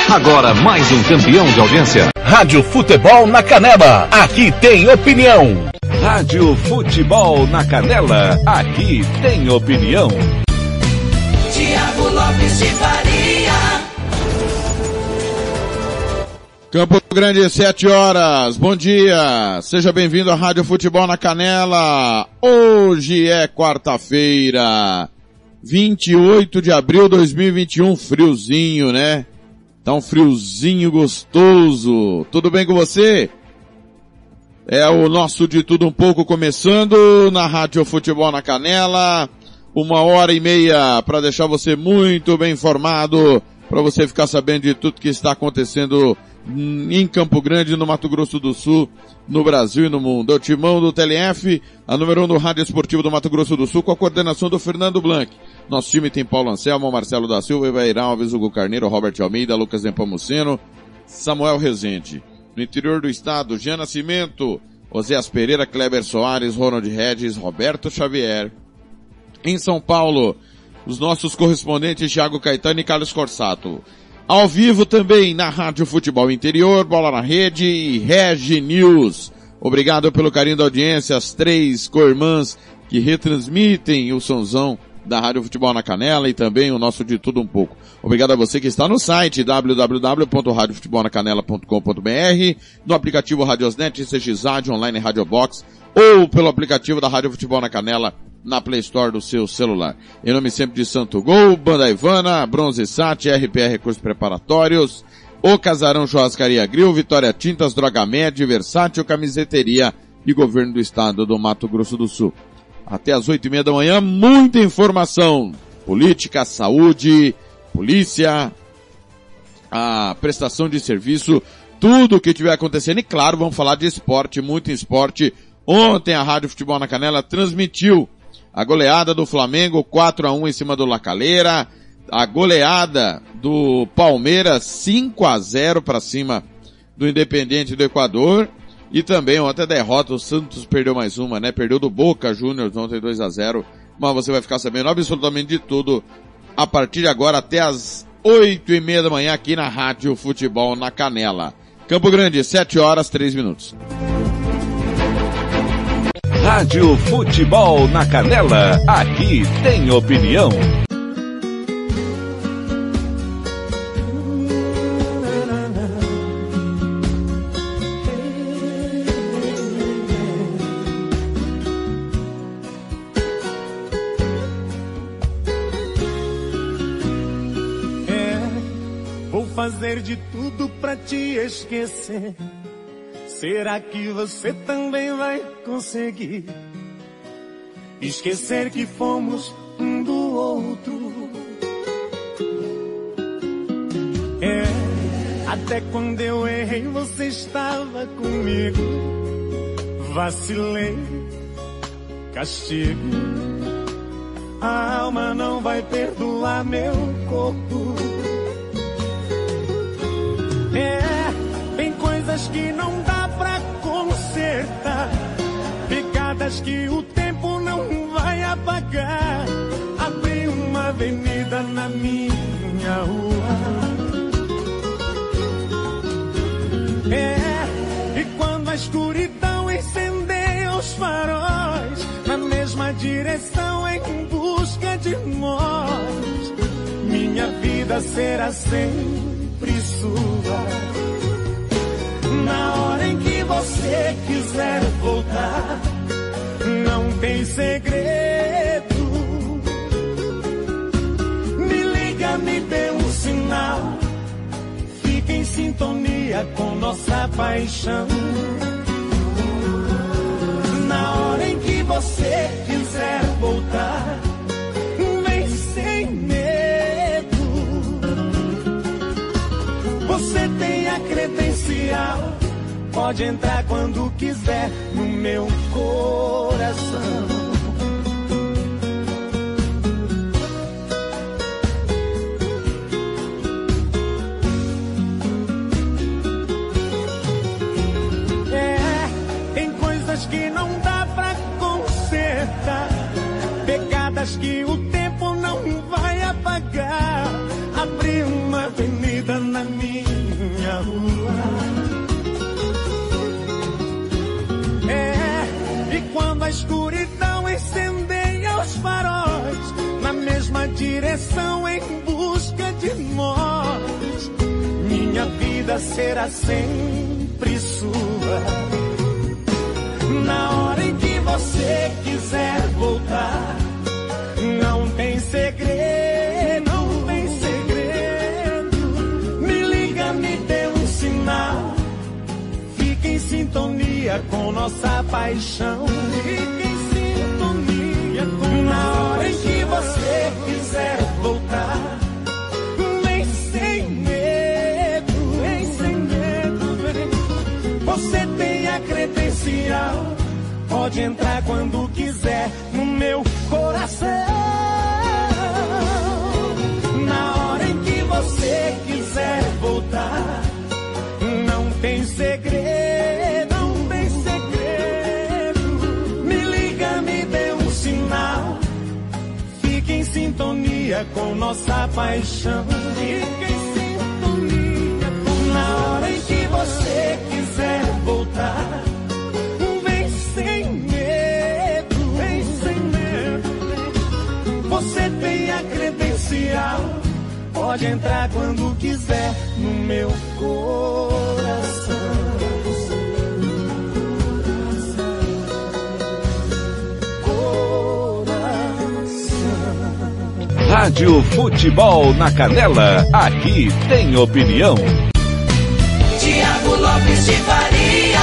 Agora mais um campeão de audiência. Rádio Futebol na Canela, aqui tem opinião. Rádio Futebol na Canela, aqui tem opinião. Tiago Lopes de Faria. Campo Grande, 7 horas. Bom dia. Seja bem-vindo à Rádio Futebol na Canela. Hoje é quarta-feira, 28 de abril de 2021. Friozinho, né? Tá um friozinho gostoso. Tudo bem com você? É o nosso De Tudo Um Pouco começando na Rádio Futebol na Canela. 1h30 para deixar você muito bem informado, para você ficar sabendo de tudo que está acontecendo em Campo Grande, no Mato Grosso do Sul, no Brasil e no mundo. É o timão do TLF, a número 1 do Rádio Esportivo do Mato Grosso do Sul, com a coordenação do Fernando Blanc. Nosso time tem Paulo Anselmo, Marcelo da Silva, Ivair Alves, Hugo Carneiro, Robert Almeida, Lucas Nepomuceno, Samuel Rezende. No interior do estado, Jean Nascimento, Oséias Pereira, Kleber Soares, Ronald Regis, Roberto Xavier. Em São Paulo, os nossos correspondentes Thiago Caetano e Carlos Corsato. Ao vivo também na Rádio Futebol Interior, Bola na Rede e Regi News. Obrigado pelo carinho da audiência, as 3 co-irmãs que retransmitem o sonzão da Rádio Futebol na Canela e também o nosso De Tudo Um Pouco. Obrigado a você que está no site www.radiofutebolnacanela.com.br, no aplicativo Radiosnet, CX Rádio, online Rádio Box ou pelo aplicativo da Rádio Futebol na Canela na Play Store do seu celular. Em nome sempre de Santo Gol, Banda Ivana, Bronze Sat, RPR Recursos Preparatórios, O Casarão Churrascaria Grill, Vitória Tintas, Droga Med, Versátil, Camiseteria e Governo do Estado do Mato Grosso do Sul. Até às 8h30 da manhã, muita informação. Política, saúde, polícia, a prestação de serviço, tudo o que estiver acontecendo. E claro, vamos falar de esporte, muito esporte. Ontem a Rádio Futebol na Canela transmitiu a goleada do Flamengo 4-1 em cima do La Calera, a goleada do Palmeiras 5-0 para cima do Independiente do Equador. E também ontem a derrota, o Santos perdeu mais uma, né? Perdeu do Boca Juniors ontem 2-0. Mas você vai ficar sabendo absolutamente de tudo a partir de agora até as 8h30 da manhã aqui na Rádio Futebol na Canela. Campo Grande, 7 horas, 3 minutos. Rádio Futebol na Canela, aqui tem opinião. Fazer de tudo pra te esquecer. Será que você também vai conseguir esquecer que fomos um do outro? Até quando eu errei você estava comigo. Vacilei, castigo. A alma não vai perdoar meu corpo. Tem coisas que não dá pra consertar, pecadas que o tempo não vai apagar. Abri uma avenida na minha rua. E quando a escuridão incendeia os faróis, na mesma direção em busca de nós, minha vida será sempre sua. Na hora em que você quiser voltar, não tem segredo. Me liga, me dê um sinal. Fique em sintonia com nossa paixão. Na hora em que você quiser voltar, vem sem medo. Você tem a credencial, pode entrar quando quiser no meu coração. Tem coisas que não dá pra consertar, pecadas que o tempo não vai apagar. Abri uma avenida na minha direção em busca de nós. Minha vida será sempre sua. Na hora em que você quiser voltar, não tem segredo, não tem segredo. Me liga, me dê um sinal. Fique em sintonia com nossa paixão. Fique em sintonia com na hora em que você quiser voltar. Vem sem medo, vem sem medo, vem. Você tem a credencial, pode entrar quando quiser no meu coração. Na hora em que você quiser voltar, não tem segredo, não tem segredo. Me liga, me dê um sinal. Fique em sintonia com nossa paixão. Fique em sintonia com na hora em que você quiser voltar. Você tem a credencial, pode entrar quando quiser no meu coração. Rádio Futebol na Canela, aqui tem opinião. Tiago Lopes de Faria.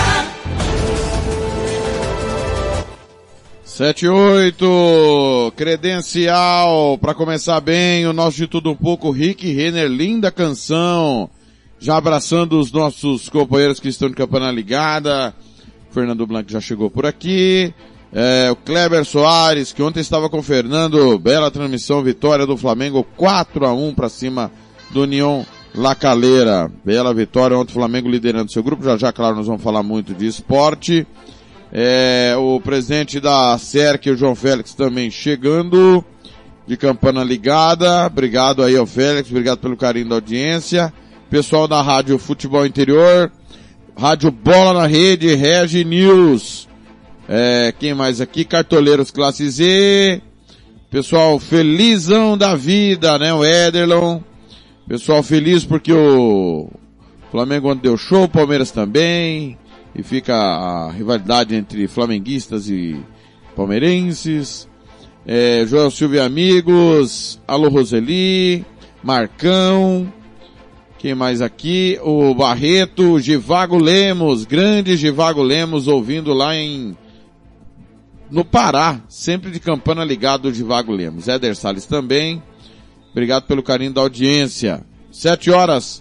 7-8, credencial, para começar bem, o nosso De Tudo Um Pouco, Rick Renner, linda canção, já abraçando os nossos companheiros que estão de campana ligada, Fernando Blanco já chegou por aqui, o Kleber Soares, que ontem estava com o Fernando, bela transmissão, vitória do Flamengo, 4-1 para cima do União La Calera, bela vitória, ontem o Flamengo liderando seu grupo, já claro, nós vamos falar muito de esporte. O presidente da SERC, o João Félix, também chegando, de campana ligada, obrigado aí ao Félix, obrigado pelo carinho da audiência, pessoal da Rádio Futebol Interior, Rádio Bola na Rede, Regi News, quem mais aqui? Cartoleiros Classe Z, pessoal felizão da vida, né, o Ederlon, pessoal feliz porque o Flamengo ontem deu show, o Palmeiras também, e fica a rivalidade entre flamenguistas e palmeirenses. Joel Silva e amigos, alô Roseli, Marcão, quem mais aqui? O Barreto, Givago Lemos, grande Givago Lemos, ouvindo lá no Pará, sempre de campana ligado o Givago Lemos. Éder Salles também, obrigado pelo carinho da audiência. 7h09,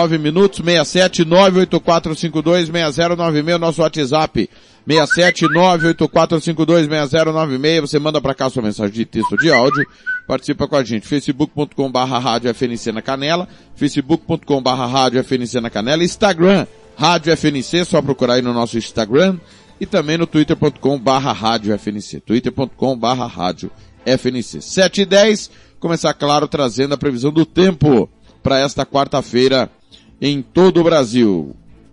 67984526096, nosso WhatsApp, 67984526096, você manda pra cá sua mensagem de texto ou de áudio, participa com a gente, facebook.com/rádio FNC na Canela, facebook.com/rádio FNC na Canela, Instagram, Rádio FNC, só procurar aí no nosso Instagram, e também no twitter.com/rádio FNC, twitter.com/rádio FNC. 7h10, começar claro trazendo a previsão do tempo para esta quarta-feira em todo o Brasil.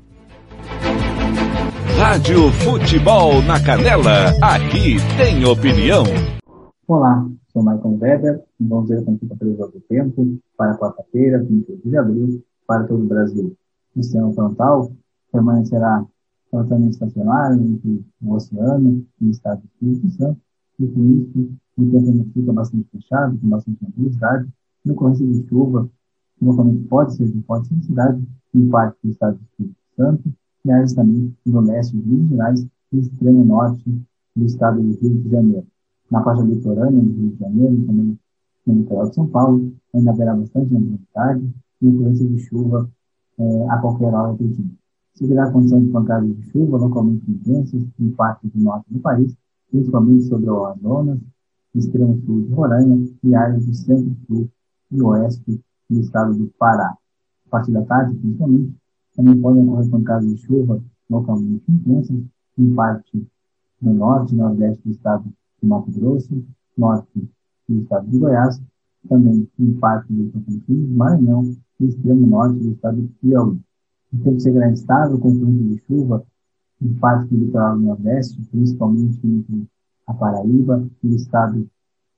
Rádio Futebol na Canela, aqui tem opinião. Olá, sou Michael Weber e vamos ver como fica a previsão do tempo para quarta-feira, 28 de abril, para todo o Brasil. O sistema frontal permanecerá totalmente estacionário entre o oceano e o estado de Espírito Santo, e com isso o tempo fica bastante fechado, com bastante nebulosidade, no ocorrência de chuva, localmente pode ser cidade, em parte do estado do Espírito Santo, e áreas também do leste de Minas Gerais e extremo norte do estado do Rio de Janeiro. Na faixa litorânea do Rio de Janeiro e também no litoral de São Paulo, ainda haverá bastante nebulosidade e ocorrência de chuva a qualquer hora do dia. Seguirá a condição de pancadas de chuva localmente intensas em parte do norte do país, principalmente sobre o Amazonas, extremo sul de Roraima e áreas do centro-sul e oeste do estado do Pará. A partir da tarde, principalmente, também podem ocorrer pancadas de chuva localmente intensas em parte do norte e nordeste do estado de Mato Grosso, norte do estado de Goiás, também em parte do Tocantins, Maranhão e extremo norte do estado de Piauí. O tempo seguirá instável, com fluxo de chuva em parte do litoral do nordeste, principalmente entre a Paraíba e o estado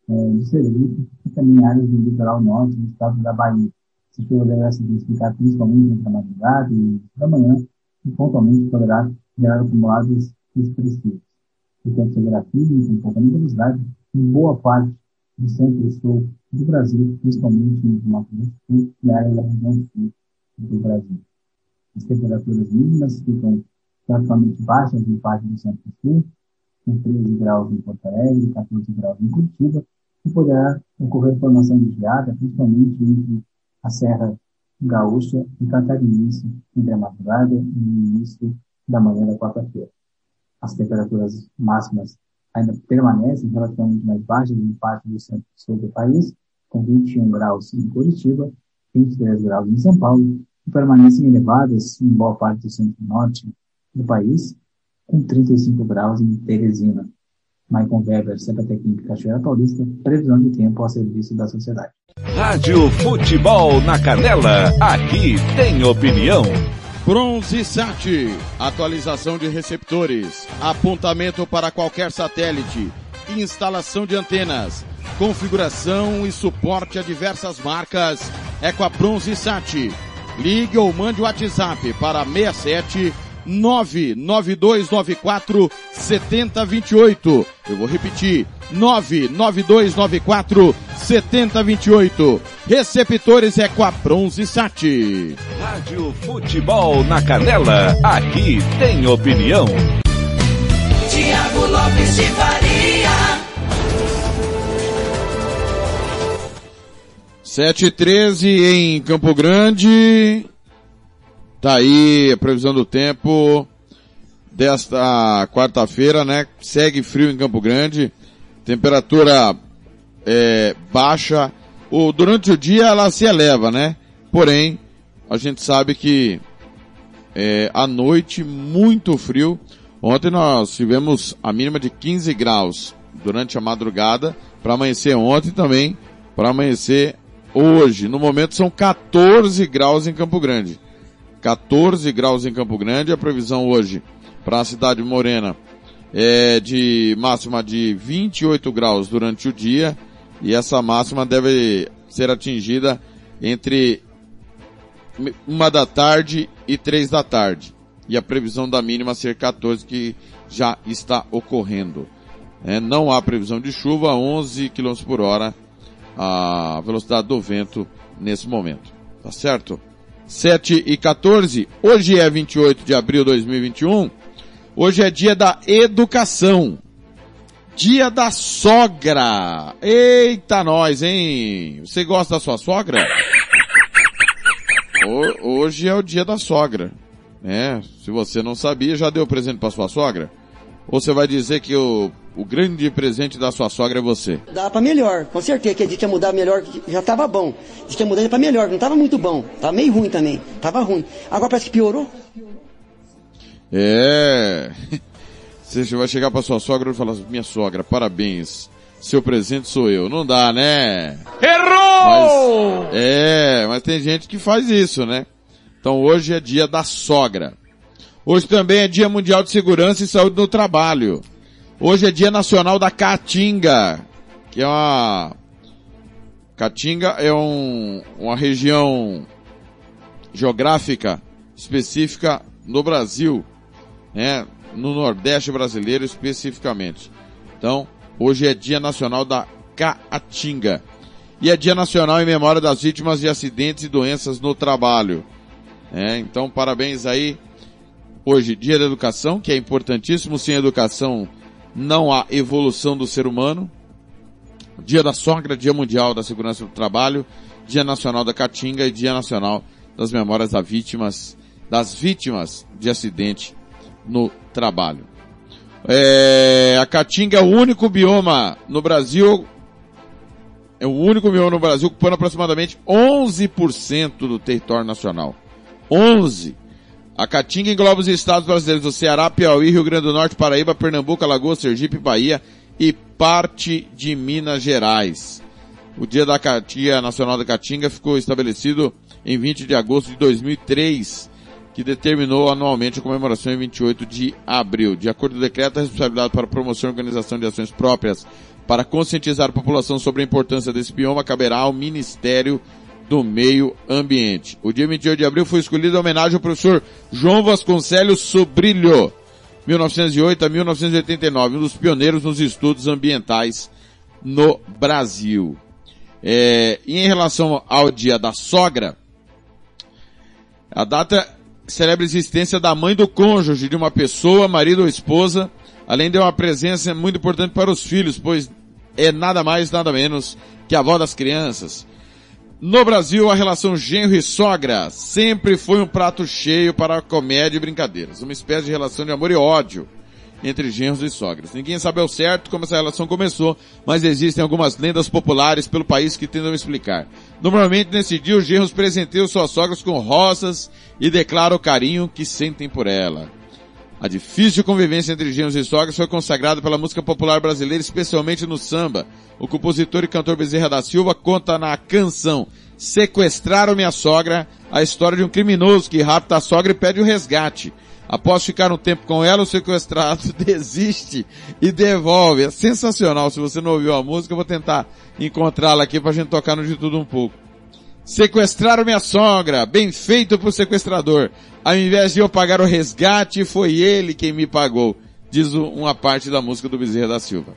de Sergipe e também áreas do litoral norte do estado da Bahia. Esse chuva deverá se intensificar principalmente entre a madrugada e da manhã e pontualmente poderá gerar acumulados expressivos. O tempo seguirá firme com pouca nebulosidade em boa parte do centro e sul do Brasil, principalmente no Mato Grosso do Sul e área da região sul do Brasil. As temperaturas mínimas ficam praticamente baixas em parte do centro e sul, com 13 graus em Porto Alegre, 14 graus em Curitiba, e poderá ocorrer formação de geada, principalmente entre a Serra Gaúcha e Catarinense, entre a madrugada e o início da manhã da quarta-feira. As temperaturas máximas ainda permanecem relativamente mais baixas em parte do centro e sul do país, com 21 graus em Curitiba, 23 graus em São Paulo, e permanecem elevadas em boa parte do centro e norte do país, com 35 graus em Teresina. Maicon Weber, CPTEC Cachoeira Paulista, previsão de tempo a serviço da sociedade. Rádio Futebol na Canela, aqui tem opinião. Bronzesat, atualização de receptores, apontamento para qualquer satélite, instalação de antenas, configuração e suporte a diversas marcas. É com a Bronzesat. Ligue ou mande o WhatsApp para 67 99294 7028. Eu vou repetir, 99294 7028. Receptores é com a Bronzesat. Rádio Futebol na Canela, aqui tem opinião. Tiago Lopes de Faria. 7h13 em Campo Grande. Tá aí a previsão do tempo desta quarta-feira, né? Segue frio em Campo Grande. Temperatura baixa. Durante o dia ela se eleva, né? Porém, a gente sabe que à noite muito frio. Ontem nós tivemos a mínima de 15 graus durante a madrugada, para amanhecer ontem também, para amanhecer hoje. No momento são 14 graus em Campo Grande. 14 graus em Campo Grande, a previsão hoje para a cidade morena é de máxima de 28 graus durante o dia, e essa máxima deve ser atingida entre 1 da tarde e 3 da tarde. E a previsão da mínima ser 14, que já está ocorrendo. Não há previsão de chuva, 11 km por hora a velocidade do vento nesse momento. Tá certo? 7h14, hoje é 28 de abril de 2021, hoje é dia da educação, dia da sogra. Eita nós, hein? Você gosta da sua sogra? Hoje é o dia da sogra, né? Se você não sabia, já deu presente para sua sogra? Ou você vai dizer que o grande presente da sua sogra é você? Dá pra melhor, com certeza, que a gente ia mudar melhor, já tava bom. A gente ia mudar pra melhor, não tava muito bom. Tava meio ruim também, tava ruim. Agora parece que piorou. Você vai chegar pra sua sogra e falar, minha sogra, parabéns, seu presente sou eu. Não dá, né? Errou! Mas tem gente que faz isso, né? Então hoje é dia da sogra. Hoje também é dia mundial de segurança e saúde no trabalho. Hoje é dia nacional da Caatinga, que é Caatinga é uma região geográfica específica no Brasil, né? No Nordeste brasileiro especificamente. Então, hoje é dia nacional da Caatinga. E é dia nacional em memória das vítimas de acidentes e doenças no trabalho. Então, parabéns aí. Hoje, dia da educação, que é importantíssimo. Sem educação, não há evolução do ser humano. Dia da sogra, dia mundial da segurança do trabalho, dia nacional da Caatinga e dia nacional das memórias das vítimas de acidente no trabalho. A Caatinga é o único bioma no Brasil, ocupando aproximadamente 11% do território nacional. 11%. A Caatinga engloba os estados brasileiros do Ceará, Piauí, Rio Grande do Norte, Paraíba, Pernambuco, Alagoas, Sergipe, Bahia e parte de Minas Gerais. O Dia Nacional da Caatinga ficou estabelecido em 20 de agosto de 2003, que determinou anualmente a comemoração em 28 de abril. De acordo com o decreto, a responsabilidade para promoção e organização de ações próprias Para conscientizar a população sobre a importância desse bioma, caberá ao Ministério do Meio Ambiente. O dia 28 de abril foi escolhido em homenagem ao professor João Vasconcelos Sobrilho, 1908 a 1989, um dos pioneiros nos estudos ambientais no Brasil. E em relação ao Dia da Sogra, a data celebra a existência da mãe do cônjuge de uma pessoa, marido ou esposa, além de uma presença muito importante para os filhos, pois é nada mais, nada menos que a avó das crianças. No Brasil, a relação genro e sogra sempre foi um prato cheio para comédia e brincadeiras, uma espécie de relação de amor e ódio entre genros e sogras. Ninguém sabe ao certo como essa relação começou, mas existem algumas lendas populares pelo país que tentam explicar. Normalmente, nesse dia, os genros presenteiam suas sogras com rosas e declaram o carinho que sentem por ela. A difícil convivência entre genros e sogras foi consagrada pela música popular brasileira, especialmente no samba. O compositor e cantor Bezerra da Silva conta na canção Sequestraram Minha Sogra a história de um criminoso que rapta a sogra e pede o resgate. Após ficar um tempo com ela, o sequestrado desiste e devolve. É sensacional. Se você não ouviu a música, eu vou tentar encontrá-la aqui pra gente tocar no de tudo um pouco. Sequestraram minha sogra, bem feito pro sequestrador. Ao invés de eu pagar o resgate, foi ele quem me pagou, diz uma parte da música do Bezerra da Silva.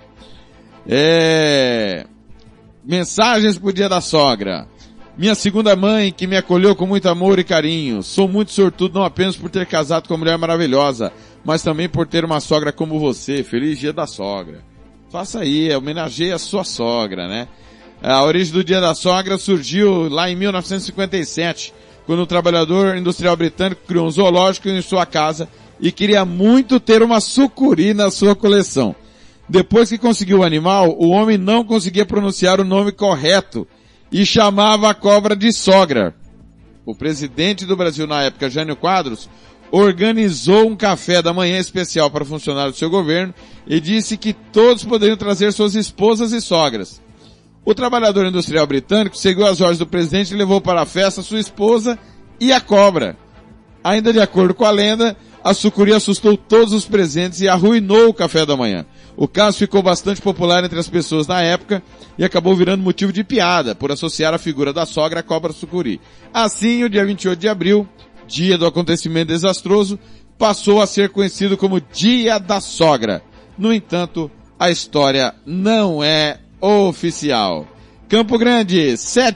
Mensagens pro Dia da Sogra. Minha segunda mãe, que me acolheu com muito amor e carinho. Sou muito sortudo não apenas por ter casado com uma mulher maravilhosa, mas também por ter uma sogra como você. Feliz Dia da Sogra. Faça aí, homenageie a sua sogra, né? A origem do Dia da Sogra surgiu lá em 1957, quando um trabalhador industrial britânico criou um zoológico em sua casa e queria muito ter uma sucuri na sua coleção. Depois que conseguiu o animal, o homem não conseguia pronunciar o nome correto e chamava a cobra de sogra. O presidente do Brasil na época, Jânio Quadros, organizou um café da manhã especial para funcionários do seu governo e disse que todos poderiam trazer suas esposas e sogras. O trabalhador industrial britânico seguiu as ordens do presidente e levou para a festa sua esposa e a cobra. Ainda de acordo com a lenda, a sucuri assustou todos os presentes e arruinou o café da manhã. O caso ficou bastante popular entre as pessoas na época e acabou virando motivo de piada, por associar a figura da sogra à cobra sucuri. Assim, o dia 28 de abril, dia do acontecimento desastroso, passou a ser conhecido como Dia da Sogra. No entanto, a história não é oficial. Campo Grande,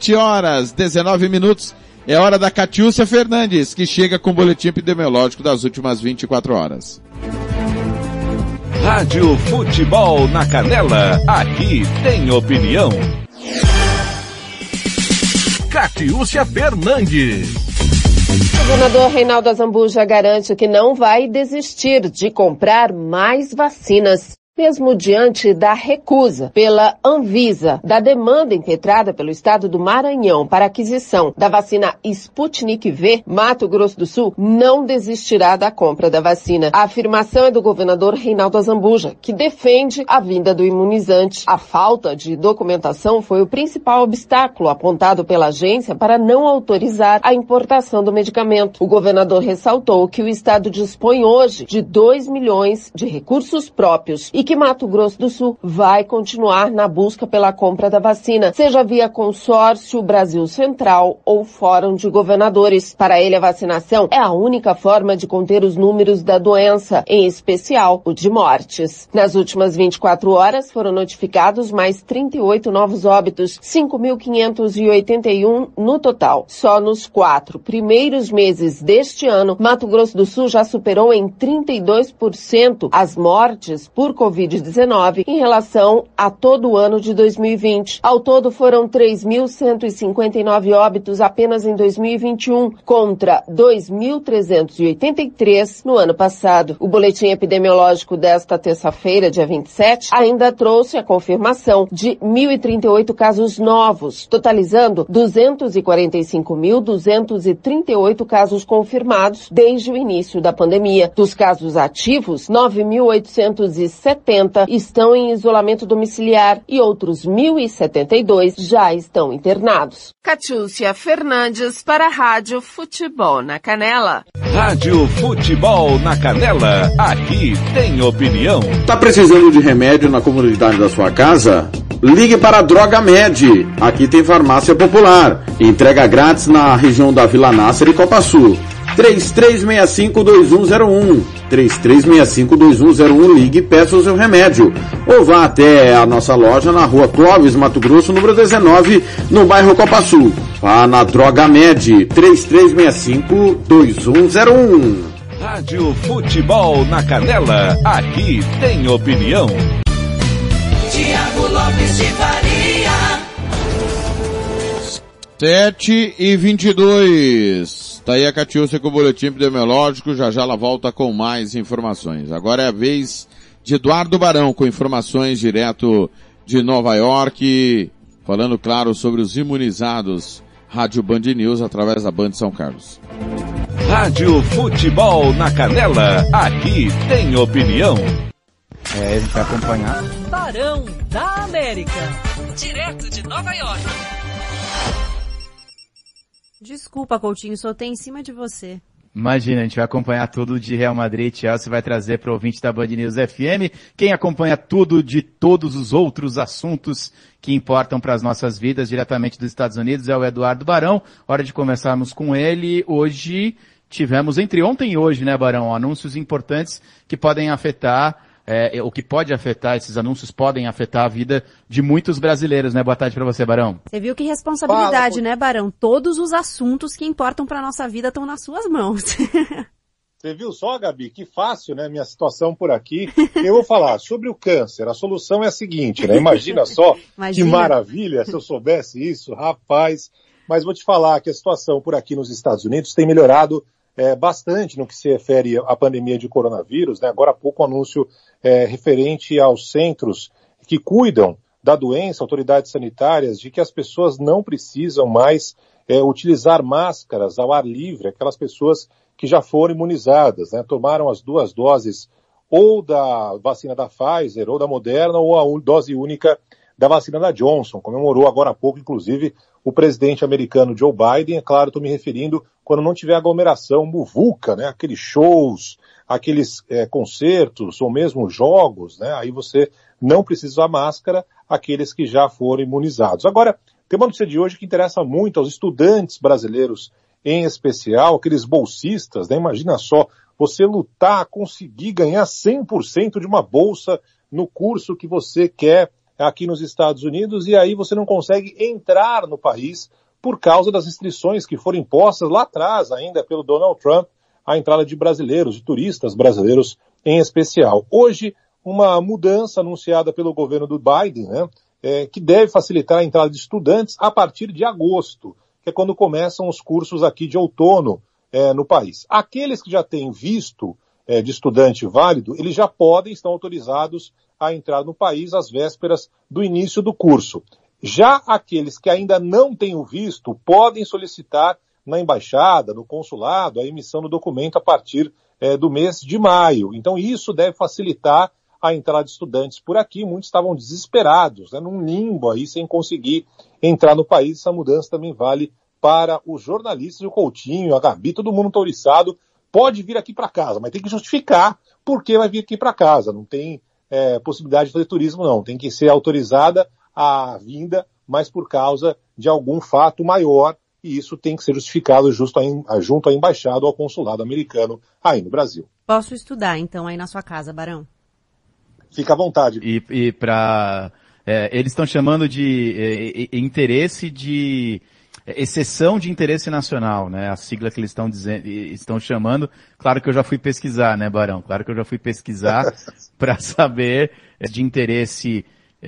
7h19. É hora da Catiúcia Fernandes, que chega com o boletim epidemiológico das últimas 24 horas. Rádio Futebol na Canela, aqui tem opinião. Catiúcia Fernandes. O governador Reinaldo Azambuja garante que não vai desistir de comprar mais vacinas, mesmo diante da recusa pela Anvisa da demanda impetrada pelo estado do Maranhão para aquisição da vacina Sputnik V. Mato Grosso do Sul não desistirá da compra da vacina. A afirmação é do governador Reinaldo Azambuja, que defende a vinda do imunizante. A falta de documentação foi o principal obstáculo apontado pela agência para não autorizar a importação do medicamento. O governador ressaltou que o estado dispõe hoje de 2 milhões de recursos próprios e que Mato Grosso do Sul vai continuar na busca pela compra da vacina, seja via consórcio Brasil Central ou Fórum de Governadores. Para ele, a vacinação é a única forma de conter os números da doença, em especial o de mortes. Nas últimas 24 horas, foram notificados mais 38 novos óbitos, 5.581 no total. Só nos 4 primeiros meses deste ano, Mato Grosso do Sul já superou em 32% as mortes por Covid-19 em relação a todo o ano de 2020. Ao todo foram 3.159 óbitos apenas em 2021, contra 2.383 no ano passado. O boletim epidemiológico desta terça-feira, dia 27, ainda trouxe a confirmação de 1.038 casos novos, totalizando 245.238 casos confirmados desde o início da pandemia. Dos casos ativos, 9.870 estão em isolamento domiciliar e outros 1.072 já estão internados. Catiúcia Fernandes para a Rádio Futebol na Canela. Rádio Futebol na Canela, aqui tem opinião. Tá precisando de remédio na comunidade da sua casa? Ligue para a Droga Med. Aqui tem farmácia popular. Entrega grátis na região da Vila Nácer e Copa Sul. 3365-2101. 3365-2101. Ligue e peça o seu remédio. Ou vá até a nossa loja na rua Clóvis, Mato Grosso, número 19, no bairro Copa Sul. Vá na Droga Med. 3365-2101. Rádio Futebol na Canela, aqui tem opinião. Tiago Lopes de Faria. 7h22. Tá aí a Catiúcia com o boletim epidemiológico. Já já ela volta com mais informações. Agora é a vez de Eduardo Barão com informações direto de Nova York, falando, claro, sobre os imunizados. Rádio Band News através da Band São Carlos. Rádio Futebol na Canela, aqui tem opinião. A gente vai acompanhar. Barão da América, direto de Nova York. Desculpa, Coutinho, soltei em cima de você. Imagina, a gente vai acompanhar tudo de Real Madrid e Chelsea, vai trazer para o ouvinte da Band News FM. Quem acompanha tudo de todos os outros assuntos que importam para as nossas vidas, diretamente dos Estados Unidos, é o Eduardo Barão. Hora de começarmos com ele. Hoje tivemos, entre ontem e hoje, né, Barão, anúncios importantes que podem afetar, o que pode afetar, esses anúncios podem afetar a vida de muitos brasileiros, né? Boa tarde para você, Barão. Você viu que responsabilidade, né, Barão? Todos os assuntos que importam para nossa vida estão nas suas mãos. Você viu só, Gabi? Que fácil, né? Minha situação por aqui. Eu vou falar sobre o câncer. A solução é a seguinte, né? Imagina só que maravilha se eu soubesse isso, rapaz. Mas vou te falar que a situação por aqui nos Estados Unidos tem melhorado bastante no que se refere à pandemia de coronavírus, né? Agora há pouco um anúncio referente aos centros que cuidam da doença, autoridades sanitárias, de que as pessoas não precisam mais utilizar máscaras ao ar livre, aquelas pessoas que já foram imunizadas, né? Tomaram as 2 doses ou da vacina da Pfizer ou da Moderna ou a dose única da vacina da Johnson. Comemorou agora há pouco, inclusive, o presidente americano Joe Biden. É claro, estou me referindo quando não tiver aglomeração, muvuca, né? Aqueles shows, aqueles concertos ou mesmo jogos, né? Aí você não precisa usar máscara, aqueles que já foram imunizados. Agora, tem uma notícia de hoje que interessa muito aos estudantes brasileiros, em especial, aqueles bolsistas, né? Imagina só, você lutar, conseguir ganhar 100% de uma bolsa no curso que você quer aqui nos Estados Unidos, e aí você não consegue entrar no país por causa das restrições que foram impostas lá atrás, ainda pelo Donald Trump, a entrada de brasileiros, de turistas brasileiros em especial. Hoje, uma mudança anunciada pelo governo do Biden, né, que deve facilitar a entrada de estudantes a partir de agosto, que é quando começam os cursos aqui de outono no país. Aqueles que já têm visto de estudante válido, eles já estão autorizados a entrar no país às vésperas do início do curso. Já aqueles que ainda não têm o visto podem solicitar na embaixada, no consulado, a emissão do documento a partir do mês de maio. Então isso deve facilitar a entrada de estudantes por aqui. Muitos estavam desesperados, né, num limbo aí, sem conseguir entrar no país. Essa mudança também vale para os jornalistas, o Coutinho, a Gabi, todo mundo autoriçado. Pode vir aqui para casa, mas tem que justificar por que vai vir aqui para casa. Não tem possibilidade de fazer turismo, não. Tem que ser autorizada a vinda, mas por causa de algum fato maior, e isso tem que ser justificado junto à embaixada ou ao consulado americano aí no Brasil. Posso estudar, então, aí na sua casa, Barão? Fica à vontade. E para... eles estão chamando de interesse de... exceção de interesse nacional, né? A sigla que eles estão chamando. Claro que eu já fui pesquisar, né, Barão? Claro que eu já fui pesquisar para saber de interesse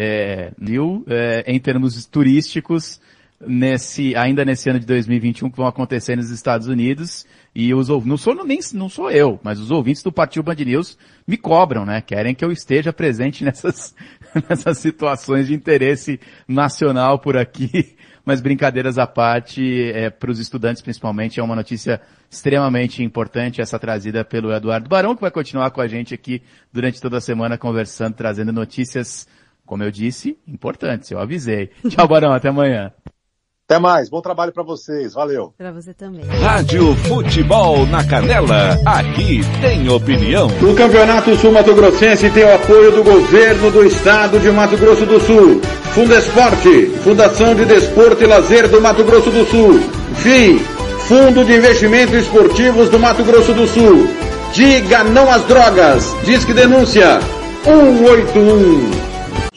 em termos turísticos ainda nesse ano de 2021 que vão acontecer nos Estados Unidos. E não sou eu, mas os ouvintes do Partiu Band News me cobram, né? Querem que eu esteja presente nessas situações de interesse nacional por aqui. Mas brincadeiras à parte, para os estudantes principalmente, é uma notícia extremamente importante, essa trazida pelo Eduardo Barão, que vai continuar com a gente aqui durante toda a semana conversando, trazendo notícias, como eu disse, importantes, eu avisei. Tchau, Barão, até amanhã. Até mais, bom trabalho para vocês, valeu. Para você também. Rádio Futebol na Canela, aqui tem opinião. O Campeonato Sul Mato Grossense tem o apoio do Governo do Estado de Mato Grosso do Sul, Fundesporte, Fundação de Desporto e Lazer do Mato Grosso do Sul, FII, Fundo de Investimentos Esportivos do Mato Grosso do Sul. Diga não às drogas, Disque Denúncia 181.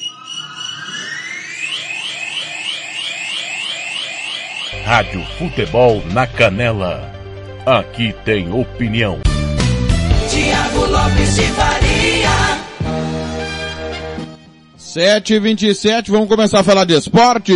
Rádio Futebol na Canela. Aqui tem opinião. Tiago Lopes de Faria. 7h27, vamos começar a falar de esporte.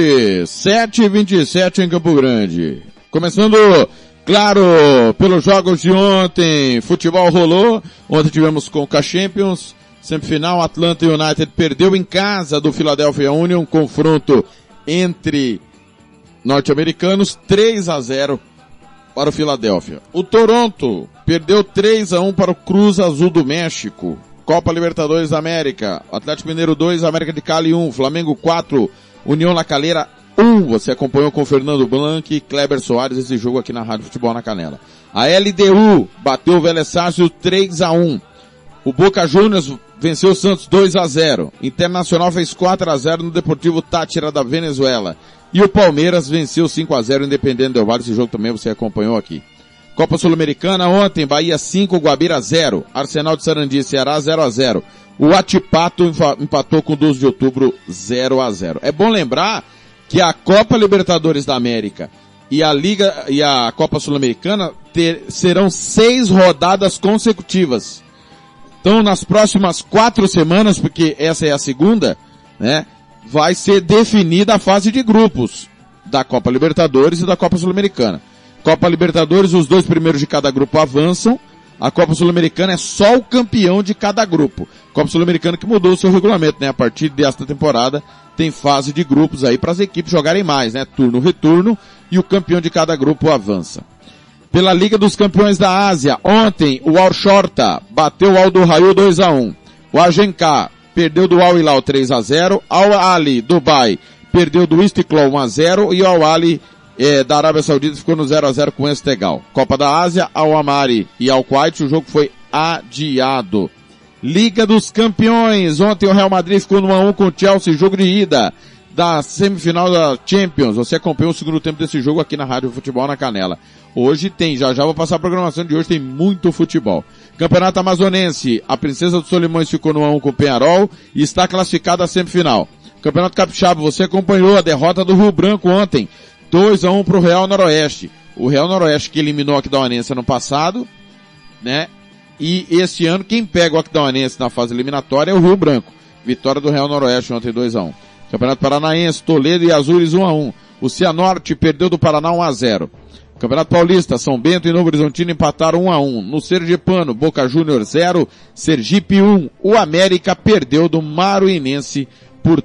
7h27 em Campo Grande. Começando, claro, pelos jogos de ontem. Futebol rolou. Ontem tivemos Conca Champions. Semifinal, Atlanta United perdeu em casa do Philadelphia Union. Confronto entre norte-americanos, 3-0 para o Philadelphia. O Toronto perdeu 3-1 para o Cruz Azul do México. Copa Libertadores da América. Atlético Mineiro 2, América de Cali 1, Flamengo 4, União La Calera 1. Você acompanhou com Fernando Blanc e Kleber Soares esse jogo aqui na Rádio Futebol na Canela. A LDU bateu o Vélez Sarsfield 3-1. O Boca Juniors venceu o Santos 2-0. Internacional fez 4-0 no Deportivo Táchira da Venezuela. E o Palmeiras venceu 5-0 o Independente Del Valle. Esse jogo também você acompanhou aqui. Copa Sul-Americana ontem, Bahia 5, Guabira 0. Arsenal de Sarandi e Ceará 0-0. O Atipato empatou com 12 de outubro 0-0. É bom lembrar que a Copa Libertadores da América e a Liga e a Copa Sul-Americana serão 6 rodadas consecutivas. Então, nas próximas 4 semanas, porque essa é a segunda, né, vai ser definida a fase de grupos da Copa Libertadores e da Copa Sul-Americana. Copa Libertadores, os 2 primeiros de cada grupo avançam. A Copa Sul-Americana é só o campeão de cada grupo. Copa Sul-Americana que mudou o seu regulamento, né? A partir desta temporada tem fase de grupos aí para as equipes jogarem mais, né? Turno, retorno, e o campeão de cada grupo avança. Pela Liga dos Campeões da Ásia, ontem o Al Shorta bateu o Al Duhail 2-1. O Agenká perdeu do Al Hilal 3-0. Al Ali Dubai perdeu do Istiklal 1-0 e o Al Ali da Arábia Saudita ficou no 0-0 com o Estegal. Copa da Ásia, Al Amari e Al Kuwait, o jogo foi adiado. Liga dos Campeões, ontem o Real Madrid ficou no 1-1 com o Chelsea, jogo de ida da semifinal da Champions. Você acompanhou o segundo tempo desse jogo aqui na Rádio Futebol na Canela. Hoje tem, já vou passar a programação de hoje, tem muito futebol. Campeonato Amazonense, a Princesa dos Solimões ficou no 1-1 com o Peñarol e está classificada à semifinal. Campeonato Capixaba, você acompanhou a derrota do Rio Branco ontem, 2-1 para o Real Noroeste. O Real Noroeste que eliminou o Aquidauanense ano passado, né? E este ano quem pega o Aquidauanense na fase eliminatória é o Rio Branco. Vitória do Real Noroeste ontem 2-1. Campeonato Paranaense, Toledo e Azures 1-1. O Cianorte perdeu do Paraná 1-0. Campeonato Paulista, São Bento e Novo Horizontino empataram 1-1. No Sergipano, Boca Júnior 0, Sergipe 1. O América perdeu do Maruinense por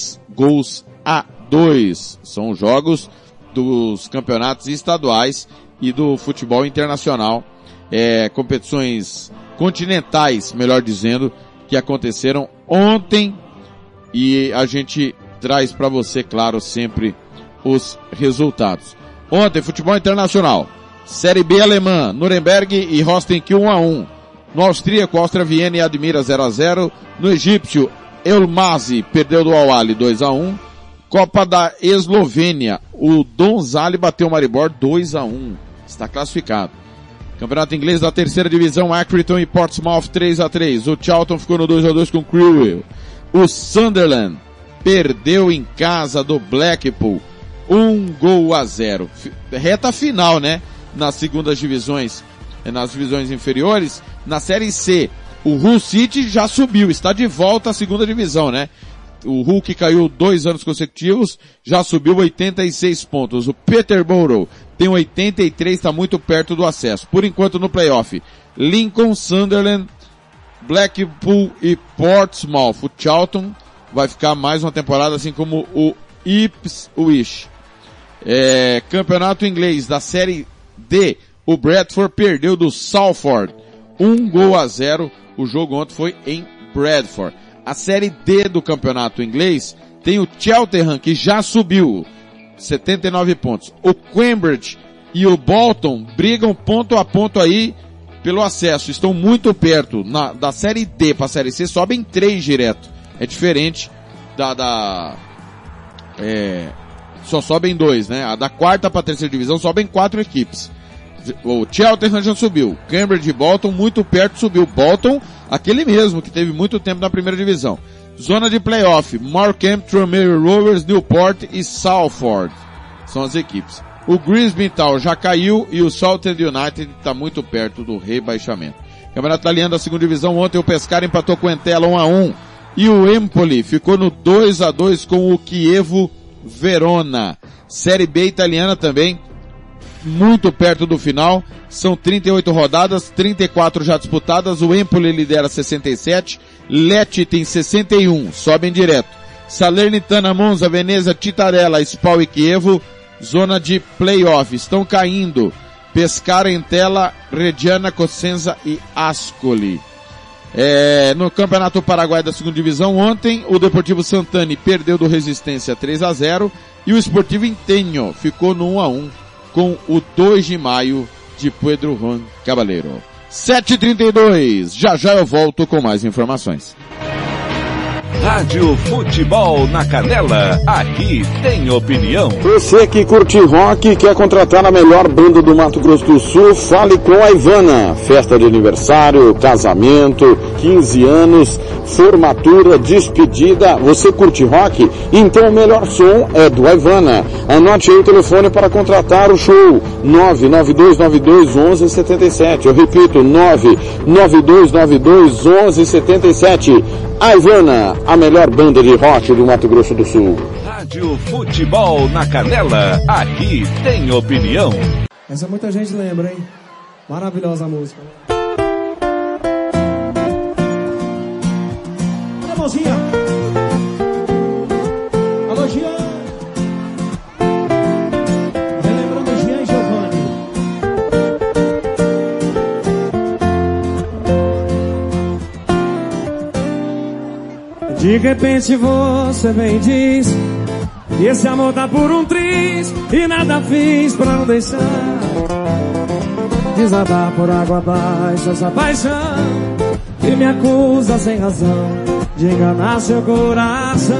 3-2. São jogos dos campeonatos estaduais e do futebol internacional. Competições continentais, melhor dizendo, que aconteceram ontem. E a gente traz para você, claro, sempre os resultados. Ontem, futebol internacional. Série B alemã, Nuremberg e Rostenkiel 1-1. No austríaco, Áustria Viena e Admira 0-0. No egípcio, Elmazi perdeu do Al-Ahly 2-1. Copa da Eslovênia, o Donzali bateu o Maribor 2-1. Está classificado. Campeonato inglês da terceira divisão, Accrington e Portsmouth 3-3. O Charlton ficou no 2-2 com o Crewe. O Sunderland perdeu em casa do Blackpool 1-0. Reta final, né? Nas segundas divisões, nas divisões inferiores. Na Série C, o Hull City já subiu, está de volta à segunda divisão, né? O Hull, que caiu 2 anos consecutivos, já subiu 86 pontos. O Peterborough tem 83, está muito perto do acesso. Por enquanto no playoff, Lincoln, Sunderland, Blackpool e Portsmouth. O Charlton vai ficar mais uma temporada, assim como o Ipswich. Campeonato inglês da Série D, o Bradford perdeu do Salford 1-0. O jogo ontem foi em Bradford. A Série D do campeonato inglês tem o Cheltenham, que já subiu. 79 pontos. O Cambridge e o Bolton brigam ponto a ponto aí pelo acesso. Estão muito perto. Da Série D para a Série C sobem 3 direto. É diferente só sobem 2, né? A da quarta para a terceira divisão sobem 4 equipes. O Cheltenham já subiu. Cambridge e Bolton muito perto subiu. Bolton, aquele mesmo que teve muito tempo na primeira divisão. Zona de playoff, Morecambe, Tranmere Rovers, Newport e Salford. São as equipes. O Grimsby Town já caiu e o Southend United está muito perto do rebaixamento. Campeonato Italiano da segunda divisão, ontem o Pescara empatou com o Entella 1-1. E o Empoli ficou no 2-2 com o Chievo Verona. Série B italiana também, muito perto do final. São 38 rodadas, 34 já disputadas. O Empoli lidera 67. Lecce tem 61, sobem direto. Salernitana, Monza, Venezia, Cittadella, Spal e Chievo, zona de playoff. Estão caindo Pescara, Entella, Reggiana, Cosenza e Ascoli. No Campeonato Paraguai da segunda divisão, ontem o Deportivo Santani perdeu do Resistência 3-0 e o Sportivo Inteño ficou no 1-1 com o 2 de maio de Pedro Juan Caballero. 7h32, já eu volto com mais informações. Rádio Futebol na Canela, aqui tem opinião. Você que curte rock e quer contratar a melhor banda do Mato Grosso do Sul, fale com a Ivana. Festa de aniversário, casamento, 15 anos, formatura, despedida. Você curte rock? Então o melhor som é do Ivana. Anote aí o telefone para contratar o show. 992921177. Eu repito, 992921177. A Ivana, a melhor banda de rock do Mato Grosso do Sul. Rádio Futebol na Canela, aqui tem opinião. Essa muita gente lembra, hein? Maravilhosa a música. Olha a mãozinha. Alô, Jean. Relembrando Jean e Giovanni. De repente você vem e diz que esse amor tá por um triz e nada fiz pra não deixar desabar por água abaixo essa paixão e me acusa sem razão de enganar seu coração.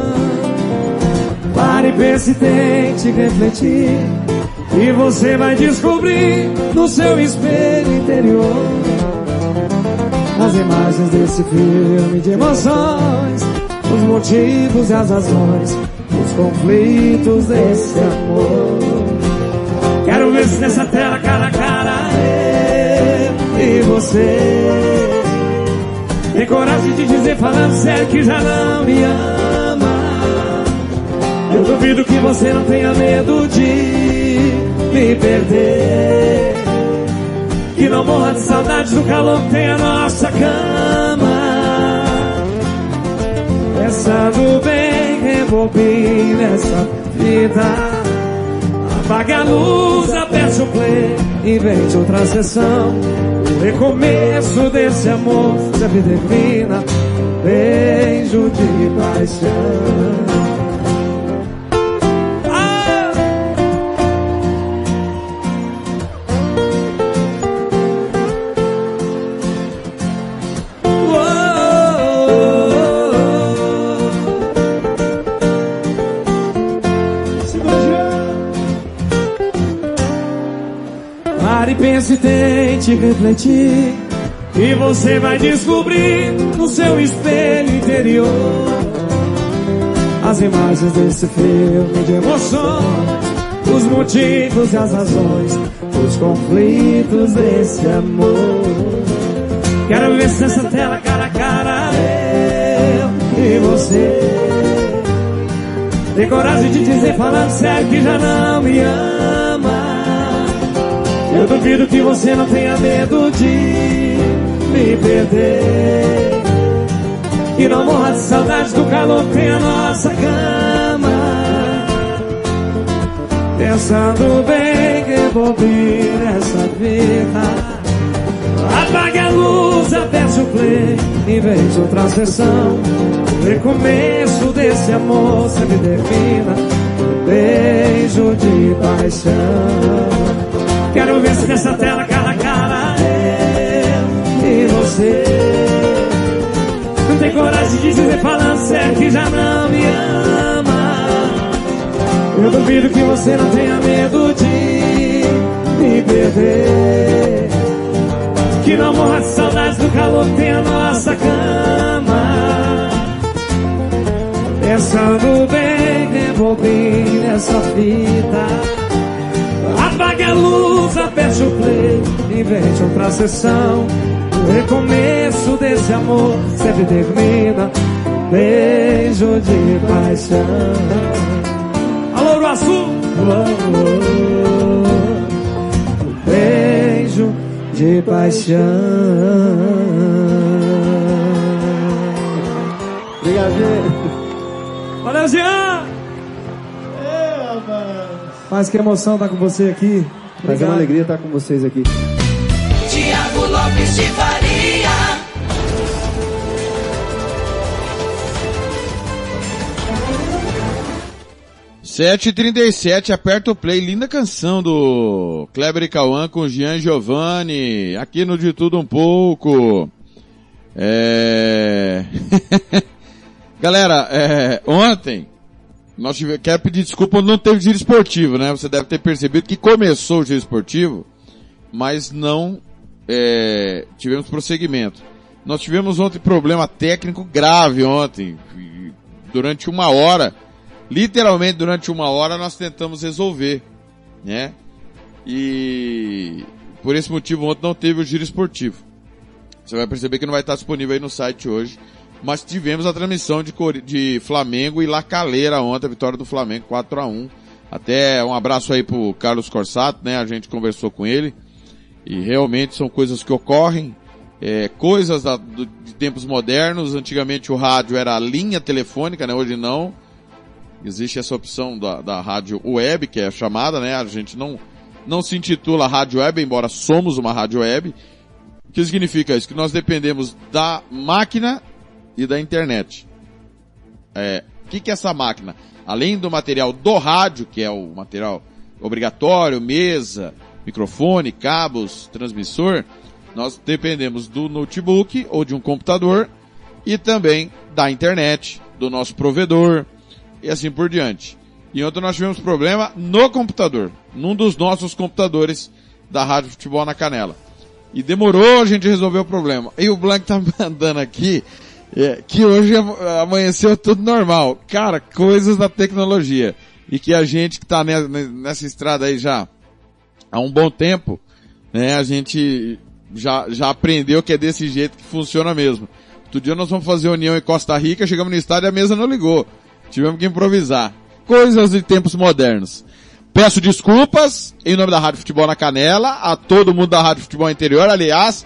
Pare, pense, tente refletir e você vai descobrir no seu espelho interior as imagens desse filme de emoções, os motivos e as razões, os conflitos desse amor. Quero ver se nessa tela cara a cara eu e você tem coragem de dizer falando sério que já não me ama. Eu duvido que você não tenha medo de me perder, que não morra de saudade do calor que tem a nossa cama. Pensando bem, rebobine essa vida, apague a luz, aperte o play, invente outra sessão. O recomeço desse amor sempre termina um beijo de paixão. Pense, tente refletir e você vai descobrir no seu espelho interior as imagens desse filme de emoções, os motivos e as razões, os conflitos desse amor. Quero ver se nessa tela cara a cara eu e você tem coragem de dizer falando sério que já não me ama. Eu duvido que você não tenha medo de me perder, que não morra de saudade do calor que tem a nossa cama. Pensando bem, rebobine essa vida, apague a luz, aperte o play, invente outra sessão. O recomeço desse amor sempre termina bem beijo de paixão. Quero ver se nessa tela cara a cara eu e você. Não tem coragem de dizer falando sério que já não me ama. Eu duvido que você não tenha medo de me perder. Que não morra de saudades do calor que tem a nossa cama. Pensando bem, devolvi nessa fita. Apague a luz, aperte o play, invente outra sessão. O recomeço desse amor sempre termina. Beijo de paixão. Alô, Uruaçu! Beijo de paixão. Obrigado, gente. Valeu, Jean! Mas que emoção estar com você aqui. Mas é uma alegria estar com vocês aqui. Tiago Lopes de Faria. Sete e 37, aperta o play, linda canção do Kleber e Cauã com Jean Giovanni, aqui no De Tudo Um Pouco. Galera, ontem, quero pedir desculpa, não teve giro esportivo, né? Você deve ter percebido que começou o giro esportivo, mas não tivemos prosseguimento. Nós tivemos ontem problema técnico grave ontem, durante uma hora. Literalmente durante uma hora nós tentamos resolver, né? E por esse motivo ontem não teve o giro esportivo. Você vai perceber que não vai estar disponível aí no site hoje. Mas tivemos a transmissão de Flamengo e La Calera ontem, a vitória do Flamengo 4-1. Até um abraço aí pro Carlos Corsato, né? A gente conversou com ele. E realmente são coisas que ocorrem. Coisas de tempos modernos. Antigamente o rádio era a linha telefônica, né? Hoje não. Existe essa opção da rádio web, que é a chamada, né? A gente não se intitula rádio web, embora somos uma rádio web. O que significa isso? Que nós dependemos da máquina e da internet. O que é essa máquina? Além do material do rádio, que é o material obrigatório, mesa, microfone, cabos, transmissor, nós dependemos do notebook ou de um computador e também da internet, do nosso provedor, e assim por diante. E ontem nós tivemos problema no computador, num dos nossos computadores da Rádio Futebol na Canela. E demorou a gente resolver o problema. E o Blanc tá mandando aqui, que hoje amanheceu tudo normal. Cara, coisas da tecnologia. E que a gente que tá nessa estrada aí já há um bom tempo, né, a gente já aprendeu que é desse jeito que funciona mesmo. Outro dia nós vamos fazer União em Costa Rica, chegamos no estádio e a mesa não ligou. Tivemos que improvisar. Coisas de tempos modernos. Peço desculpas, em nome da Rádio Futebol na Canela, a todo mundo da Rádio Futebol Interior. Aliás,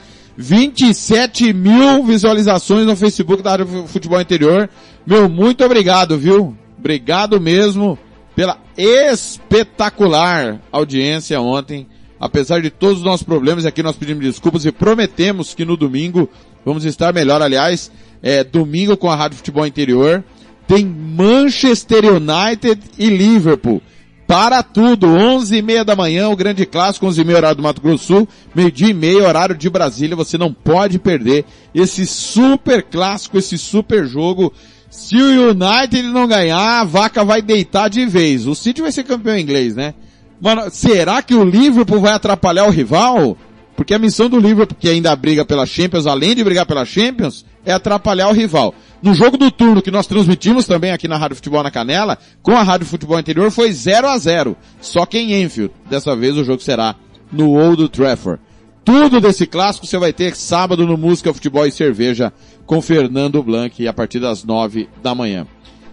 27 mil visualizações no Facebook da Rádio Futebol Interior. Meu, muito obrigado, viu? Obrigado mesmo pela espetacular audiência ontem. Apesar de todos os nossos problemas, aqui nós pedimos desculpas e prometemos que no domingo vamos estar melhor. Aliás, domingo com a Rádio Futebol Interior. Tem Manchester United e Liverpool. Para tudo, 11h30 da manhã, o grande clássico, 11h30 horário do Mato Grosso do Sul, 12h30 horário de Brasília. Você não pode perder esse super clássico, esse super jogo. Se o United não ganhar, a vaca vai deitar de vez. O City vai ser campeão inglês, né? Mano, será que o Liverpool vai atrapalhar o rival? Porque a missão do Liverpool, que ainda briga pela Champions, além de brigar pela Champions, é atrapalhar o rival. No jogo do turno que nós transmitimos também aqui na Rádio Futebol na Canela, com a Rádio Futebol Interior, foi 0-0. Só que em Enfield. Dessa vez o jogo será no Old Trafford. Tudo desse clássico você vai ter sábado no Música, Futebol e Cerveja com Fernando Blanc a partir das 9 da manhã.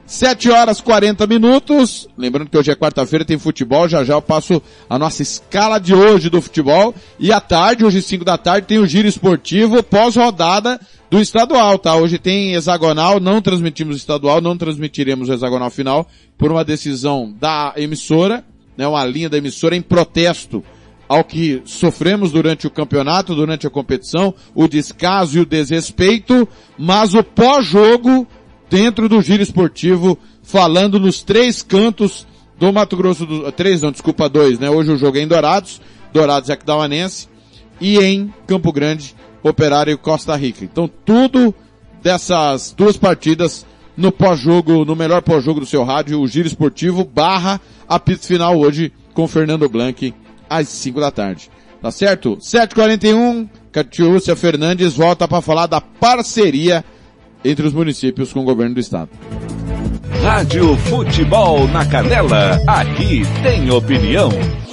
7h40. Lembrando que hoje é quarta-feira, tem futebol. Já já eu passo a nossa escala de hoje do futebol. E à tarde, hoje 5 da tarde, tem o giro esportivo pós-rodada do estadual, tá? Hoje tem hexagonal, não transmitimos o estadual, não transmitiremos o hexagonal final por uma decisão da emissora, né? Uma linha da emissora em protesto ao que sofremos durante o campeonato, durante a competição, o descaso e o desrespeito, mas o pós-jogo dentro do giro esportivo, falando nos 3 cantos do Mato Grosso do... 2, né? Hoje o jogo é em Dourados e Aquidauanense, e em Campo Grande, Operário e Costa Rica. Então tudo dessas duas partidas no pós-jogo, no melhor pós-jogo do seu rádio, o Giro Esportivo / apito final hoje com Fernando Blanc às 5 da tarde. Tá certo? 7h41, Catiúcia Fernandes volta para falar da parceria entre os municípios com o governo do estado. Rádio Futebol na Canela, aqui tem opinião.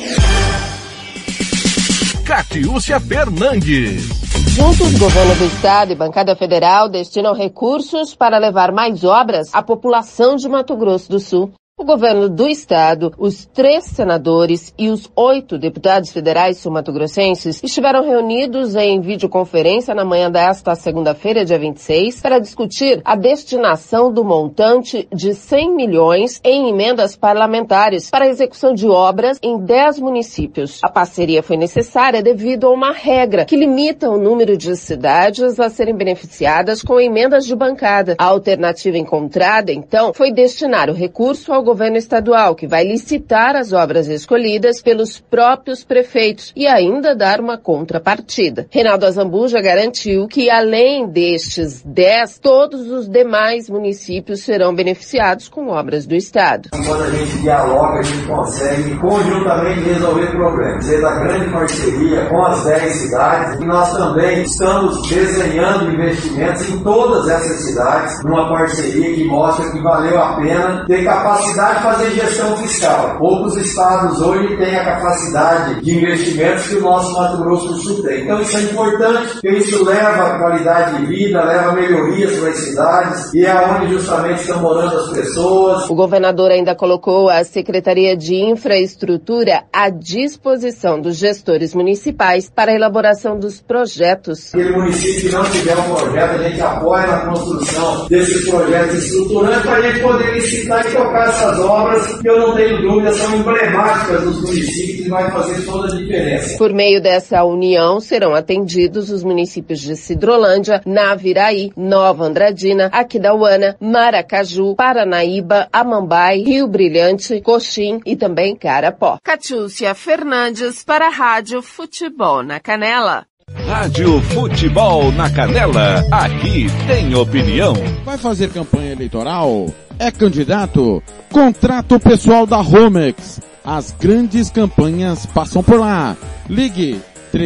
Catiúcia Fernandes. Juntos, governo do estado e bancada federal destinam recursos para levar mais obras à população de Mato Grosso do Sul. O governo do estado, os 3 senadores e os 8 deputados federais sul-mato-grossenses estiveram reunidos em videoconferência na manhã desta segunda-feira, dia 26, para discutir a destinação do montante de 100 milhões em emendas parlamentares para a execução de obras em 10 municípios. A parceria foi necessária devido a uma regra que limita o número de cidades a serem beneficiadas com emendas de bancada. A alternativa encontrada, então, foi destinar o recurso ao governo estadual, que vai licitar as obras escolhidas pelos próprios prefeitos e ainda dar uma contrapartida. Reinaldo Azambuja garantiu que, além destes 10, todos os demais municípios serão beneficiados com obras do estado. Quando a gente dialoga, a gente consegue conjuntamente resolver problemas. É da grande parceria com as 10 cidades, e nós também estamos desenhando investimentos em todas essas cidades, numa parceria que mostra que valeu a pena ter capacidade de fazer gestão fiscal. Poucos estados hoje têm a capacidade de investimentos que o nosso Mato Grosso do Sul tem. Então isso é importante, porque isso leva qualidade de vida, leva melhorias para as cidades, e é onde justamente estão morando as pessoas. O governador ainda colocou a Secretaria de Infraestrutura à disposição dos gestores municipais para a elaboração dos projetos. Se aquele município não tiver um projeto, a gente apoia na construção desses projetos estruturantes para a gente poder licitar e tocar essas obras, que eu não tenho dúvida, são emblemáticas dos municípios e vai fazer toda a diferença. Por meio dessa união, serão atendidos os municípios de Sidrolândia, Naviraí, Nova Andradina, Aquidauana, Maracaju, Paranaíba, Amambai, Rio Brilhante, Coxim e também Carapó. Catiúcia Fernandes para a Rádio Futebol na Canela. Rádio Futebol na Canela, aqui tem opinião. Vai fazer campanha eleitoral? É candidato? Contrata o pessoal da Romex. As grandes campanhas passam por lá. Ligue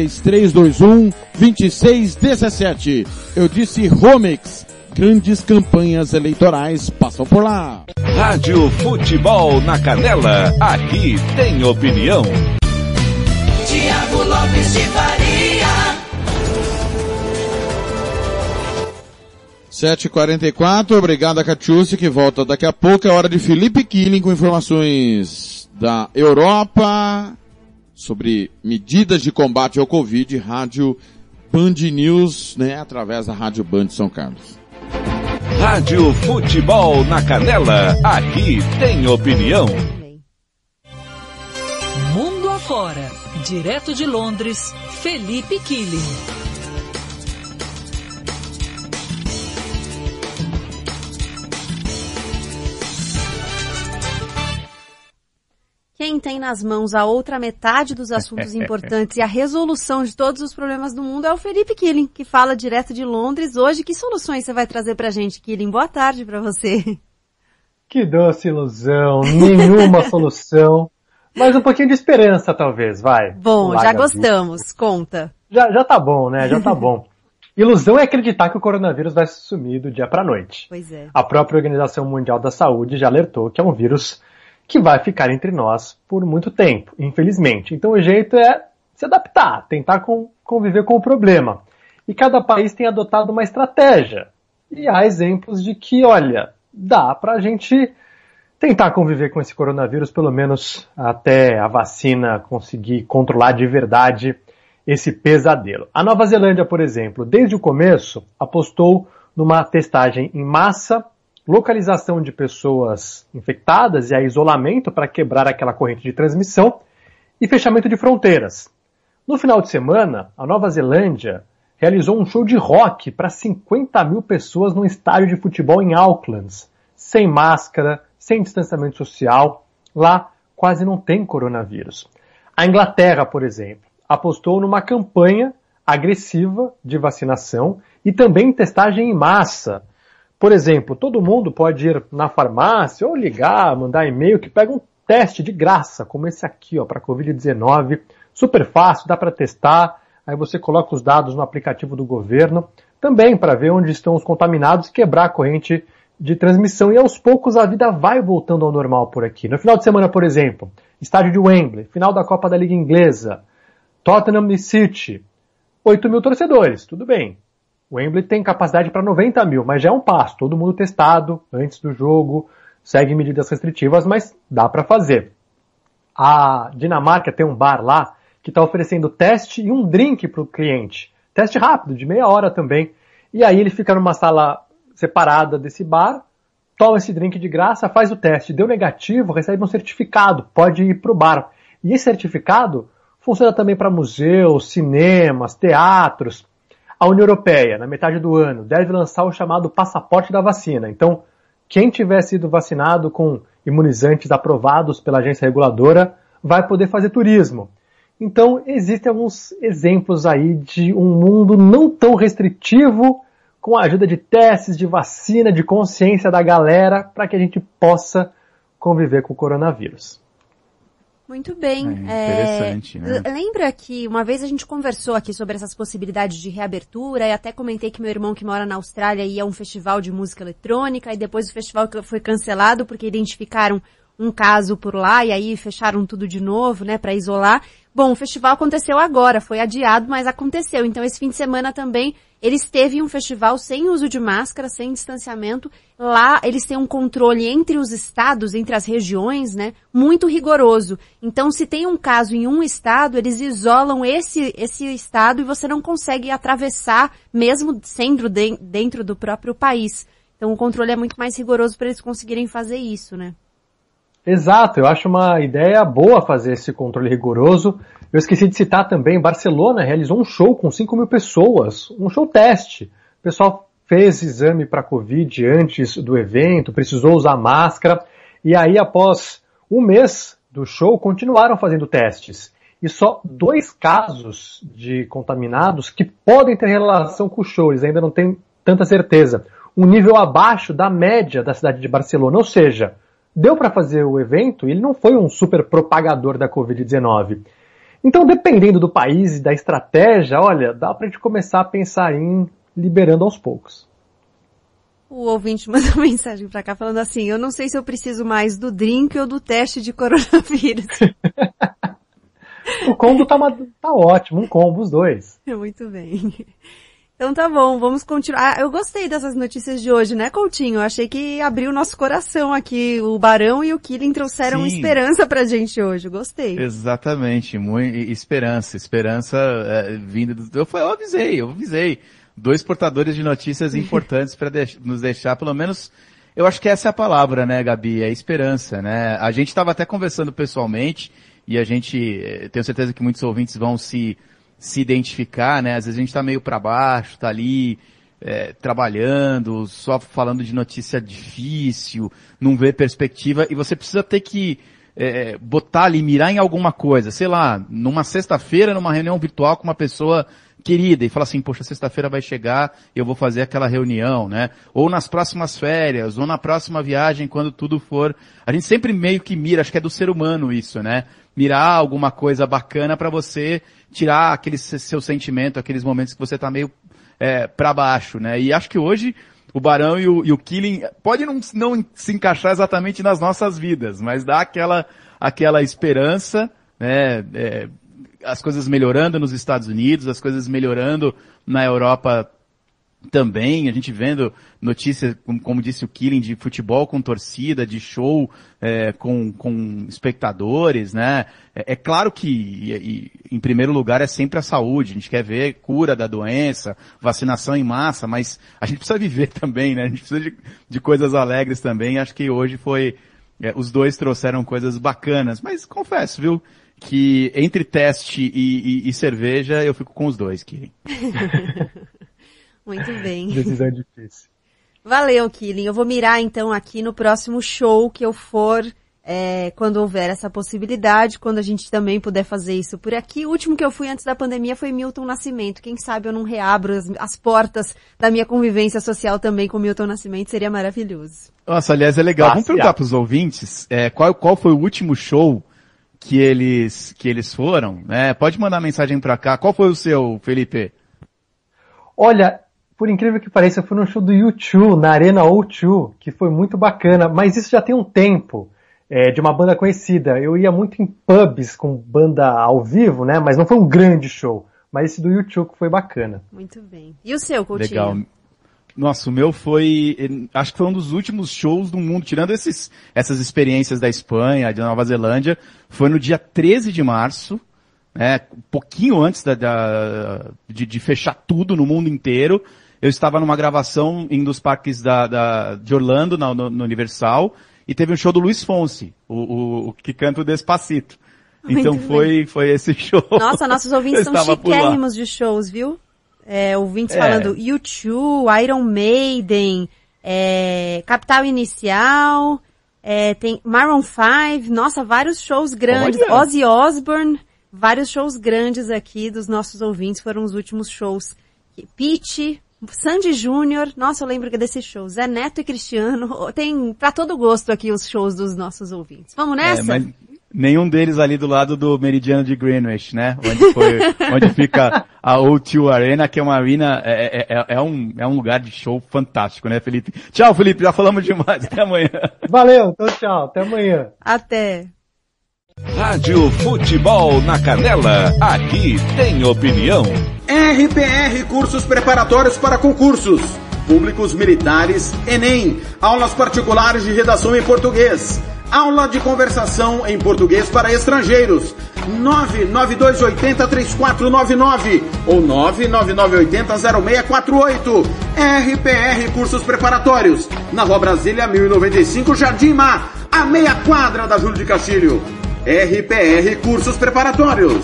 3321-2617. Eu disse Romex. Grandes campanhas eleitorais passam por lá. Rádio Futebol na Canela, aqui tem opinião. Tiago Lopes de Faria. 7h44, obrigado a Catiúcia, que volta daqui a pouco. É hora de Felipe Killing com informações da Europa sobre medidas de combate ao Covid, Rádio Band News, né, através da Rádio Band São Carlos. Rádio Futebol na Canela, aqui tem opinião. Mundo afora, direto de Londres, Felipe Killing. Quem tem nas mãos a outra metade dos assuntos importantes e a resolução de todos os problemas do mundo é o Felipe Killing, que fala direto de Londres. Hoje, que soluções você vai trazer pra gente, Killing? Boa tarde pra você. Que doce ilusão, nenhuma solução, mas um pouquinho de esperança talvez, vai. Bom, já gostamos, conta. Já tá bom, né? Já tá bom. Ilusão é acreditar que o coronavírus vai sumir do dia pra noite. Pois é. A própria Organização Mundial da Saúde já alertou que é um vírus que vai ficar entre nós por muito tempo, infelizmente. Então o jeito é se adaptar, tentar conviver com o problema. E cada país tem adotado uma estratégia. E há exemplos de que, olha, dá pra gente tentar conviver com esse coronavírus, pelo menos até a vacina conseguir controlar de verdade esse pesadelo. A Nova Zelândia, por exemplo, desde o começo, apostou numa testagem em massa, localização de pessoas infectadas e a isolamento para quebrar aquela corrente de transmissão e fechamento de fronteiras. No final de semana, a Nova Zelândia realizou um show de rock para 50 mil pessoas num estádio de futebol em Auckland, sem máscara, sem distanciamento social. Lá, quase não tem coronavírus. A Inglaterra, por exemplo, apostou numa campanha agressiva de vacinação e também testagem em massa. Por exemplo, todo mundo pode ir na farmácia ou ligar, mandar e-mail que pega um teste de graça, como esse aqui, ó, para Covid-19. Super fácil, dá para testar. Aí você coloca os dados no aplicativo do governo, também para ver onde estão os contaminados e quebrar a corrente de transmissão. E aos poucos a vida vai voltando ao normal por aqui. No final de semana, por exemplo, estádio de Wembley, final da Copa da Liga Inglesa, Tottenham e City, 8 mil torcedores, tudo bem. O Wembley tem capacidade para 90 mil, mas já é um passo. Todo mundo testado antes do jogo, segue medidas restritivas, mas dá para fazer. A Dinamarca tem um bar lá que está oferecendo teste e um drink para o cliente. Teste rápido, de meia hora também. E aí ele fica numa sala separada desse bar, toma esse drink de graça, faz o teste, deu negativo, recebe um certificado, pode ir para o bar. E esse certificado funciona também para museus, cinemas, teatros. A União Europeia, na metade do ano, deve lançar o chamado passaporte da vacina. Então, quem tiver sido vacinado com imunizantes aprovados pela agência reguladora vai poder fazer turismo. Então, existem alguns exemplos aí de um mundo não tão restritivo, com a ajuda de testes, de vacina, de consciência da galera, para que a gente possa conviver com o coronavírus. Muito bem. Interessante, né? Lembra que uma vez a gente conversou aqui sobre essas possibilidades de reabertura e até comentei que meu irmão que mora na Austrália ia a um festival de música eletrônica e depois o festival foi cancelado porque identificaram um caso por lá e aí fecharam tudo de novo, né, para isolar. Bom, o festival aconteceu agora, foi adiado, mas aconteceu. Então esse fim de semana também eles teve um festival sem uso de máscara, sem distanciamento. Lá eles têm um controle entre os estados, entre as regiões, né, muito rigoroso. Então se tem um caso em um estado, eles isolam esse estado e você não consegue atravessar, mesmo sendo dentro do próprio país. Então o controle é muito mais rigoroso para eles conseguirem fazer isso, né? Exato, eu acho uma ideia boa fazer esse controle rigoroso. Eu esqueci de citar também, Barcelona realizou um show com 5 mil pessoas, um show teste. O pessoal fez exame para Covid antes do evento, precisou usar máscara, e aí após um mês do show continuaram fazendo testes. E só 2 casos de contaminados que podem ter relação com o show, eles ainda não têm tanta certeza. Um nível abaixo da média da cidade de Barcelona, ou seja, deu para fazer o evento e ele não foi um super propagador da Covid-19. Então, dependendo do país e da estratégia, olha, dá pra gente começar a pensar em liberando aos poucos. O ouvinte mandou uma mensagem pra cá falando assim, eu não sei se eu preciso mais do drink ou do teste de coronavírus. O combo tá ótimo, um combo, os dois. Muito bem. Então tá bom, vamos continuar. Eu gostei dessas notícias de hoje, né, Coutinho? Eu achei que abriu o nosso coração aqui. O Barão e o Killing trouxeram esperança pra gente hoje. Eu gostei. Exatamente, esperança vinda do... Eu avisei. 2 portadores de notícias importantes para nos deixar, pelo menos, eu acho que essa é a palavra, né, Gabi? É esperança, né? A gente estava até conversando pessoalmente e a gente, tenho certeza que muitos ouvintes vão se identificar, né? Às vezes a gente tá meio para baixo, tá ali trabalhando, só falando de notícia difícil, não vê perspectiva, e você precisa ter que botar ali, mirar em alguma coisa, sei lá, numa sexta-feira, numa reunião virtual com uma pessoa querida, e falar assim, poxa, sexta-feira vai chegar, eu vou fazer aquela reunião, né? Ou nas próximas férias, ou na próxima viagem, quando tudo for. A gente sempre meio que mira, acho que é do ser humano isso, né? Mirar alguma coisa bacana para você tirar aquele seu sentimento, aqueles momentos que você tá meio para baixo, né? E acho que hoje o Barão e o Killing pode não se encaixar exatamente nas nossas vidas, mas dá aquela esperança, né? As coisas melhorando nos Estados Unidos, as coisas melhorando na Europa também, a gente vendo notícias, como disse o Killing, de futebol com torcida, de show com espectadores, né? É claro que, em primeiro lugar, é sempre a saúde. A gente quer ver cura da doença, vacinação em massa, mas a gente precisa viver também, né? A gente precisa de coisas alegres também. Acho que hoje os 2 trouxeram coisas bacanas, mas confesso, viu? Que entre teste e cerveja, eu fico com os 2, Killing. Muito bem. Decisão difícil. Valeu, Killing. Eu vou mirar então aqui no próximo show que eu for quando houver essa possibilidade, quando a gente também puder fazer isso por aqui. O último que eu fui antes da pandemia foi Milton Nascimento. Quem sabe eu não reabro as portas da minha convivência social também com Milton Nascimento, seria maravilhoso. Nossa, aliás, é legal. Vamos perguntar para os ouvintes qual foi o último show que eles foram, né? Pode mandar mensagem para cá. Qual foi o seu, Felipe? Olha, por incrível que pareça, eu fui no show do U2, na Arena O2, que foi muito bacana, mas isso já tem um tempo. De uma banda conhecida. Eu ia muito em pubs com banda ao vivo, né? Mas não foi um grande show. Mas esse do U2 foi bacana. Muito bem. E o seu, Coutinho? Legal. Nossa, o meu foi, acho que foi um dos últimos shows do mundo, tirando essas experiências da Espanha, de Nova Zelândia, foi no dia 13 de março, né? Um pouquinho antes de fechar tudo no mundo inteiro. Eu estava numa gravação em um dos parques de Orlando, no Universal, e teve um show do Luiz Fonsi, o que canta o Despacito. Então foi esse show. Nossa, nossos ouvintes são chiquérrimos de shows, viu? Ouvintes falando U2, Iron Maiden, Capital Inicial, tem Maroon 5, nossa, vários shows grandes, Ozzy Osbourne, vários shows grandes aqui dos nossos ouvintes, foram os últimos shows. Pitty, Sandy Júnior, nossa, eu lembro desse show. Zé Neto e Cristiano, tem pra todo gosto aqui os shows dos nossos ouvintes. Vamos nessa? Mas nenhum deles ali do lado do Meridiano de Greenwich, né? Onde fica a O2 Arena, que é uma arena, é um lugar de show fantástico, né, Felipe? Tchau, Felipe, já falamos demais. Até amanhã. Valeu, então tchau, até amanhã. Até. Rádio Futebol na Canela, aqui tem opinião. RPR Cursos Preparatórios para Concursos Públicos Militares, Enem, aulas particulares de redação em português, aula de conversação em português para estrangeiros, 99280-3499 ou 99980-0648. RPR Cursos Preparatórios, na Rua Brasília 1095, Jardim Mar, a meia quadra da Júlio de Castilho. RPR Cursos Preparatórios.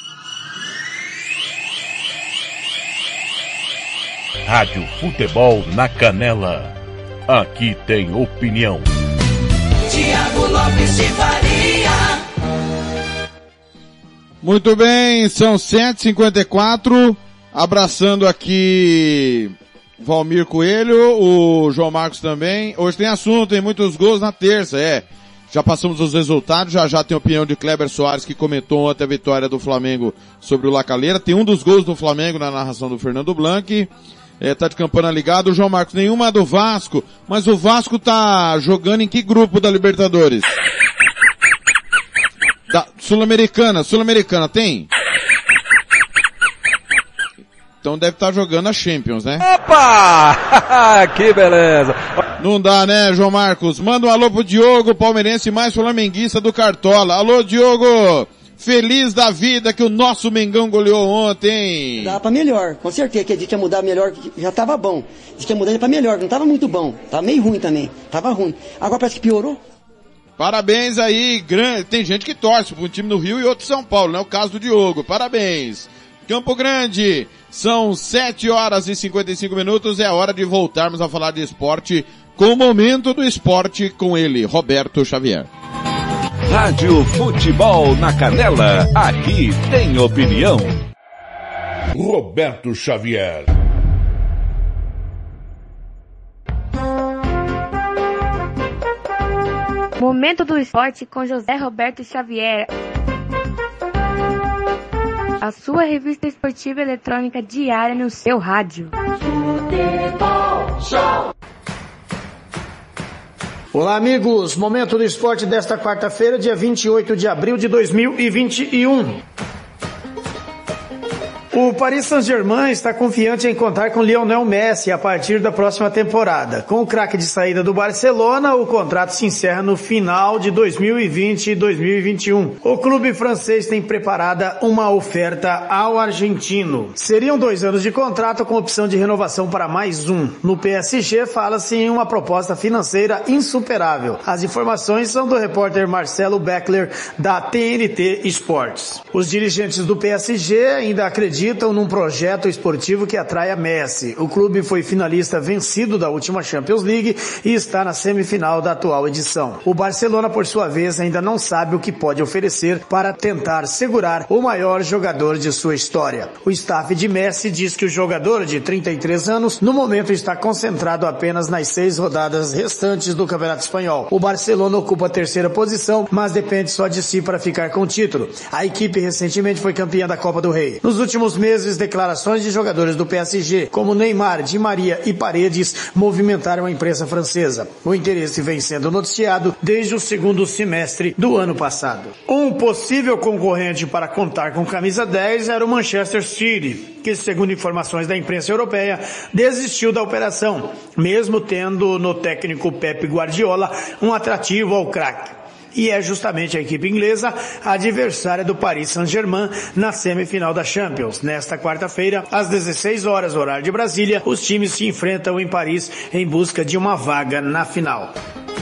Rádio Futebol na Canela. Aqui tem opinião. Tiago Lopes de Faria. Muito bem, são 7h54. Abraçando aqui Valmir Coelho, o João Marcos também. Hoje tem assunto, tem muitos gols na terça, Já passamos os resultados, já tem a opinião de Kleber Soares, que comentou ontem a vitória do Flamengo sobre o La Calera. Tem um dos gols do Flamengo na narração do Fernando Blanc. Tá de campana ligado. O João Marcos, nenhuma do Vasco, mas o Vasco tá jogando em que grupo da Libertadores? Da Sul-Americana tem? Então deve estar jogando a Champions, né? Opa! Que beleza! Não dá, né, João Marcos? Manda um alô pro Diogo, palmeirense mais flamenguista do Cartola. Alô, Diogo! Feliz da vida que o nosso Mengão goleou ontem. Dá pra melhor, com certeza que a gente ia mudar melhor, já tava bom. A gente ia mudar pra melhor, não tava muito bom. Tava meio ruim também, tava ruim. Agora parece que piorou. Parabéns aí, tem gente que torce para um time no Rio e outro em São Paulo, não é o caso do Diogo. Parabéns. Campo Grande, são 7h55, é hora de voltarmos a falar de esporte com o Momento do Esporte com ele, Roberto Xavier. Rádio Futebol na Canela, aqui tem opinião. Roberto Xavier. Momento do Esporte com José Roberto Xavier. A sua revista esportiva eletrônica diária no seu rádio. Futebol Show. Olá, amigos. Momento do Esporte desta quarta-feira, dia 28 de abril de 2021. O Paris Saint-Germain está confiante em contar com Lionel Messi a partir da próxima temporada. Com o craque de saída do Barcelona, o contrato se encerra no final de 2020 e 2021. O clube francês tem preparada uma oferta ao argentino. Seriam 2 anos de contrato com opção de renovação para mais um. No PSG fala-se em uma proposta financeira insuperável. As informações são do repórter Marcelo Beckler, da TNT Esportes. Os dirigentes do PSG ainda acreditam acreditam num projeto esportivo que atrai a Messi. O clube foi finalista vencido da última Champions League e está na semifinal da atual edição. O Barcelona, por sua vez, ainda não sabe o que pode oferecer para tentar segurar o maior jogador de sua história. O staff de Messi diz que o jogador de 33 anos no momento está concentrado apenas nas 6 rodadas restantes do Campeonato Espanhol. O Barcelona ocupa a 3ª posição, mas depende só de si para ficar com o título. A equipe recentemente foi campeã da Copa do Rei. Nos últimos meses, declarações de jogadores do PSG, como Neymar, Di Maria e Paredes, movimentaram a imprensa francesa. O interesse vem sendo noticiado desde o segundo semestre do ano passado. Um possível concorrente para contar com camisa 10 era o Manchester City, que, segundo informações da imprensa europeia, desistiu da operação, mesmo tendo no técnico Pep Guardiola um atrativo ao craque. E é justamente a equipe inglesa a adversária do Paris Saint-Germain na semifinal da Champions. Nesta quarta-feira, às 16 horas, horário de Brasília, os times se enfrentam em Paris em busca de uma vaga na final.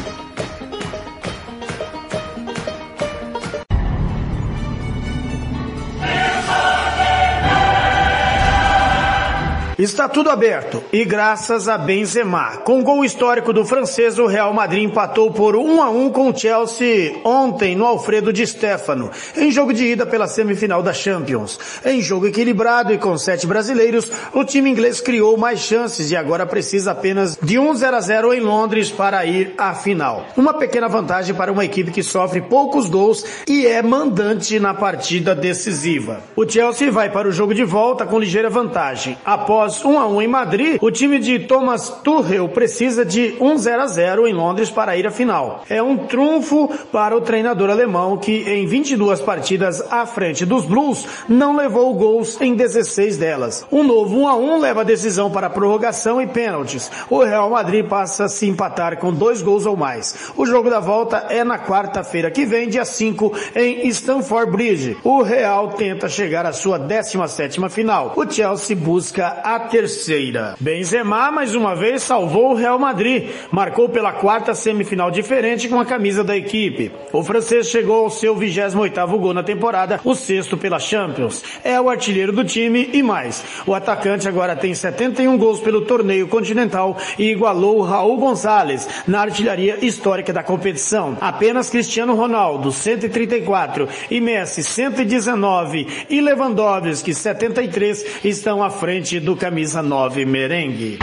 Está tudo aberto e graças a Benzema. Com gol histórico do francês, o Real Madrid empatou por 1-1 com o Chelsea ontem no Alfredo Di Stéfano, em jogo de ida pela semifinal da Champions. Em jogo equilibrado e com 7 brasileiros, o time inglês criou mais chances e agora precisa apenas de 1-0 em Londres para ir à final. Uma pequena vantagem para uma equipe que sofre poucos gols e é mandante na partida decisiva. O Chelsea vai para o jogo de volta com ligeira vantagem. Após 1-1 em Madrid, o time de Thomas Tuchel precisa de 1-0 em Londres para ir à final. É um trunfo para o treinador alemão que, em 22 partidas à frente dos Blues, não levou gols em 16 delas. Um novo 1-1 leva a decisão para prorrogação e pênaltis. O Real Madrid passa a se empatar com 2 gols ou mais. O jogo da volta é na quarta-feira que vem, dia 5, em Stamford Bridge. O Real tenta chegar à sua 17ª final. O Chelsea busca a terceira. Benzema, mais uma vez, salvou o Real Madrid. Marcou pela 4ª semifinal diferente com a camisa da equipe. O francês chegou ao seu 28º gol na temporada, o 6º pela Champions. É o artilheiro do time e mais. O atacante agora tem 71 gols pelo torneio continental e igualou Raul González na artilharia histórica da competição. Apenas Cristiano Ronaldo, 134, e Messi, 119, e Lewandowski, 73, estão à frente do camisa 9 merengue.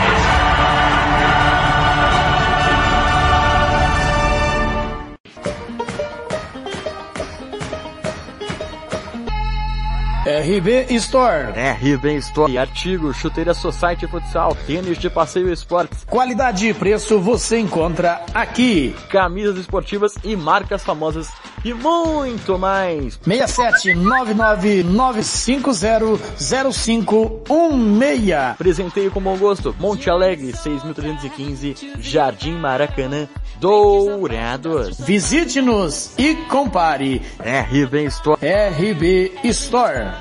RB Store. RB Store. Artigos, chuteira Society Futsal, tênis de passeio e esportes. Qualidade e preço você encontra aqui. Camisas esportivas e marcas famosas e muito mais. 67959500516. Presenteio com bom gosto. Monte Alegre, 6.315, Jardim Maracanã, Dourados. Visite-nos e compare. RB Store. RB Store.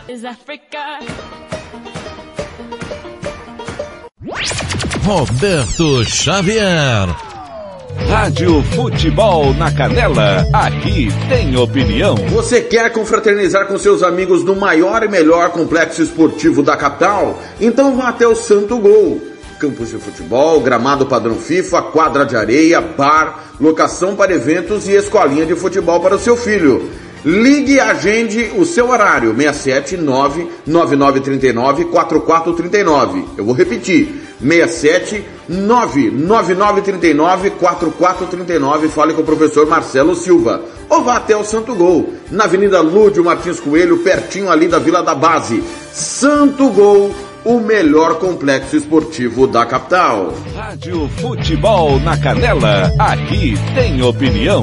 Roberto Xavier. Rádio Futebol na Canela, aqui tem opinião. Você quer confraternizar com seus amigos no maior e melhor complexo esportivo da capital? Então vá até o Santo Gol. Campos de futebol, gramado padrão FIFA, quadra de areia, bar, locação para eventos e escolinha de futebol para o seu filho. Ligue e agende o seu horário, 679-9939-4439. Eu vou repetir, 679-9939-4439. Fale com o professor Marcelo Silva. Ou vá até o Santo Gol, na Avenida Lúdio Martins Coelho, pertinho ali da Vila da Base. Santo Gol, o melhor complexo esportivo da capital. Rádio Futebol na Canela, aqui tem opinião.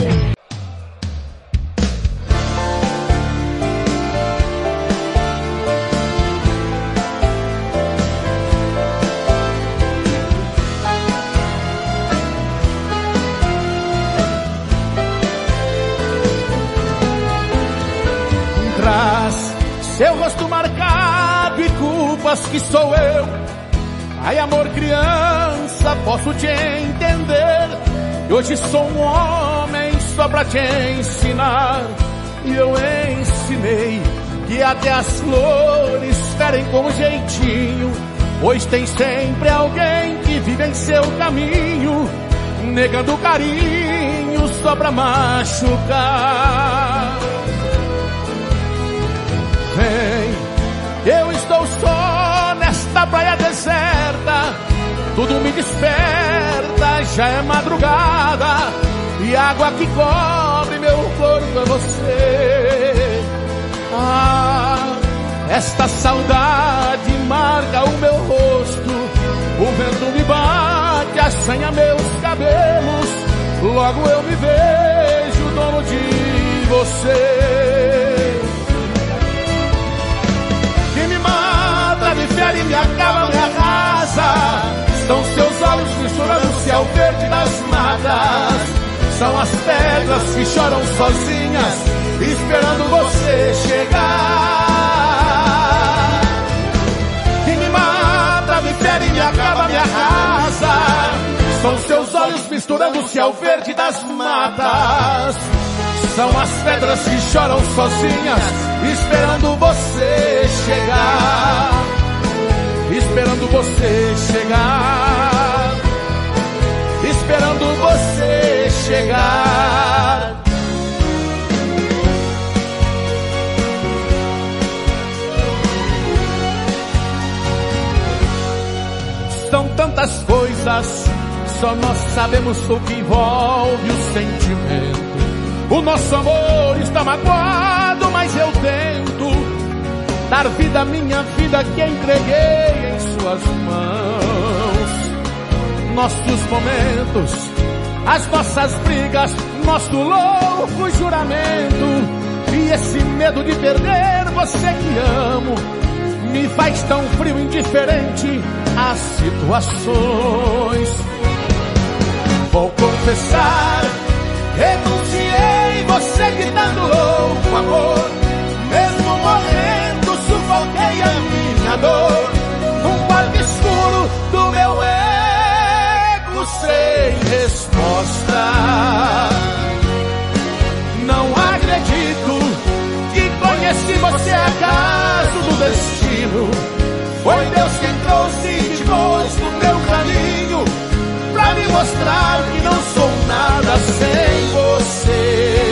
Seu rosto marcado e culpas que sou eu. Ai, amor, criança, posso te entender. Hoje sou um homem só pra te ensinar. E eu ensinei que até as flores encarem com jeitinho, pois tem sempre alguém que vive em seu caminho, negando carinho só pra machucar. Vem, eu estou só nesta praia deserta, tudo me desperta, já é madrugada, e a água que cobre meu corpo é você. Ah, esta saudade marca o meu rosto, o vento me bate, assanha meus cabelos, logo eu me vejo dono de você. Que me mata, me fere, me acaba, me arrasa, são seus olhos misturando o céu verde das matas, são as pedras que choram sozinhas, esperando você chegar. Que me mata, me fere, me acaba, me arrasa, são seus olhos misturando o céu verde das matas, são as pedras que choram sozinhas, esperando você chegar, esperando você chegar, esperando você chegar. São tantas coisas, só nós sabemos o que envolve o sentimento. O nosso amor está magoado, mas eu tento dar vida à minha vida que entreguei em suas mãos. Nossos momentos, as nossas brigas, nosso louco juramento, e esse medo de perder você que amo me faz tão frio e indiferente às situações. Vou confessar, renunciei, você gritando louco amor, mesmo morrendo sufoquei a minha dor, num quarto escuro do meu ego sem resposta. Não acredito que conheci você acaso do destino, foi Deus quem trouxe e te pôs no meu caminho, pra me mostrar que não sou nada sem você.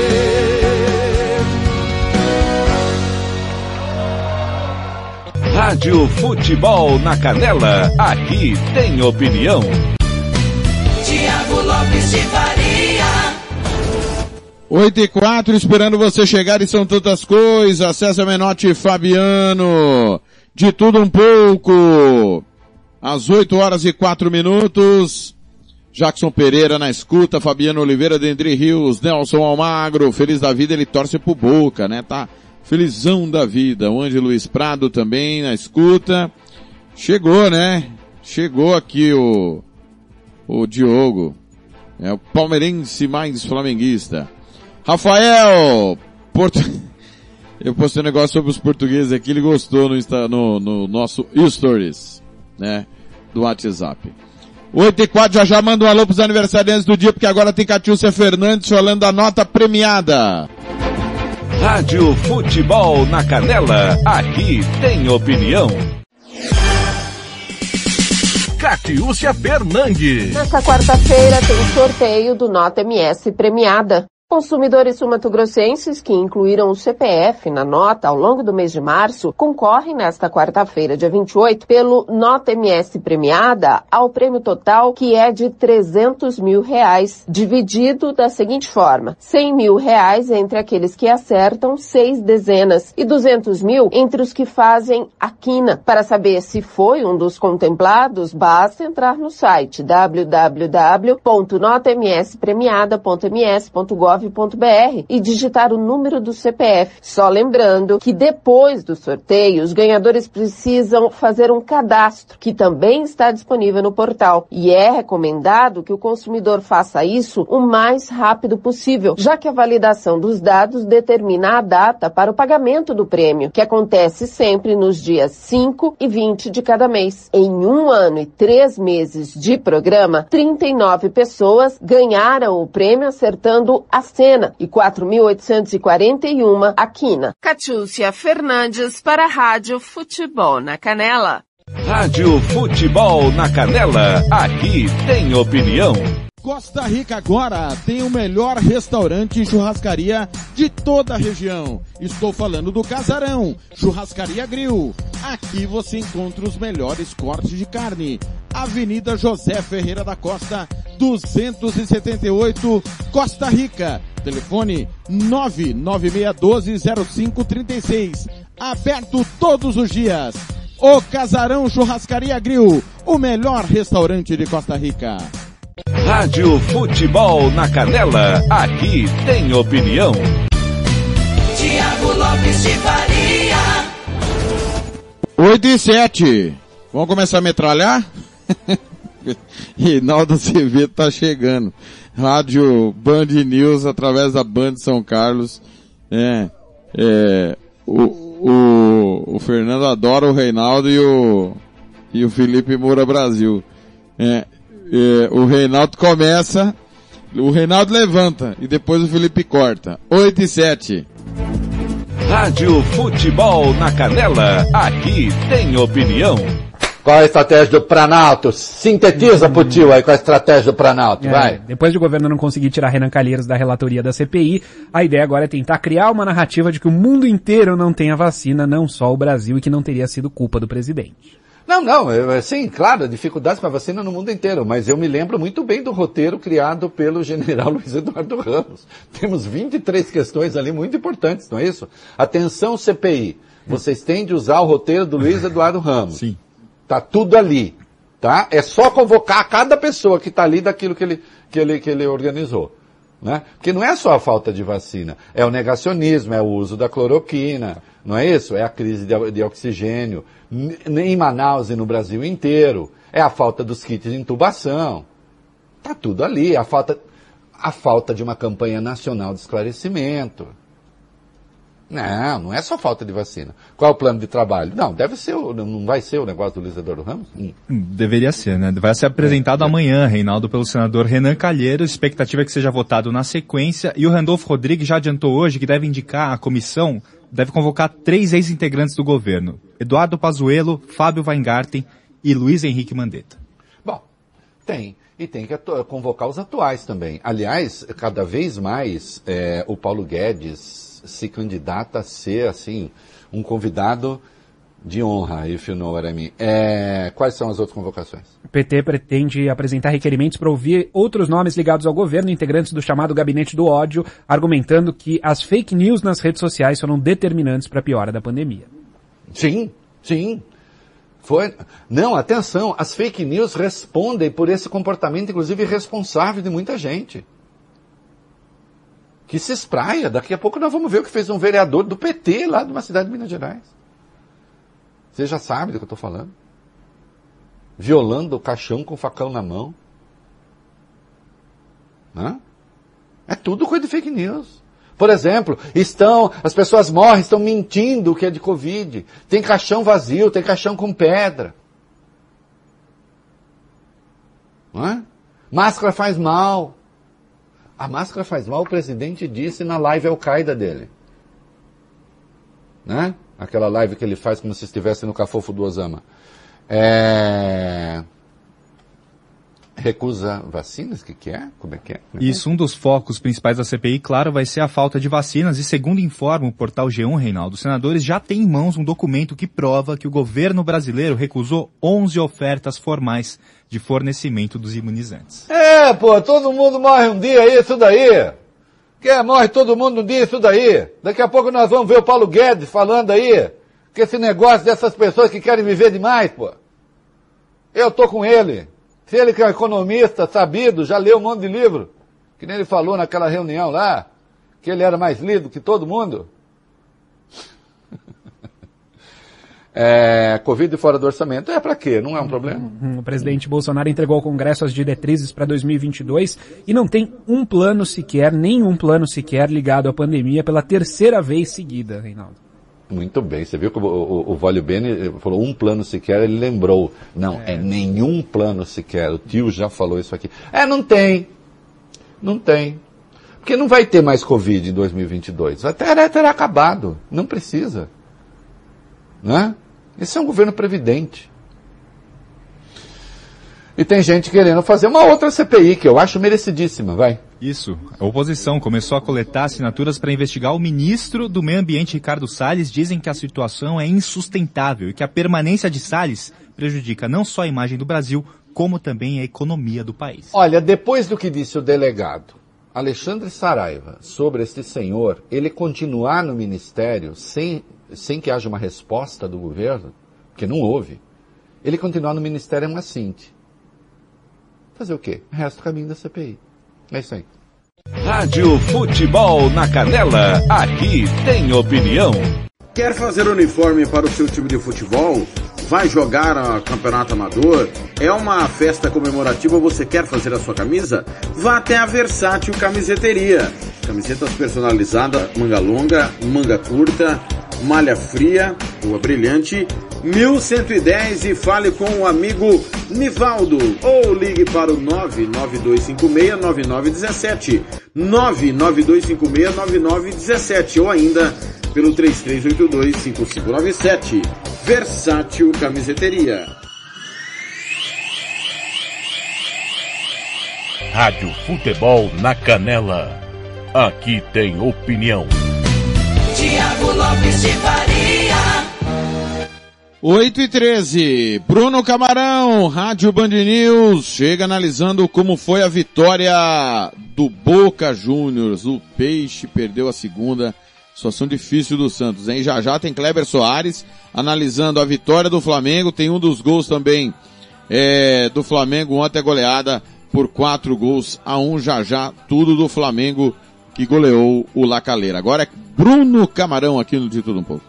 Rádio Futebol na Canela, aqui tem opinião. Tiago Lopes de Faria. 8h04, esperando você chegar, e são tantas coisas. César Menotti e Fabiano, de tudo um pouco. Às 8h04, Jackson Pereira na escuta, Fabiano Oliveira, Dendri Rios, Nelson Almagro, feliz da vida, ele torce pro Boca, né? Tá felizão da vida. O Ângelo Luiz Prado também na escuta. Chegou, né? Chegou aqui o Diogo. É o palmeirense mais flamenguista. Rafael, eu postei um negócio sobre os portugueses aqui, ele gostou no nosso Stories, né? Do WhatsApp. 8h04, já manda um alô pros aniversariantes do dia, porque agora tem Catiúcia Fernandes falando da nota premiada. Rádio Futebol na Canela, aqui tem opinião. Catiúcia Fernandes. Nesta quarta-feira tem sorteio do Nota MS premiada. Consumidores sumatogrossenses que incluíram o CPF na nota ao longo do mês de março concorrem nesta quarta-feira, dia 28, pelo Nota MS premiada ao prêmio total, que é de R$300 mil, dividido da seguinte forma: R$100 mil entre aqueles que acertam 6 dezenas e R$200 mil entre os que fazem a quina. Para saber se foi um dos contemplados, basta entrar no site www.notamspremiada.ms.gov.br e digitar o número do CPF. Só lembrando que depois do sorteio, os ganhadores precisam fazer um cadastro, que também está disponível no portal. E é recomendado que o consumidor faça isso o mais rápido possível, já que a validação dos dados determina a data para o pagamento do prêmio, que acontece sempre nos dias 5 e 20 de cada mês. Em 1 ano e 3 meses de programa, 39 pessoas ganharam o prêmio acertando as Barbacena e 4.841 Aquina. Catiúcia Fernandes para a Rádio Futebol na Canela. Rádio Futebol na Canela, aqui tem opinião. Costa Rica agora tem o melhor restaurante e churrascaria de toda a região. Estou falando do Casarão, Churrascaria Grill. Aqui você encontra os melhores cortes de carne. Avenida José Ferreira da Costa, 278, Costa Rica. Telefone 996120536. Aberto todos os dias. O Casarão Churrascaria Grill, o melhor restaurante de Costa Rica. Rádio Futebol na Canela, aqui tem opinião. Tiago Lopes de Faria. 8h07. Vamos começar a metralhar? Reinaldo Azevedo tá chegando. Rádio Band News através da Band São Carlos. O Fernando adora o Reinaldo e o Felipe Moura Brasil. O Reinaldo começa, o Reinaldo levanta e depois o Felipe corta. 8h07. Rádio Futebol na Canela, aqui tem opinião. Qual a estratégia do Planalto? Sintetiza pro tio aí com a estratégia do Planalto, vai. Depois de o governo não conseguir tirar Renan Calheiros da relatoria da CPI, a ideia agora é tentar criar uma narrativa de que o mundo inteiro não tem a vacina, não só o Brasil, e que não teria sido culpa do presidente. Não, sim, claro, dificuldades com a vacina no mundo inteiro, mas eu me lembro muito bem do roteiro criado pelo general Luiz Eduardo Ramos. Temos 23 questões ali muito importantes, não é isso? Atenção CPI, vocês têm de usar o roteiro do Luiz Eduardo Ramos. Sim. Tá tudo ali, tá? É só convocar cada pessoa que tá ali daquilo que ele organizou. Né? Porque não é só a falta de vacina, é o negacionismo, é o uso da cloroquina, não é isso? É a crise de oxigênio em Manaus e no Brasil inteiro, é a falta dos kits de intubação, tá tudo ali, a falta de uma campanha nacional de esclarecimento. Não é só falta de vacina. Qual é o plano de trabalho? Não vai ser o negócio do Luiz Eduardo Ramos? Deveria ser, né? Vai ser apresentado amanhã, Reinaldo, pelo senador Renan Calheiros. Expectativa é que seja votado na sequência. E o Randolfo Rodrigues já adiantou hoje que deve indicar a comissão, deve convocar 3 ex-integrantes do governo. Eduardo Pazuello, Fábio Weingarten e Luiz Henrique Mandetta. Bom, tem que convocar os atuais também. Aliás, cada vez mais o Paulo Guedes se candidata a ser, assim, um convidado de honra, if you know what I mean. Quais são as outras convocações? O PT pretende apresentar requerimentos para ouvir outros nomes ligados ao governo, integrantes do chamado Gabinete do Ódio, argumentando que as fake news nas redes sociais foram determinantes para a piora da pandemia. Sim. Não, atenção, as fake news respondem por esse comportamento, inclusive irresponsável de muita gente. Que se espraia. Daqui a pouco nós vamos ver o que fez um vereador do PT lá de uma cidade de Minas Gerais. Você já sabe do que eu estou falando. Violando o caixão com o facão na mão. É tudo coisa de fake news. Por exemplo, as pessoas morrem, estão mentindo que é de Covid. Tem caixão vazio, tem caixão com pedra. Máscara faz mal. A máscara faz mal, o presidente disse na live Al-Qaeda dele. Né? Aquela live que ele faz como se estivesse no Cafofo do Osama. Recusa vacinas? O que é? Como é que é? Isso, um dos focos principais da CPI, claro, vai ser a falta de vacinas. E segundo informa o portal G1, Reinaldo, os senadores já têm em mãos um documento que prova que o governo brasileiro recusou 11 ofertas formais de fornecimento dos imunizantes. Todo mundo morre um dia, isso daí. Morre todo mundo um dia, isso daí. Daqui a pouco nós vamos ver o Paulo Guedes falando aí, que esse negócio dessas pessoas que querem viver demais, Eu tô com ele. Se ele que é um economista sabido, já leu um monte de livro, que nem ele falou naquela reunião lá, que ele era mais lido que todo mundo. Covid fora do orçamento, pra quê? Não é um problema? O presidente Bolsonaro entregou ao Congresso as diretrizes para 2022 e não tem nenhum plano sequer ligado à pandemia pela 3ª vez seguida, Reinaldo. Muito bem, você viu que o Vólio Bene falou um plano sequer, ele lembrou. Não, é nenhum plano sequer, o tio já falou isso aqui. Não tem. Porque Porque não vai ter mais Covid em 2022. Terá acabado. Não precisa. Né? Esse é um governo previdente. E tem gente querendo fazer uma outra CPI, que eu acho merecidíssima, vai. Isso. A oposição começou a coletar assinaturas para investigar o ministro do Meio Ambiente, Ricardo Salles. Dizem que a situação é insustentável e que a permanência de Salles prejudica não só a imagem do Brasil, como também a economia do país. Olha, depois do que disse o delegado Alexandre Saraiva sobre este senhor, ele continuar no ministério sem que haja uma resposta do governo, porque não houve, ele continuar no ministério é uma cinte. Fazer o quê? Resta do caminho da CPI. É isso aí. Rádio Futebol na Canela, aqui tem opinião. Quer fazer uniforme para o seu time de futebol? Vai jogar a campeonato amador? É uma festa comemorativa, você quer fazer a sua camisa? Vá até a Versátil Camiseteria. Camisetas personalizadas, manga longa, manga curta, malha fria, rua brilhante, 1110 e fale com o amigo Nivaldo ou ligue para o 99256-9917, 99256-9917 ou ainda pelo 3382-5597. Versátil Camiseteria. Rádio Futebol na Canela. Aqui tem opinião. Tiago Lopes de Faria. 8h13, Bruno Camarão, Rádio Band News, chega analisando como foi a vitória do Boca Juniors. O Peixe perdeu a segunda, situação difícil do Santos, hein? Já tem Kleber Soares analisando a vitória do Flamengo, tem um dos gols também do Flamengo, ontem a goleada por 4-1, já tudo do Flamengo que goleou o La Calera. Agora é Bruno Camarão aqui no De Tudo Um Pouco.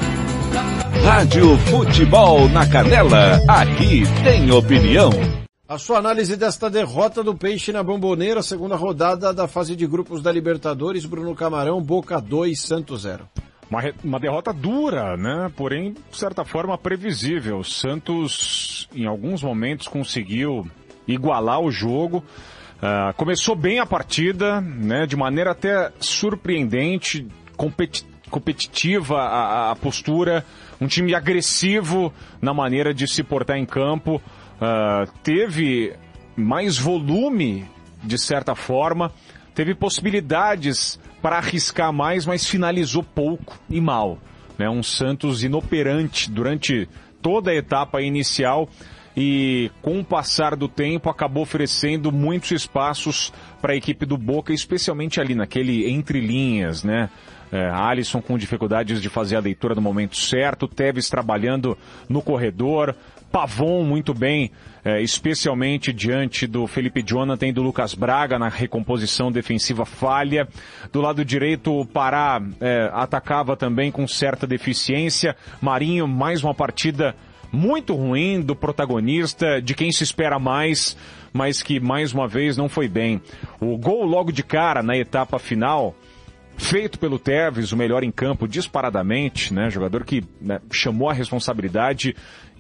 Rádio Futebol na Canela, aqui tem opinião. A sua análise desta derrota do Peixe na Bombonera, segunda rodada da fase de grupos da Libertadores, Bruno Camarão, Boca 2, Santos 0. Uma derrota dura, né? Porém, de certa forma, previsível. O Santos, em alguns momentos, conseguiu igualar o jogo. Começou bem a partida, né? De maneira até surpreendente, competitiva a postura, um time agressivo na maneira de se portar em campo, teve mais volume, de certa forma, teve possibilidades para arriscar mais, mas finalizou pouco e mal, né? Um Santos inoperante durante toda a etapa inicial e com o passar do tempo acabou oferecendo muitos espaços para a equipe do Boca, especialmente ali naquele entre linhas, né? Alisson com dificuldades de fazer a leitura no momento certo, Tevez trabalhando no corredor, Pavon muito bem, especialmente diante do Felipe Jonathan e do Lucas Braga na recomposição defensiva falha. Do lado direito o Pará atacava também com certa deficiência. Marinho, mais uma partida muito ruim do protagonista, de quem se espera mais, mas que mais uma vez não foi bem. O gol logo de cara na etapa final, feito pelo Tevez, o melhor em campo disparadamente, né? Jogador que, né, chamou a responsabilidade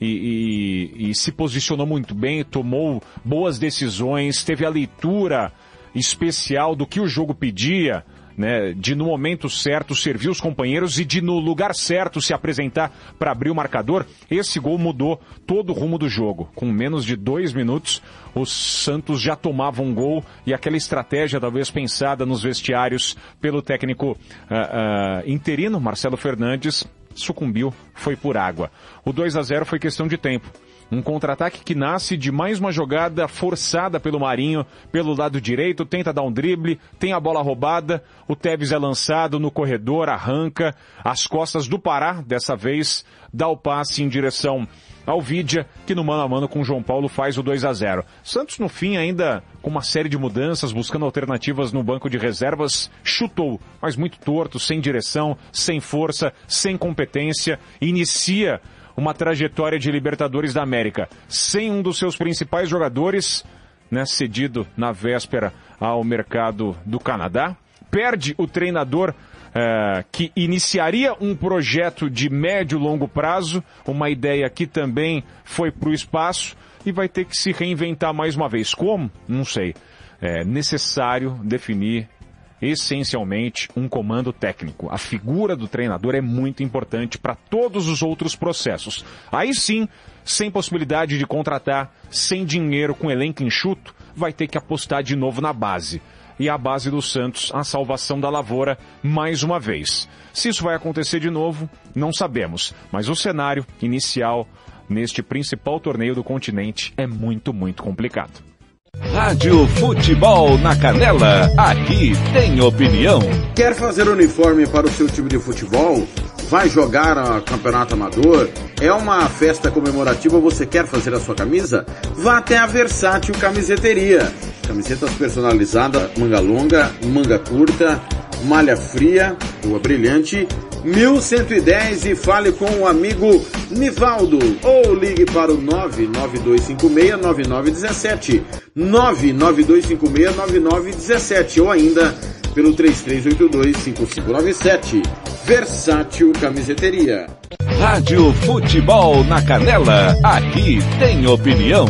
e se posicionou muito bem, tomou boas decisões, teve a leitura especial do que o jogo pedia, né? De no momento certo servir os companheiros e de no lugar certo se apresentar para abrir o marcador. Esse gol mudou todo o rumo do jogo. Com menos de 2 minutos, o Santos já tomava um gol e aquela estratégia talvez pensada nos vestiários pelo técnico interino, Marcelo Fernandes, sucumbiu, foi por água. O 2-0 foi questão de tempo. Um contra-ataque que nasce de mais uma jogada forçada pelo Marinho, pelo lado direito, tenta dar um drible, tem a bola roubada, o Tevez é lançado no corredor, arranca, às costas do Pará, dessa vez, dá o passe em direção ao Vidia, que no mano a mano com o João Paulo faz o 2-0. Santos no fim ainda com uma série de mudanças, buscando alternativas no banco de reservas, chutou, mas muito torto, sem direção, sem força, sem competência, inicia uma trajetória de Libertadores da América, sem um dos seus principais jogadores, né, cedido na véspera ao mercado do Canadá, perde o treinador que iniciaria um projeto de médio e longo prazo, uma ideia que também foi para o espaço e vai ter que se reinventar mais uma vez. Como? Não sei. É necessário definir essencialmente um comando técnico. A figura do treinador é muito importante para todos os outros processos. Aí sim, sem possibilidade de contratar, sem dinheiro, com elenco enxuto, vai ter que apostar de novo na base. E a base do Santos, a salvação da lavoura, mais uma vez. Se isso vai acontecer de novo, não sabemos. Mas o cenário inicial neste principal torneio do continente é muito, muito complicado. Rádio Futebol na Canela, aqui tem opinião. Quer fazer uniforme para o seu time de futebol? Vai jogar a campeonato amador? É uma festa comemorativa, você quer fazer a sua camisa? Vá até a Versátil Camiseteria. Camisetas personalizadas, manga longa, manga curta, malha fria, rua brilhante, 1110 e fale com o amigo Nivaldo ou ligue para o 99256-9917, 99256-9917 ou ainda pelo 3382-5597. Versátil Camiseteria. Rádio Futebol na Canela, aqui tem opinião.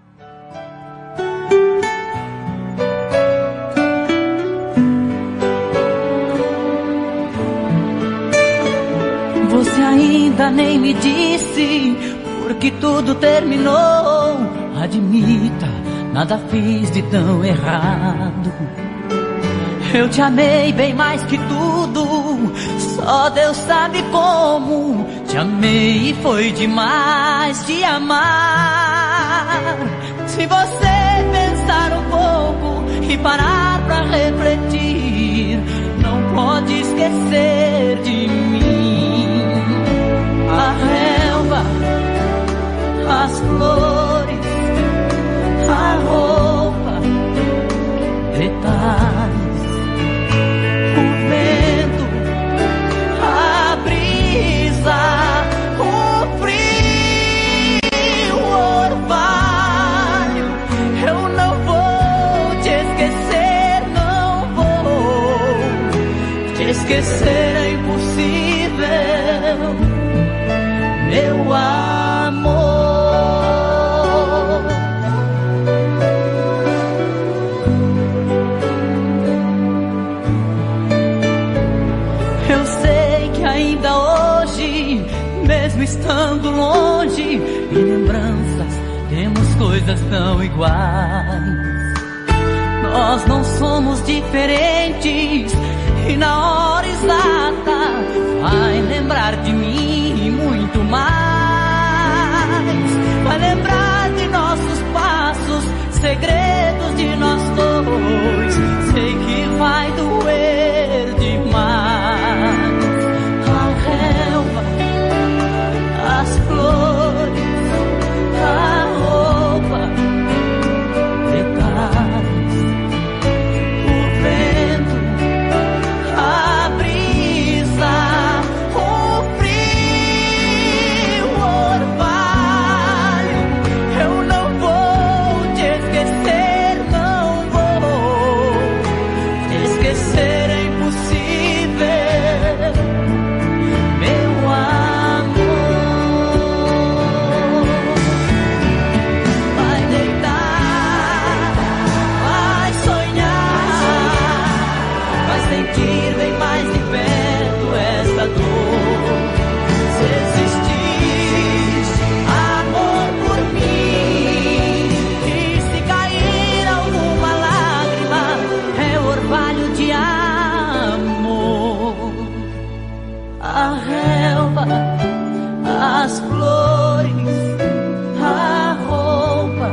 Você ainda nem me disse porque tudo terminou. Admita, nada fiz de tão errado. Eu te amei bem mais que tudo, só Deus sabe como. Te amei e foi demais te amar. Se você pensar um pouco e parar pra refletir, não pode esquecer de mim. A relva, as flores, a roupa, detalhes, o vento, a brisa, o frio, o orvalho. Eu não vou te esquecer, não vou te esquecer, é impossível, meu amor. Eu sei que ainda hoje, mesmo estando longe, em lembranças temos coisas tão iguais. Nós não somos diferentes e na hora exata vai lembrar de mim muito mais. Vai lembrar de nossos passos, segredos de nós dois. Sei que vai doer demais. A relva, as flores, a roupa, detalhes, o vento, a brisa, o frio, o orvalho. Eu não vou te esquecer, não vou te esquecer, é impossível, meu amor. Vai deitar, vai sonhar, vai sentir bem mais de perto esta dor. Se existir amor por mim, e se cair alguma lágrima, é orvalho de amor. A relva, as flores, a roupa,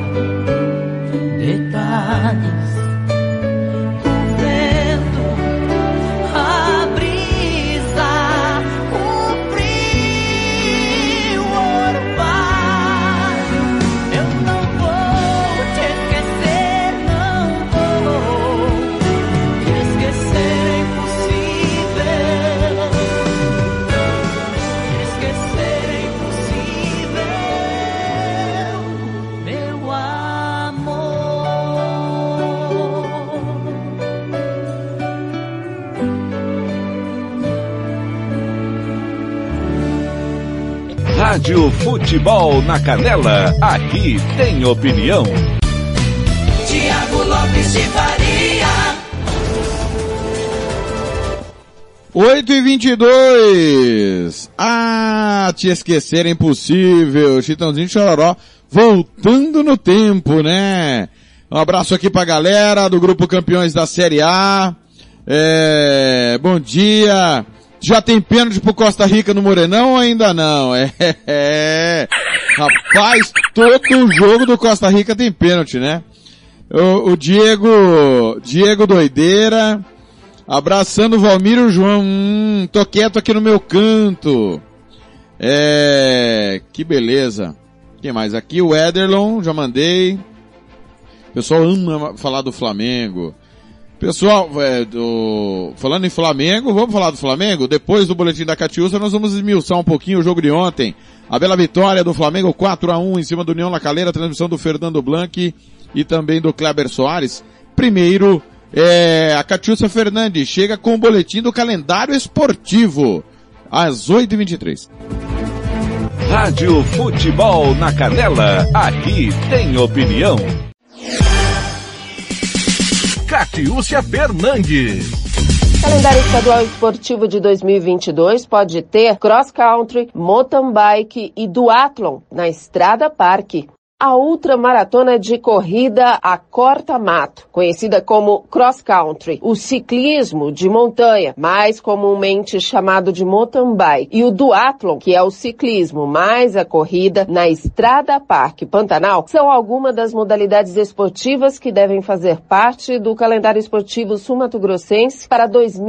detalhes, o vento, a brisa, o frio, o orvalho. Eu não vou te esquecer, não vou te esquecer, é impossível. Te esquecer é impossível, meu amor. Rádio Futebol na Canela, aqui tem opinião. Tiago Lopes de Faria. 8h22. Ah, te esquecer é impossível. Chitãozinho Chororó voltando no tempo, né? Um abraço aqui pra galera do Grupo Campeões da Série A. Bom dia. Já tem pênalti pro Costa Rica no Morenão ou ainda não? Rapaz, todo jogo do Costa Rica tem pênalti, né? O Diego Doideira, abraçando o Valmir e o João. Tô quieto aqui no meu canto. Que beleza. Quem mais aqui? O Ederlon, já mandei. O pessoal ama falar do Flamengo. Pessoal, falando em Flamengo, vamos falar do Flamengo? Depois do boletim da Catiúça, nós vamos esmiuçar um pouquinho o jogo de ontem. A bela vitória do Flamengo 4-1 em cima do União La Calera, transmissão do Fernando Blanc e também do Kleber Soares. Primeiro, a Catiúça Fernandes chega com o boletim do calendário esportivo, às 8h23. Rádio Futebol na Canela, aqui tem opinião. Catiúcia Fernandes. Calendário estadual esportivo de 2022 pode ter cross country, mountain bike e duathlon na Estrada Parque. A ultramaratona de corrida a corta-mato, conhecida como cross country, o ciclismo de montanha, mais comumente chamado de mountain bike, e o duathlon, que é o ciclismo mais a corrida na Estrada Parque Pantanal, são algumas das modalidades esportivas que devem fazer parte do calendário esportivo sul-mato-grossense para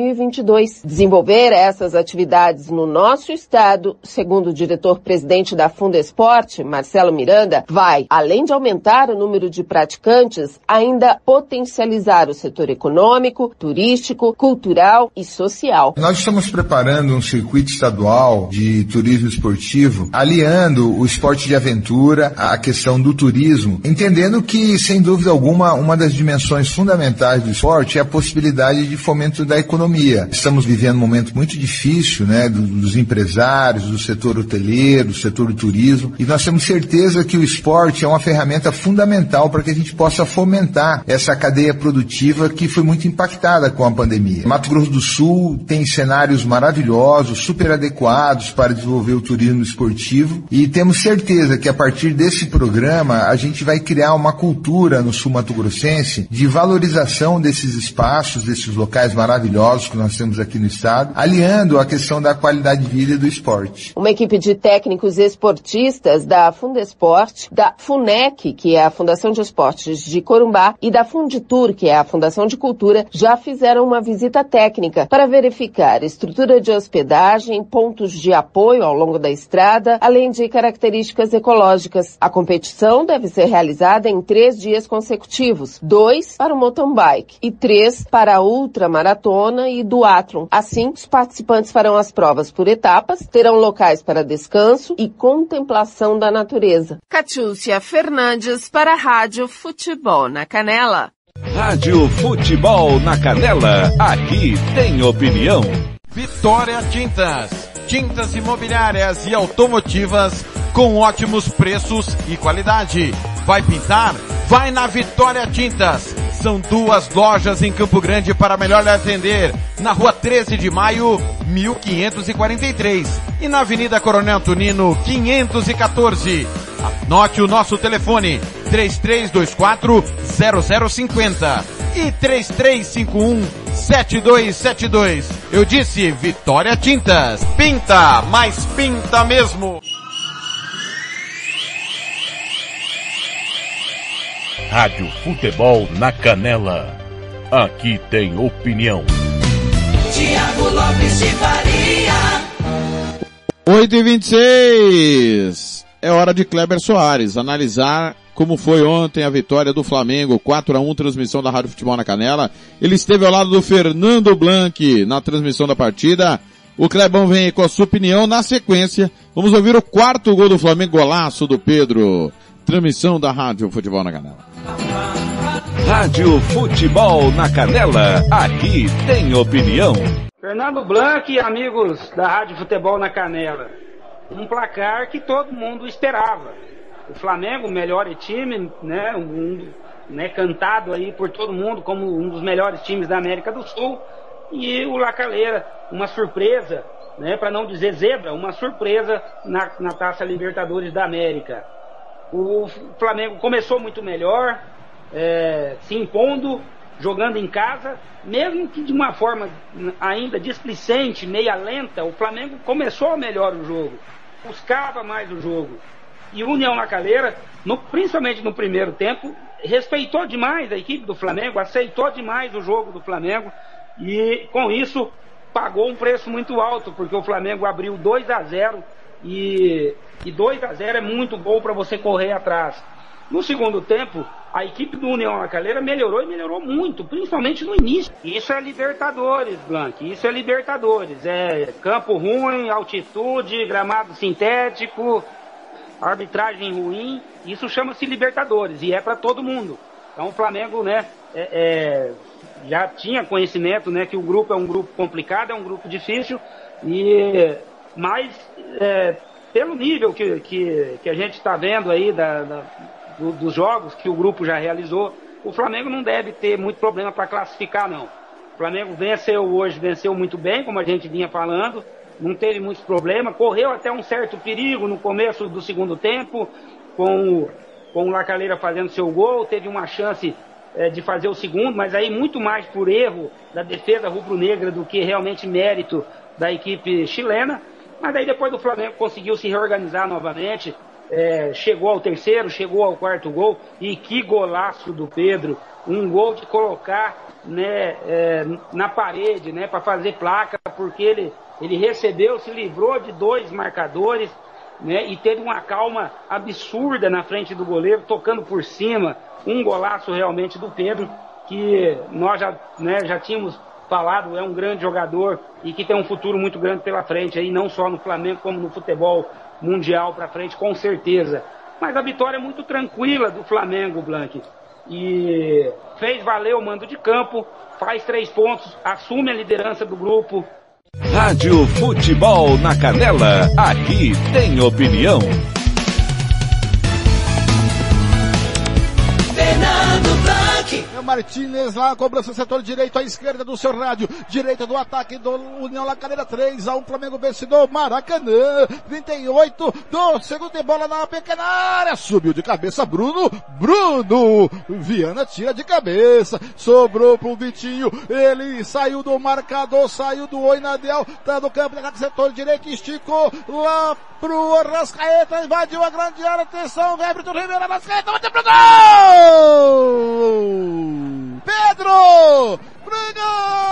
2022. Desenvolver essas atividades no nosso estado, segundo o diretor-presidente da Fundesporte, Marcelo Miranda, vai, além de aumentar o número de praticantes, ainda potencializar o setor econômico, turístico, cultural e social. Nós estamos preparando um circuito estadual de turismo esportivo, aliando o esporte de aventura à questão do turismo, entendendo que, sem dúvida alguma, uma das dimensões fundamentais do esporte é a possibilidade de fomento da economia. Estamos vivendo um momento muito difícil, né, dos empresários, do setor hoteleiro, do setor do turismo, e nós temos certeza que o esporte é uma ferramenta fundamental para que a gente possa fomentar essa cadeia produtiva que foi muito impactada com a pandemia. Mato Grosso do Sul tem cenários maravilhosos, super adequados para desenvolver o turismo esportivo, e temos certeza que a partir desse programa a gente vai criar uma cultura no sul mato-grossense de valorização desses espaços, desses locais maravilhosos que nós temos aqui no estado, aliando a questão da qualidade de vida e do esporte. Uma equipe de técnicos esportistas da Fundesporte, da FUNEC, que é a Fundação de Esportes de Corumbá, e da Funditur, que é a Fundação de Cultura, já fizeram uma visita técnica para verificar estrutura de hospedagem, pontos de apoio ao longo da estrada, além de características ecológicas. A competição deve ser realizada em 3 dias consecutivos, 2 para o mountain bike e 3 para a ultramaratona e duathlon. Assim, os participantes farão as provas por etapas, terão locais para descanso e contemplação da natureza. Catiúcia Fernandes para a Rádio Futebol na Canela. Rádio Futebol na Canela, aqui tem opinião. Vitória Tintas. Tintas imobiliárias e automotivas com ótimos preços e qualidade. Vai pintar? Vai na Vitória Tintas. São 2 lojas em Campo Grande para melhor lhe atender. Na Rua 13 de Maio, 1543. E na Avenida Coronel Tunino, 514. Anote o nosso telefone, 3324-0050 e 3351-7272. Eu disse Vitória Tintas. Pinta, mas pinta mesmo. Rádio Futebol na Canela, aqui tem opinião. Tiago Lopes de Faria. 8h26. É hora de Kleber Soares analisar como foi ontem a vitória do Flamengo, 4-1, transmissão da Rádio Futebol na Canela. Ele esteve ao lado do Fernando Blanc na transmissão da partida. O Clebão vem com a sua opinião. Na sequência, vamos ouvir o 4º gol do Flamengo, golaço do Pedro. Transmissão da Rádio Futebol na Canela. Rádio Futebol na Canela, aqui tem opinião. Fernando Blanc e amigos da Rádio Futebol na Canela. Um placar que todo mundo esperava. O Flamengo, o melhor time, né, cantado aí por todo mundo como um dos melhores times da América do Sul. e o Lacaleira, uma surpresa, né, para não dizer zebra, uma surpresa na Taça Libertadores da América. O Flamengo começou muito melhor, se impondo, jogando em casa, mesmo que de uma forma ainda displicente, meia lenta, o Flamengo começou melhor o jogo, buscava mais o jogo. E o União Lacaleira, principalmente no primeiro tempo, respeitou demais a equipe do Flamengo, aceitou demais o jogo do Flamengo e com isso pagou um preço muito alto, porque o Flamengo abriu 2-0 e 2-0 é muito bom para você correr atrás. No segundo tempo, a equipe do União Lacaleira melhorou e melhorou muito, principalmente no início. Isso é Libertadores, Blanc, isso é Libertadores. É campo ruim, altitude, gramado sintético, arbitragem ruim, isso chama-se Libertadores e é para todo mundo. Então o Flamengo, né, já tinha conhecimento, né, que o grupo é um grupo complicado, é um grupo difícil, mas pelo nível que a gente está vendo aí dos jogos que o grupo já realizou, o Flamengo não deve ter muito problema para classificar, não. O Flamengo venceu muito bem, como a gente vinha falando, não teve muitos problemas, correu até um certo perigo no começo do segundo tempo, com o Lacaleira fazendo seu gol, teve uma chance de fazer o segundo, mas aí muito mais por erro da defesa rubro-negra do que realmente mérito da equipe chilena. Mas aí depois do Flamengo conseguiu se reorganizar novamente, chegou ao terceiro, chegou ao quarto gol, e que golaço do Pedro, um gol de colocar, né, na parede, né, para fazer placa, porque ele recebeu, se livrou de 2 marcadores, né, e teve uma calma absurda na frente do goleiro, tocando por cima, um golaço realmente do Pedro, que nós já tínhamos falado, é um grande jogador e que tem um futuro muito grande pela frente, aí, não só no Flamengo, como no futebol mundial para frente, com certeza. Mas a vitória é muito tranquila do Flamengo, Blanc, e fez valer o mando de campo, faz 3 pontos, assume a liderança do grupo. Rádio Futebol na Canela, aqui tem opinião. Martínez lá, cobrança setor direito à esquerda do seu rádio, direita do ataque do União Lacaleira, 3-1, Flamengo vencedor, Maracanã, 38 do segundo, e bola na pequena área, subiu de cabeça Bruno, Viana tira de cabeça, sobrou pro Vitinho, ele saiu do marcador, saiu do Oinadel, tá no campo, setor direito, esticou lá pro Arrascaeta, invadiu a grande área, atenção, Everton Ribeiro, Arrascaeta, bateu pro gol! Pedro! Bruno!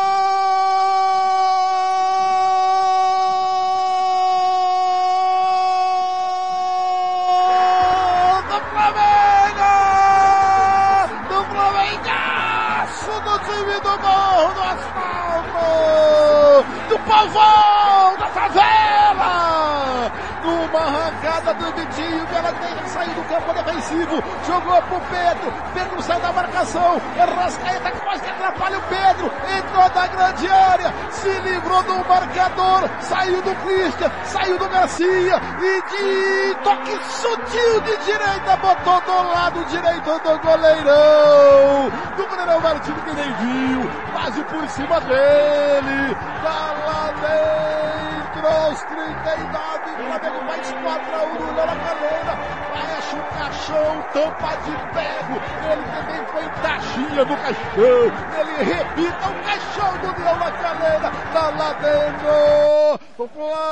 Do Flamengo! Do Flamengaço do time do Morro do Asfalto! Do povão da favela! Numa arrancada do Vitinho, que ela tem que sair do campo defensivo, jogou pro Pedro sai da marcação, Arrascaeta quase que atrapalha o Pedro, entrou da grande área, se livrou do marcador, saiu do Christian, saiu do Garcia, e de toque sutil de direita, botou do lado direito do goleirão Martins, que nem viu, quase por cima dele, tá lá dentro, aos 39, Flamengo faz 4-1 no Lacaleira, fecha o caixão, tampa de ferro, ele também foi taxinha no caixão, ele repita o caixão do União Lacaleira, tá lá dentro, o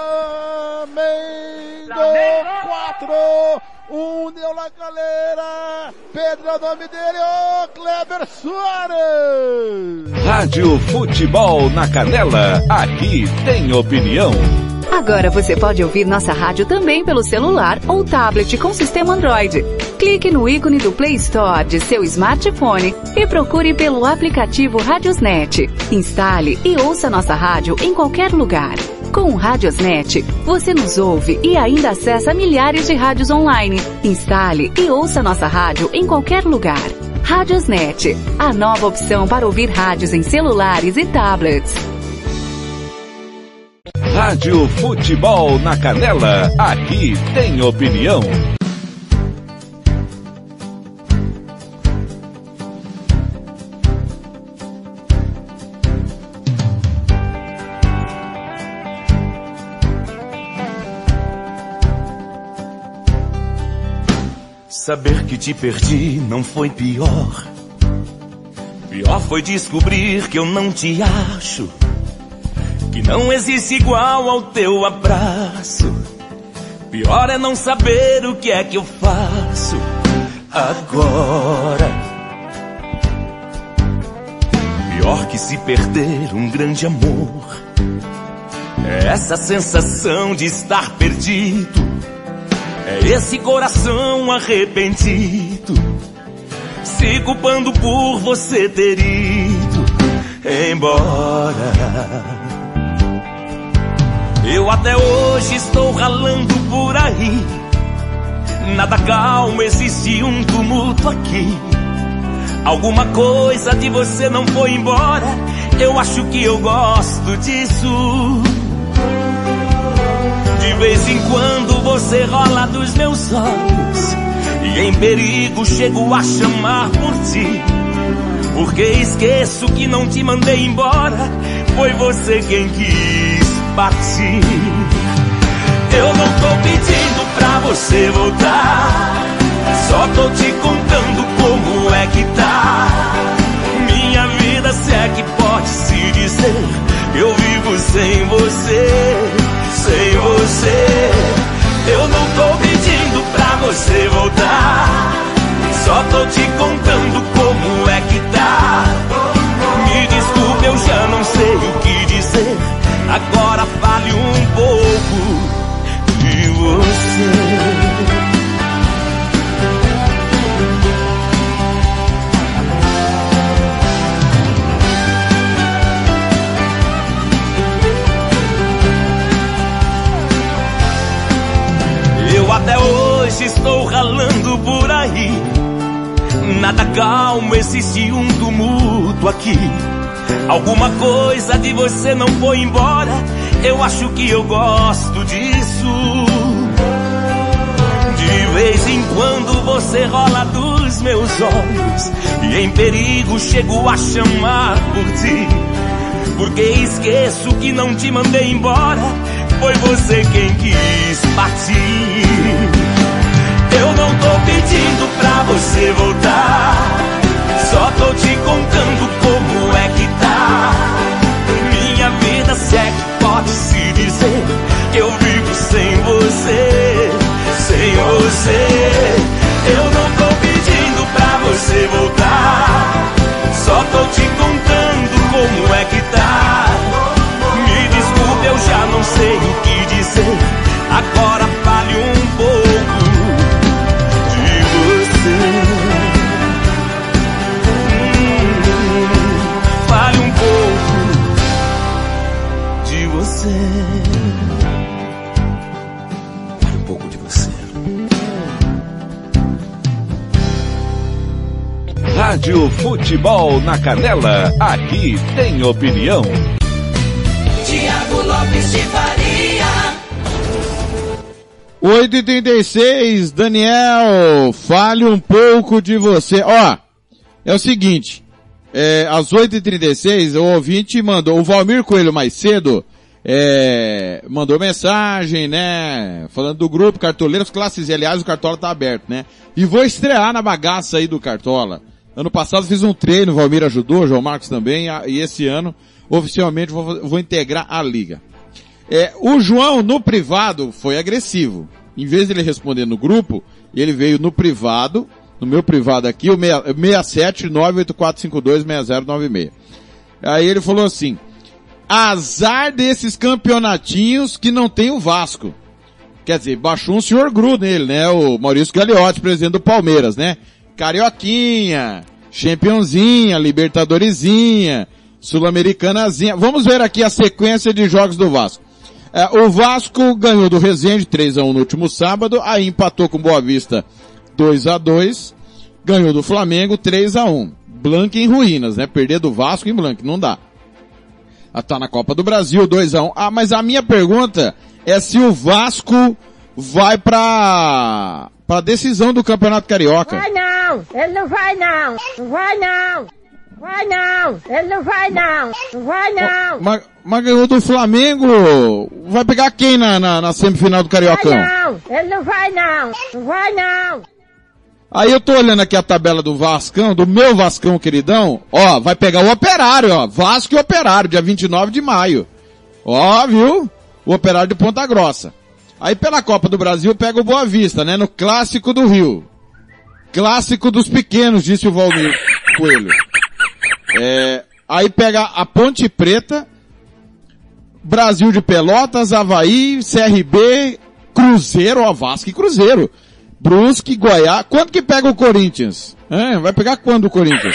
Flamengo 4, União Lacaleira, Pedro é o nome dele, ô Kleber Soares. Rádio Futebol na Canela, aqui tem opinião. Agora você pode ouvir nossa rádio também pelo celular ou tablet com sistema Android. Clique no ícone do Play Store de seu smartphone e procure pelo aplicativo Radiosnet. Instale e ouça nossa rádio em qualquer lugar. Com o Radiosnet, você nos ouve e ainda acessa milhares de rádios online. Instale e ouça nossa rádio em qualquer lugar. Radiosnet, a nova opção para ouvir rádios em celulares e tablets. Rádio Futebol na Canela, aqui tem opinião. Saber que te perdi não foi pior. Pior foi descobrir que eu não te acho, que não existe igual ao teu abraço. Pior é não saber o que é que eu faço agora. Pior que se perder um grande amor é essa sensação de estar perdido, é esse coração arrependido, se culpando por você ter ido embora. Eu até hoje estou ralando por aí, nada calmo, existe um tumulto aqui. Alguma coisa de você não foi embora, eu acho que eu gosto disso. De vez em quando você rola dos meus olhos, e em perigo chego a chamar por ti, porque esqueço que não te mandei embora, foi você quem quis partir. Eu não tô pedindo pra você voltar, só tô te contando como é que tá minha vida, se é que pode se dizer. Eu vivo sem você, sem você. Eu não tô pedindo pra você voltar, só tô te contando como é que tá. Me desculpe, eu já não sei o que dizer, agora fale um pouco de você. Eu até hoje estou ralando por aí, nada calmo, existe um tumulto aqui. Alguma coisa de você não foi embora, eu acho que eu gosto disso. De vez em quando você rola dos meus olhos, e em perigo chego a chamar por ti, porque esqueço que não te mandei embora, foi você quem quis partir. Eu não tô pedindo pra você voltar, só tô te contando como é que tá minha vida, se é que pode se dizer que eu vivo sem você, sem você. Eu não tô pedindo pra você voltar, só tô te contando como é que tá. Me desculpe, eu já não sei o que dizer, agora fale um pouco de você. Fale um pouco de você. Fale um pouco de você. Rádio Futebol na Canela, aqui tem opinião. Tiago Lopes de Faria. 8h36, Daniel, fale um pouco de você. Ó, é o seguinte, às 8h36, o ouvinte mandou, o Valmir Coelho mais cedo, mandou mensagem, né, falando do grupo Cartoleiros Classes E, aliás, o Cartola tá aberto, né, e vou estrear na bagaça aí do Cartola. Ano passado fiz um treino, o Valmir ajudou, o João Marcos também, e esse ano, oficialmente, vou integrar a liga. O João, no privado, foi agressivo. Em vez de ele responder no grupo, ele veio no privado, no meu privado aqui, o 67984526096. Aí ele falou assim, azar desses campeonatinhos que não tem o Vasco. Quer dizer, baixou um senhor Gru nele, né? O Maurício Gagliotti, presidente do Palmeiras, né? Carioquinha, Championzinha, Libertadoresinha, Sul-Americanazinha. Vamos ver aqui a sequência de jogos do Vasco. O Vasco ganhou do Resende 3-1 no último sábado, aí empatou com o Boa Vista 2-2, ganhou do Flamengo 3-1. Blanco em ruínas, né? Perder do Vasco em Blanco, não dá. Tá na Copa do Brasil 2-1. Mas a minha pergunta é se o Vasco vai pra decisão do Campeonato Carioca. Vai não, ele não vai não, não vai não. Vai não, ele não vai não, não vai não. Mas ganhou do Flamengo, vai pegar quem na semifinal do Cariocão? Vai não, ele não vai não, não vai não. Aí eu tô olhando aqui a tabela do Vascão, do meu Vascão queridão, ó, vai pegar o Operário, ó, Vasco e Operário, dia 29 de maio. Ó, viu? O Operário de Ponta Grossa. Aí pela Copa do Brasil pega o Boa Vista, né, no Clássico do Rio. Clássico dos pequenos, disse o Valmir Coelho. Aí pega a Ponte Preta, Brasil de Pelotas, Avaí, CRB, Cruzeiro, ó, Vasco e Cruzeiro. Brusque, Goiás. Quando que pega o Corinthians? Vai pegar quando o Corinthians?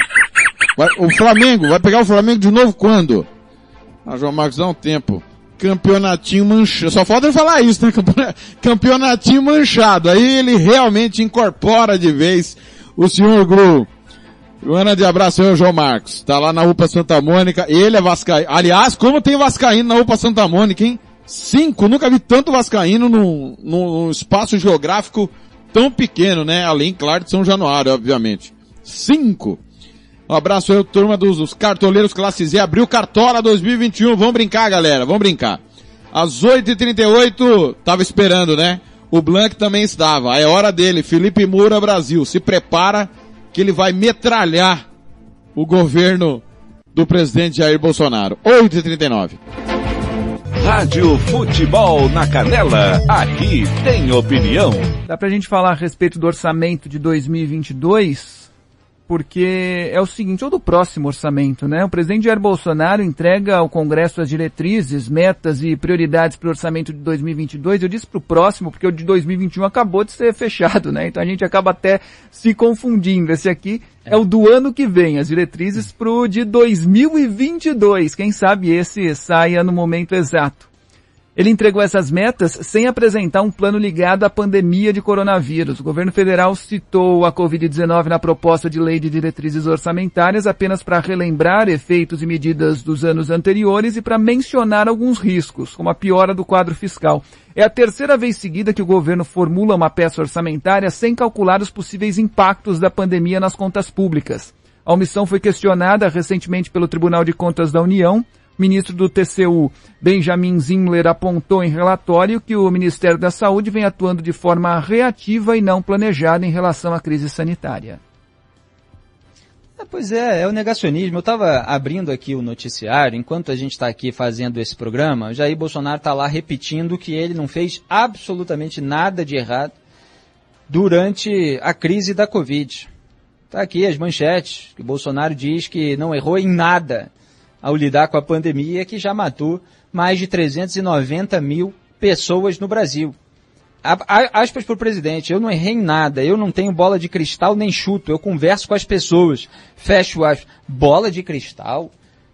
O Flamengo, vai pegar o Flamengo de novo quando? João Marcos, dá um tempo. Campeonatinho manchado. Só falta ele falar isso, né? Campeonatinho manchado. Aí ele realmente incorpora de vez o senhor Gru. Grande abraço aí, João Marcos. Tá lá na UPA Santa Mônica. Ele é vascaíno. Aliás, como tem vascaíno na UPA Santa Mônica, hein? 5, nunca vi tanto vascaíno num espaço geográfico tão pequeno, né? Além, claro, de São Januário, obviamente. 5. Um abraço aí, turma dos cartoleiros Classe Z. Abriu Cartola 2021. Vamos brincar, galera. Vamos brincar. Às 8h38, tava esperando, né? O Blanc também estava. É hora dele. Felipe Moura, Brasil. Se prepara que ele vai metralhar o governo do presidente Jair Bolsonaro. 8h39. Rádio Futebol na Canela, aqui tem opinião. Dá pra gente falar a respeito do orçamento de 2022, porque é o seguinte, ou do próximo orçamento, né? O presidente Jair Bolsonaro entrega ao Congresso as diretrizes, metas e prioridades para o orçamento de 2022. Eu disse pro próximo, porque o de 2021 acabou de ser fechado, né? Então a gente acaba até se confundindo. Esse aqui é o do ano que vem, as diretrizes pro de 2022. Quem sabe esse saia no momento exato. Ele entregou essas metas sem apresentar um plano ligado à pandemia de coronavírus. O governo federal citou a Covid-19 na proposta de lei de diretrizes orçamentárias apenas para relembrar efeitos e medidas dos anos anteriores e para mencionar alguns riscos, como a piora do quadro fiscal. É a terceira vez seguida que o governo formula uma peça orçamentária sem calcular os possíveis impactos da pandemia nas contas públicas. A omissão foi questionada recentemente pelo Tribunal de Contas da União. O ministro do TCU, Benjamin Zimler, apontou em relatório que o Ministério da Saúde vem atuando de forma reativa e não planejada em relação à crise sanitária. Pois é o negacionismo. Eu estava abrindo aqui o noticiário, enquanto a gente está aqui fazendo esse programa, Jair Bolsonaro está lá repetindo que ele não fez absolutamente nada de errado durante a crise da Covid. Está aqui as manchetes, que Bolsonaro diz que não errou em nada ao lidar com a pandemia, que já matou mais de 390 mil pessoas no Brasil. Aspas para o presidente, eu não errei em nada, eu não tenho bola de cristal nem chuto, eu converso com as pessoas. Fecho aspas. Bola de cristal?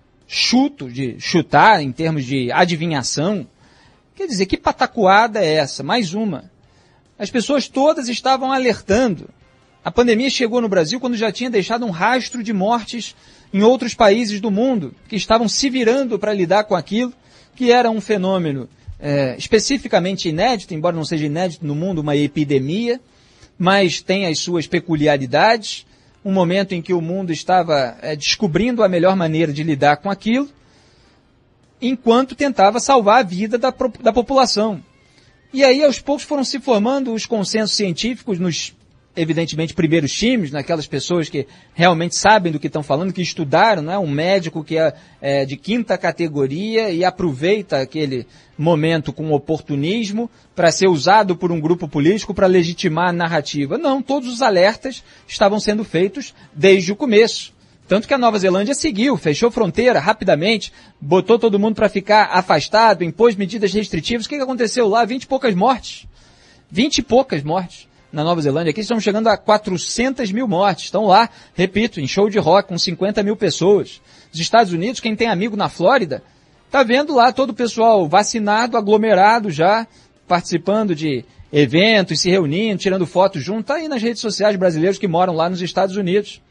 De chutar em termos de adivinhação? Quer dizer, que patacoada é essa? Mais uma. As pessoas todas estavam alertando. A pandemia chegou no Brasil quando já tinha deixado um rastro de mortes em outros países do mundo, que estavam se virando para lidar com aquilo, que era um fenômeno especificamente inédito, embora não seja inédito no mundo, uma epidemia, mas tem as suas peculiaridades, um momento em que o mundo estava descobrindo a melhor maneira de lidar com aquilo, enquanto tentava salvar a vida da população. E aí, aos poucos, foram se formando os consensos científicos nos evidentemente, primeiros times, naquelas pessoas que realmente sabem do que estão falando, que estudaram, não é? Um médico que é de quinta categoria e aproveita aquele momento com oportunismo para ser usado por um grupo político para legitimar a narrativa. Não, todos os alertas estavam sendo feitos desde o começo. Tanto que a Nova Zelândia seguiu, fechou fronteira rapidamente, botou todo mundo para ficar afastado, impôs medidas restritivas. O que aconteceu lá? 20 e poucas mortes. 20 e poucas mortes. Na Nova Zelândia, aqui estamos chegando a 400 mil mortes. Estão lá, repito, em show de rock com 50 mil pessoas. Os Estados Unidos, quem tem amigo na Flórida, tá vendo lá todo o pessoal vacinado, aglomerado já, participando de eventos, se reunindo, tirando fotos junto. Tá aí nas redes sociais brasileiros que moram lá nos Estados Unidos.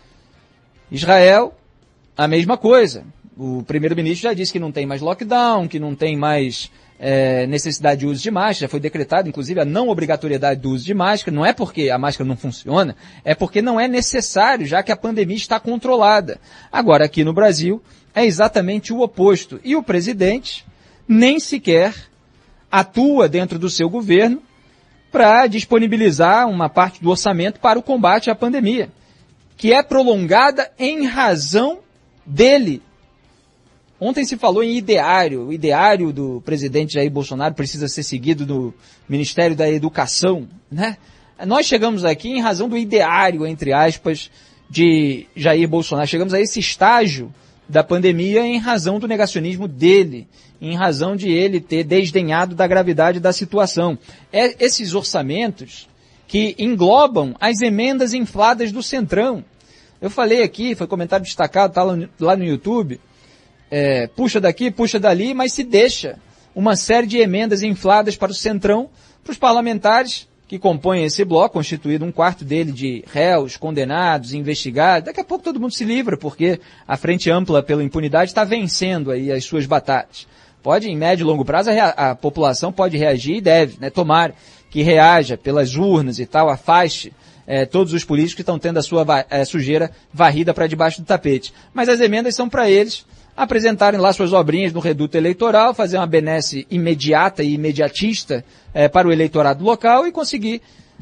Israel, a mesma coisa. O primeiro-ministro já disse que não tem mais lockdown, que não tem mais necessidade de uso de máscara, já foi decretado, inclusive, a não obrigatoriedade do uso de máscara. Não é porque a máscara não funciona, é porque não é necessário, já que a pandemia está controlada. Agora, aqui no Brasil, é exatamente o oposto. E o presidente nem sequer atua dentro do seu governo para disponibilizar uma parte do orçamento para o combate à pandemia, que é prolongada em razão dele. Ontem se falou em ideário. O ideário do presidente Jair Bolsonaro precisa ser seguido no Ministério da Educação, né? Nós chegamos aqui em razão do ideário, entre aspas, de Jair Bolsonaro. Chegamos a esse estágio da pandemia em razão do negacionismo dele, em razão de ele ter desdenhado da gravidade da situação. Esses orçamentos que englobam as emendas infladas do Centrão. Eu falei aqui, foi comentário destacado, tá lá no YouTube, puxa daqui, puxa dali, mas se deixa uma série de emendas infladas para o Centrão, para os parlamentares que compõem esse bloco, constituído um quarto dele de réus, condenados, investigados. Daqui a pouco todo mundo se livra, porque a Frente Ampla pela Impunidade está vencendo aí as suas batalhas. Pode, em médio e longo prazo, a população pode reagir e deve, né? Tomara que reaja pelas urnas e tal, afaste todos os políticos que estão tendo a sua sujeira varrida para debaixo do tapete. Mas as emendas são para eles apresentarem lá suas obrinhas no reduto eleitoral, fazer uma benesse imediata e imediatista para o eleitorado local e conseguir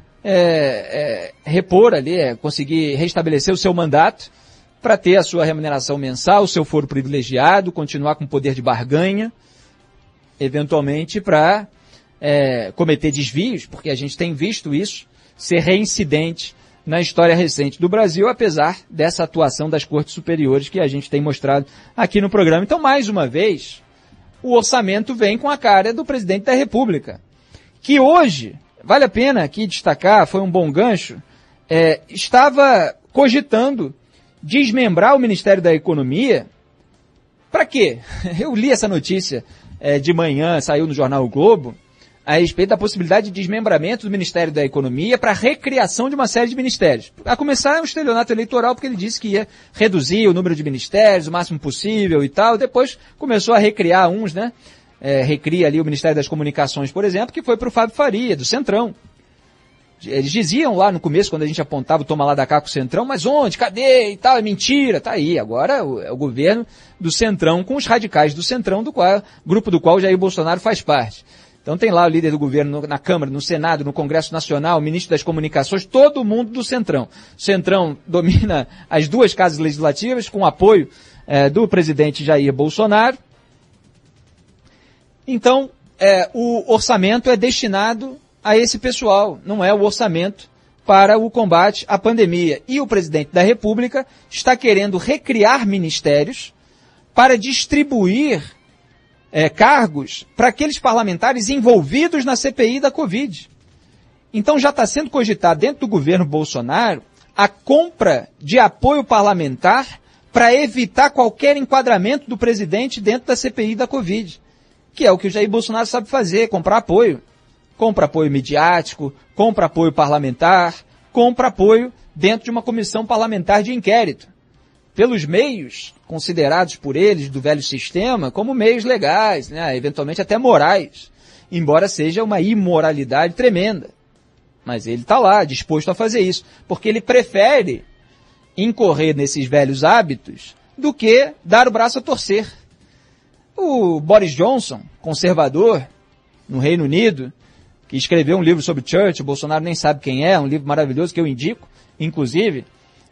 repor ali, conseguir restabelecer o seu mandato para ter a sua remuneração mensal, o seu foro privilegiado, continuar com poder de barganha, eventualmente para cometer desvios, porque a gente tem visto isso ser reincidente na história recente do Brasil, apesar dessa atuação das cortes superiores que a gente tem mostrado aqui no programa. Então, mais uma vez, o orçamento vem com a cara do presidente da República, que hoje, vale a pena aqui destacar, foi um bom gancho, estava cogitando desmembrar o Ministério da Economia. Para quê? Eu li essa notícia de manhã, saiu no jornal O Globo, a respeito da possibilidade de desmembramento do Ministério da Economia para a recriação de uma série de ministérios. A começar um estelionato eleitoral, porque ele disse que ia reduzir o número de ministérios o máximo possível e tal. Depois começou a recriar uns, né? Recria ali o Ministério das Comunicações, por exemplo, que foi para o Fábio Faria, do Centrão. Eles diziam lá no começo, quando a gente apontava o toma lá da cá com o Centrão, mas onde? Cadê? E tal, é mentira. Tá aí, agora é o governo do Centrão com os radicais do Centrão, grupo do qual o Jair Bolsonaro faz parte. Então tem lá o líder do governo na Câmara, no Senado, no Congresso Nacional, o ministro das Comunicações, todo mundo do Centrão. O Centrão domina as duas casas legislativas com apoio do presidente Jair Bolsonaro. Então, o orçamento é destinado a esse pessoal, não é o orçamento para o combate à pandemia. E o presidente da República está querendo recriar ministérios para distribuir cargos para aqueles parlamentares envolvidos na CPI da Covid. Então já está sendo cogitado dentro do governo Bolsonaro a compra de apoio parlamentar para evitar qualquer enquadramento do presidente dentro da CPI da Covid, que é o que o Jair Bolsonaro sabe fazer, comprar apoio. Compra apoio midiático, compra apoio parlamentar, compra apoio dentro de uma comissão parlamentar de inquérito, pelos meios considerados por eles do velho sistema como meios legais, né, eventualmente até morais, embora seja uma imoralidade tremenda. Mas ele está lá, disposto a fazer isso, porque ele prefere incorrer nesses velhos hábitos do que dar o braço a torcer. O Boris Johnson, conservador, no Reino Unido, que escreveu um livro sobre Churchill, Bolsonaro nem sabe quem é, um livro maravilhoso que eu indico, inclusive,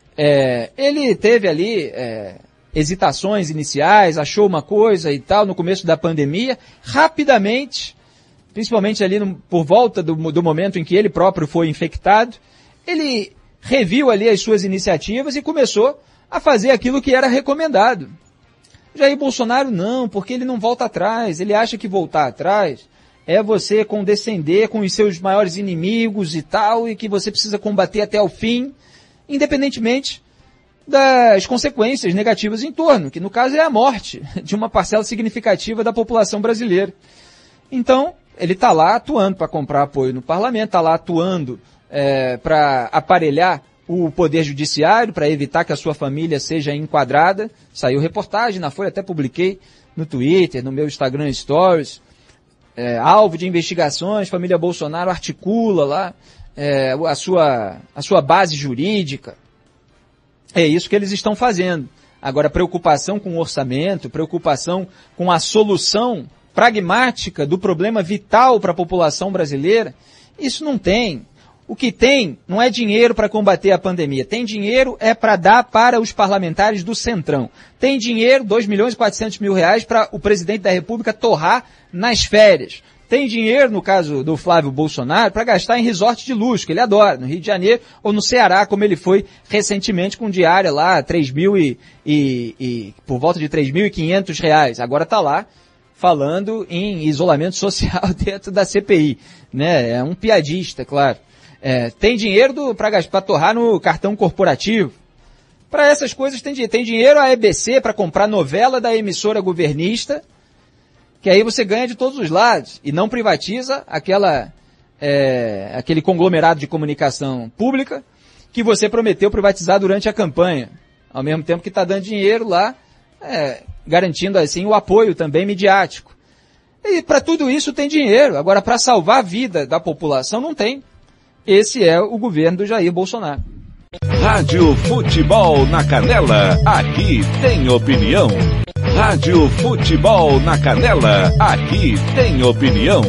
ele teve ali hesitações iniciais, achou uma coisa e tal no começo da pandemia, rapidamente, principalmente ali por volta do momento em que ele próprio foi infectado, ele reviu ali as suas iniciativas e começou a fazer aquilo que era recomendado. Jair Bolsonaro não, porque ele não volta atrás, ele acha que voltar atrás é você condescender com os seus maiores inimigos e tal, e que você precisa combater até o fim, independentemente das consequências negativas em torno, que no caso é a morte de uma parcela significativa da população brasileira. Então, ele está lá atuando para comprar apoio no parlamento, está lá atuando para aparelhar o poder judiciário, para evitar que a sua família seja enquadrada. Saiu reportagem na Folha, até publiquei no Twitter, no meu Instagram Stories. Alvo de investigações, família Bolsonaro articula lá a sua base jurídica. É isso que eles estão fazendo. Agora, preocupação com o orçamento, preocupação com a solução pragmática do problema vital para a população brasileira, Isso não tem. O que tem não é dinheiro para combater a pandemia. Tem dinheiro é para dar para os parlamentares do Centrão. Tem dinheiro, 2.400.000 reais, para o presidente da República torrar nas férias. Tem dinheiro, no caso do Flávio Bolsonaro, para gastar em resort de luxo, que ele adora, no Rio de Janeiro ou no Ceará, como ele foi recentemente com diária lá, por volta de 3.500 reais. Agora está lá falando em isolamento social dentro da CPI. Né? É um piadista, claro. Tem dinheiro para torrar no cartão corporativo. Para essas coisas tem dinheiro a EBC para comprar novela da emissora governista, que aí você ganha de todos os lados e não privatiza aquele conglomerado de comunicação pública que você prometeu privatizar durante a campanha, ao mesmo tempo que está dando dinheiro lá, garantindo assim o apoio também midiático. E para tudo isso tem dinheiro, agora para salvar a vida da população não tem. Esse é o governo do Jair Bolsonaro. Rádio Futebol na Canela, aqui tem opinião. Rádio Futebol na Canela, aqui tem opinião.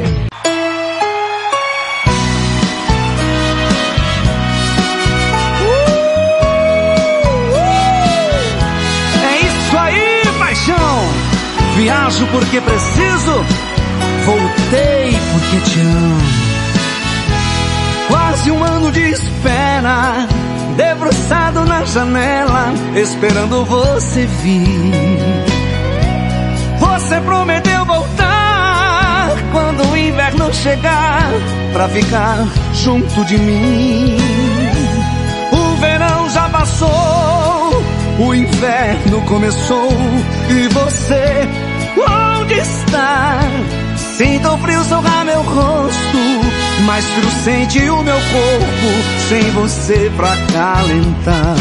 É isso aí, paixão! Viajo porque preciso, voltei porque te amo. Quase um ano de espera, debruçado na janela, esperando você vir. Você prometeu voltar quando o inverno chegar, pra ficar junto de mim. O verão já passou, o inverno começou, e você, onde está? Sinto o frio socar meu rosto, mais frio sente o meu corpo, sem você pra calentar.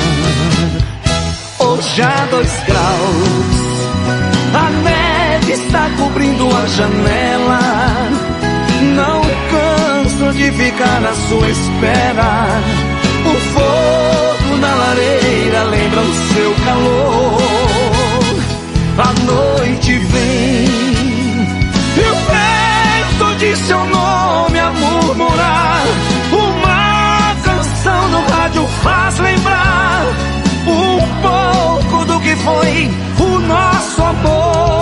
Hoje há 2 graus, a neve está cobrindo a janela. Não canso de ficar na sua espera. O fogo na lareira lembra o seu calor. A noite vem e o vento de seu nome a murmurar. Uma canção no rádio faz lembrar um pouco do que foi o nosso amor.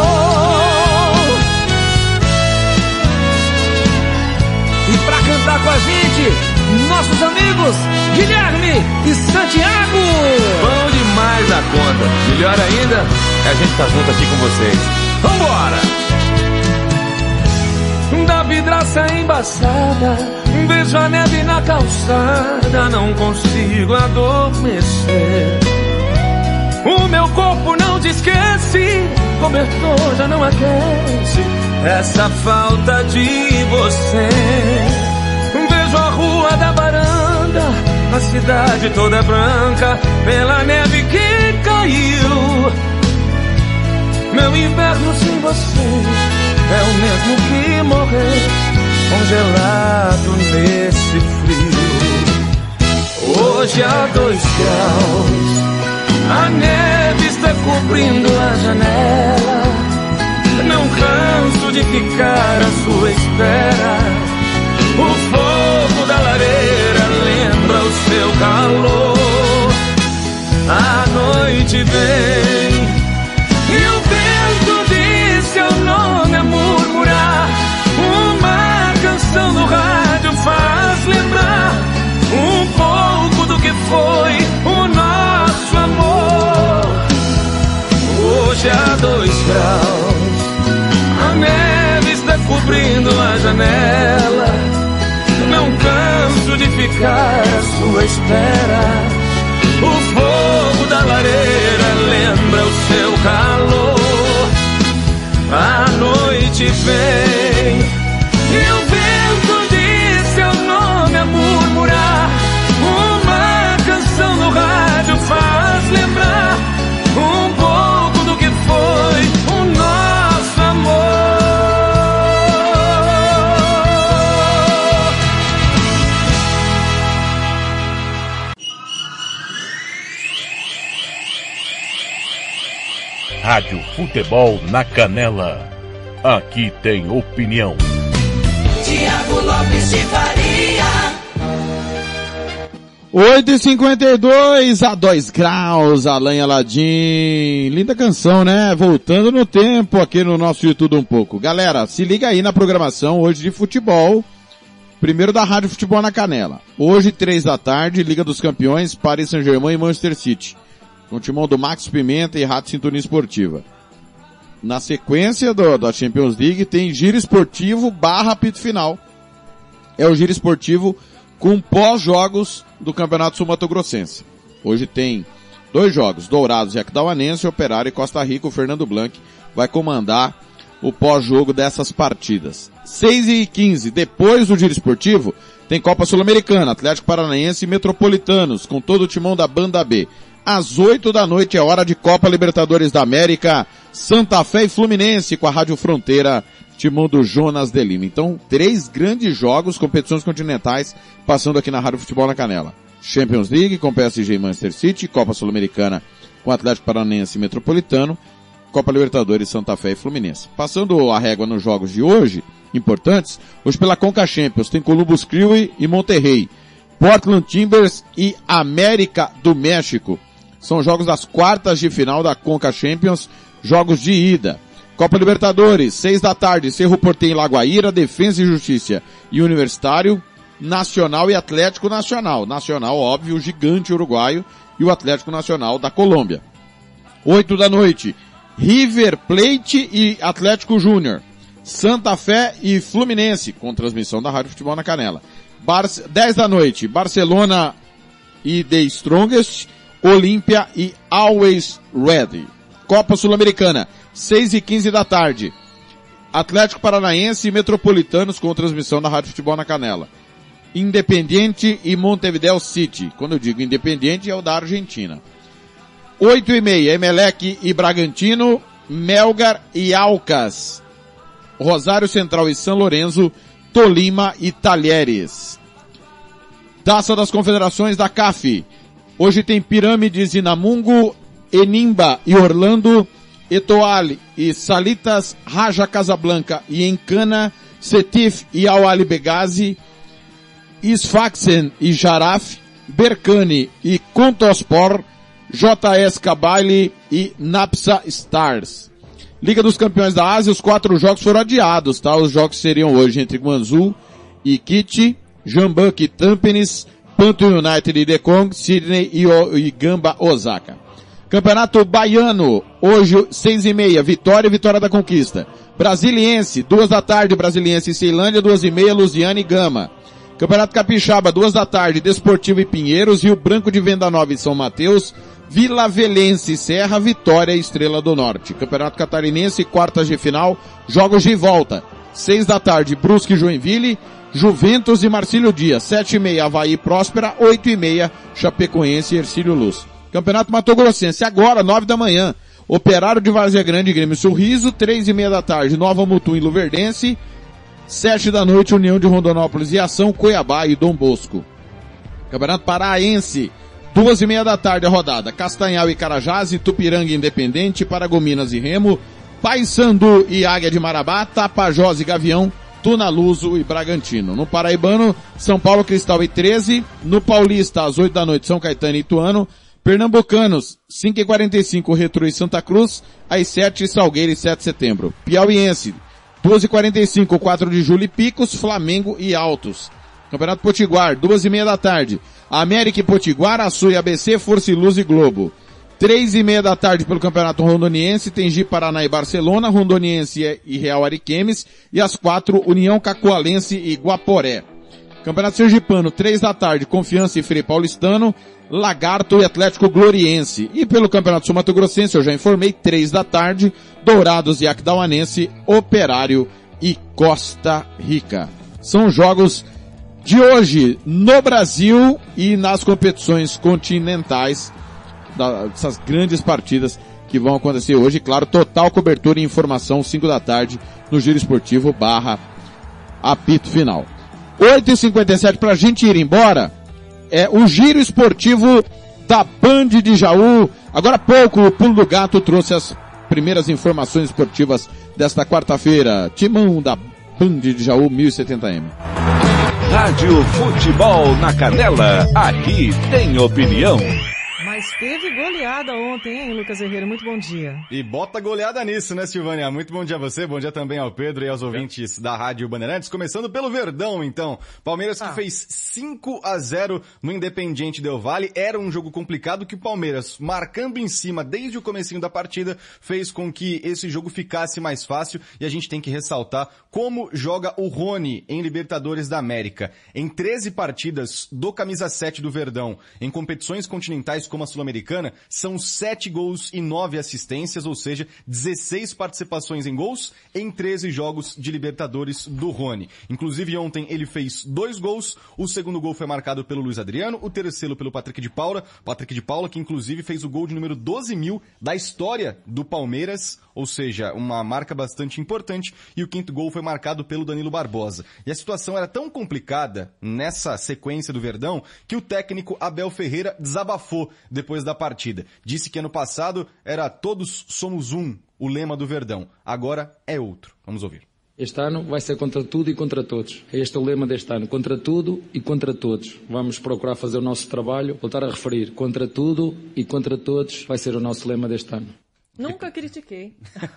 E pra cantar com a gente, nossos amigos Guilherme e Santiago. Bom demais a conta. Melhor ainda, a gente tá junto aqui com vocês. Vambora! Da vidraça embaçada, vejo a neve na calçada, não consigo adormecer. O meu corpo não te esquece, cobertor já não aquece essa falta de você. Vejo a rua da varanda, a cidade toda branca pela neve que caiu. Meu inverno sem você é o mesmo que morrer congelado nesse frio. Hoje há 2 graus, a neve está cobrindo a janela. Não canso de ficar à sua espera. O fogo da lareira lembra o seu calor. A noite vem e o vento diz seu nome a murmurar. Uma canção no rádio faz lembrar um pouco do que foi o nosso amor. Hoje há 2 graus, a neve está cobrindo a janela. Não canso de ficar à sua espera. O fogo da lareira lembra o seu calor. A noite vem e o vento diz seu nome a murmurar. Uma canção no rádio faz lembrar um pouco do que foi o nosso amor. Rádio Futebol na Canela. Aqui tem opinião. Tiago Tiago Lopes de Faria. 8h52, a 2 graus, Alain Aladim. Linda canção, né? Voltando no tempo aqui no nosso YouTube um pouco. Galera, se liga aí na programação hoje de futebol. Primeiro da Rádio Futebol na Canela. Hoje, 3 da tarde, Liga dos Campeões, Paris Saint-Germain e Manchester City. Com o timão do Max Pimenta e Rato Sintonia Esportiva. Na sequência da Champions League tem Giro Esportivo / apito final. É o Giro Esportivo com pós-jogos do Campeonato Sul-Mato-Grossense. Hoje tem 2 jogos, Dourados e Aquidauanense, Operário e Costa Rica. O Fernando Blanc vai comandar o pós-jogo dessas partidas. 6h15, depois do Giro Esportivo, tem Copa Sul-Americana, Atlético Paranaense e Metropolitanos, com todo o timão da Banda B. Às 8 da noite é hora de Copa Libertadores da América, Santa Fé e Fluminense, com a Rádio Fronteira, timão do Jonas de Lima. Então, 3 grandes jogos, competições continentais, passando aqui na Rádio Futebol na Canela. Champions League com PSG e Manchester City, Copa Sul-Americana com Atlético Paranaense e Metropolitano, Copa Libertadores, Santa Fé e Fluminense. Passando a régua nos jogos de hoje, importantes, hoje pela Conca Champions, tem Columbus Crew e Monterrey, Portland Timbers e América do México. São jogos das quartas de final da Conca Champions, jogos de ida. Copa Libertadores, 6 da tarde, Cerro Porteño e Lagoaíra, Defensa e Justiça e Universitário, Nacional e Atlético Nacional. Nacional, óbvio, o gigante uruguaio e o Atlético Nacional da Colômbia. 8 da noite, River Plate e Atlético Júnior. Santa Fé e Fluminense, com transmissão da Rádio Futebol na Canela. 10 da noite, Barcelona e The Strongest, Olímpia e Always Ready. Copa Sul-Americana, 6h15 da tarde. Atlético Paranaense e Metropolitanos com transmissão da Rádio Futebol na Canela. Independiente e Montevideo City. Quando eu digo Independiente é o da Argentina. 8h30, Emelec e Bragantino, Melgar e Alcas. Rosário Central e São Lourenço, Tolima e Talheres. Taça das Confederações da CAF. Hoje tem Pirâmides e Namungo, Enimba e Orlando, Etoile e Salitas, Raja Casablanca e Encana, Setif e Al-Ali Benghazi, Sfaxen e Jaraf, Berkane e Contospor, JS Kabylie e Napsa Stars. Liga dos Campeões da Ásia, os 4 jogos foram adiados, tá? Os jogos seriam hoje entre Guangzhou e Kiti, Jambak e Tampines, Panto United e Dekong, Sydney e Gamba Osaka. Campeonato Baiano, hoje 6h30, Vitória da Conquista. Brasiliense, 2 da tarde, Brasiliense e Ceilândia, 2h30, Lusiana e Gama. Campeonato Capixaba, 2 da tarde, Desportivo e Pinheiros, Rio Branco de Venda Nova e São Mateus, Vila Velense e Serra, Vitória e Estrela do Norte. Campeonato Catarinense, quartas de final, jogos de volta. 6 da tarde, Brusque e Joinville, Juventus e Marcílio Dias. 7h30, Avaí e Próspera, 8h30, Chapecoense e Hercílio Luz. Campeonato Mato Grossense, agora, 9 da manhã, Operário de Várzea Grande e Grêmio Sorriso, 3h30 da tarde, Nova Mutum e Luverdense, 7 da noite, União de Rondonópolis e Ação, Cuiabá e Dom Bosco. Campeonato Paraense, 2h30 da tarde a rodada, Castanhal e Carajás, Tupiranga e Independente, Paragominas e Remo, Paysandu e Águia de Marabá, Tapajós e Gavião, Tunaluso e Bragantino. No Paraibano, São Paulo, Cristal e 13, no Paulista, às 8 da noite, São Caetano e Ituano, Pernambucanos, 5h45, Retro e Santa Cruz, às 7, Salgueiro e 7 de setembro. Piauiense, 2h45, 4 de julho e Picos, Flamengo e Altos. Campeonato Potiguar, 2h30 da tarde, América e Potiguar, Açu e ABC, Força e Luz e Globo. 3h30 da tarde pelo Campeonato Rondoniense, tem Gi Paraná e Barcelona, Rondoniense e Real Ariquemes, e às 4, União Cacoalense e Guaporé. Campeonato Sergipano, 3 da tarde, Confiança e Frei Paulistano, Lagarto e Atlético Gloriense. E pelo Campeonato Sul-Mato Grossense, eu já informei, 3 da tarde, Dourados e Aquidauanense, Operário e Costa Rica. São jogos de hoje no Brasil e nas competições continentais, dessas grandes partidas que vão acontecer hoje. Claro, total cobertura e informação, 5 da tarde, no Giro Esportivo / apito final. 8h57, pra gente ir embora, é o Giro Esportivo da Band de Jaú. Agora há pouco, o Pulo do Gato trouxe as primeiras informações esportivas desta quarta-feira. Timão da Band de Jaú, 1070M. Rádio Futebol na Canela, aqui tem opinião. Mas teve goleada ontem, hein, Lucas Herrera? Muito bom dia. E bota goleada nisso, né, Silvânia? Muito bom dia a você, bom dia também ao Pedro e aos ouvintes da Rádio Bandeirantes. Começando pelo Verdão, então. Palmeiras que fez 5-0 no Independiente Del Valle. Era um jogo complicado que o Palmeiras, marcando em cima desde o comecinho da partida, fez com que esse jogo ficasse mais fácil. E a gente tem que ressaltar como joga o Rony em Libertadores da América. Em 13 partidas do camisa 7 do Verdão, em competições continentais como a Sul-Americana, são 7 gols e 9 assistências, ou seja, 16 participações em gols em 13 jogos de Libertadores do Rony. Inclusive ontem ele fez 2 gols, o segundo gol foi marcado pelo Luiz Adriano, o terceiro pelo Patrick de Paula que inclusive fez o gol de número 12.000 da história do Palmeiras, ou seja, uma marca bastante importante, e o quinto gol foi marcado pelo Danilo Barbosa. E a situação era tão complicada nessa sequência do Verdão que o técnico Abel Ferreira desabafou depois da partida. Disse que ano passado era todos somos um, o lema do Verdão. Agora é outro. Vamos ouvir. Este ano vai ser contra tudo e contra todos. Este é o lema deste ano. Contra tudo e contra todos. Vamos procurar fazer o nosso trabalho. Voltar a referir. Contra tudo e contra todos vai ser o nosso lema deste ano. Nunca critiquei.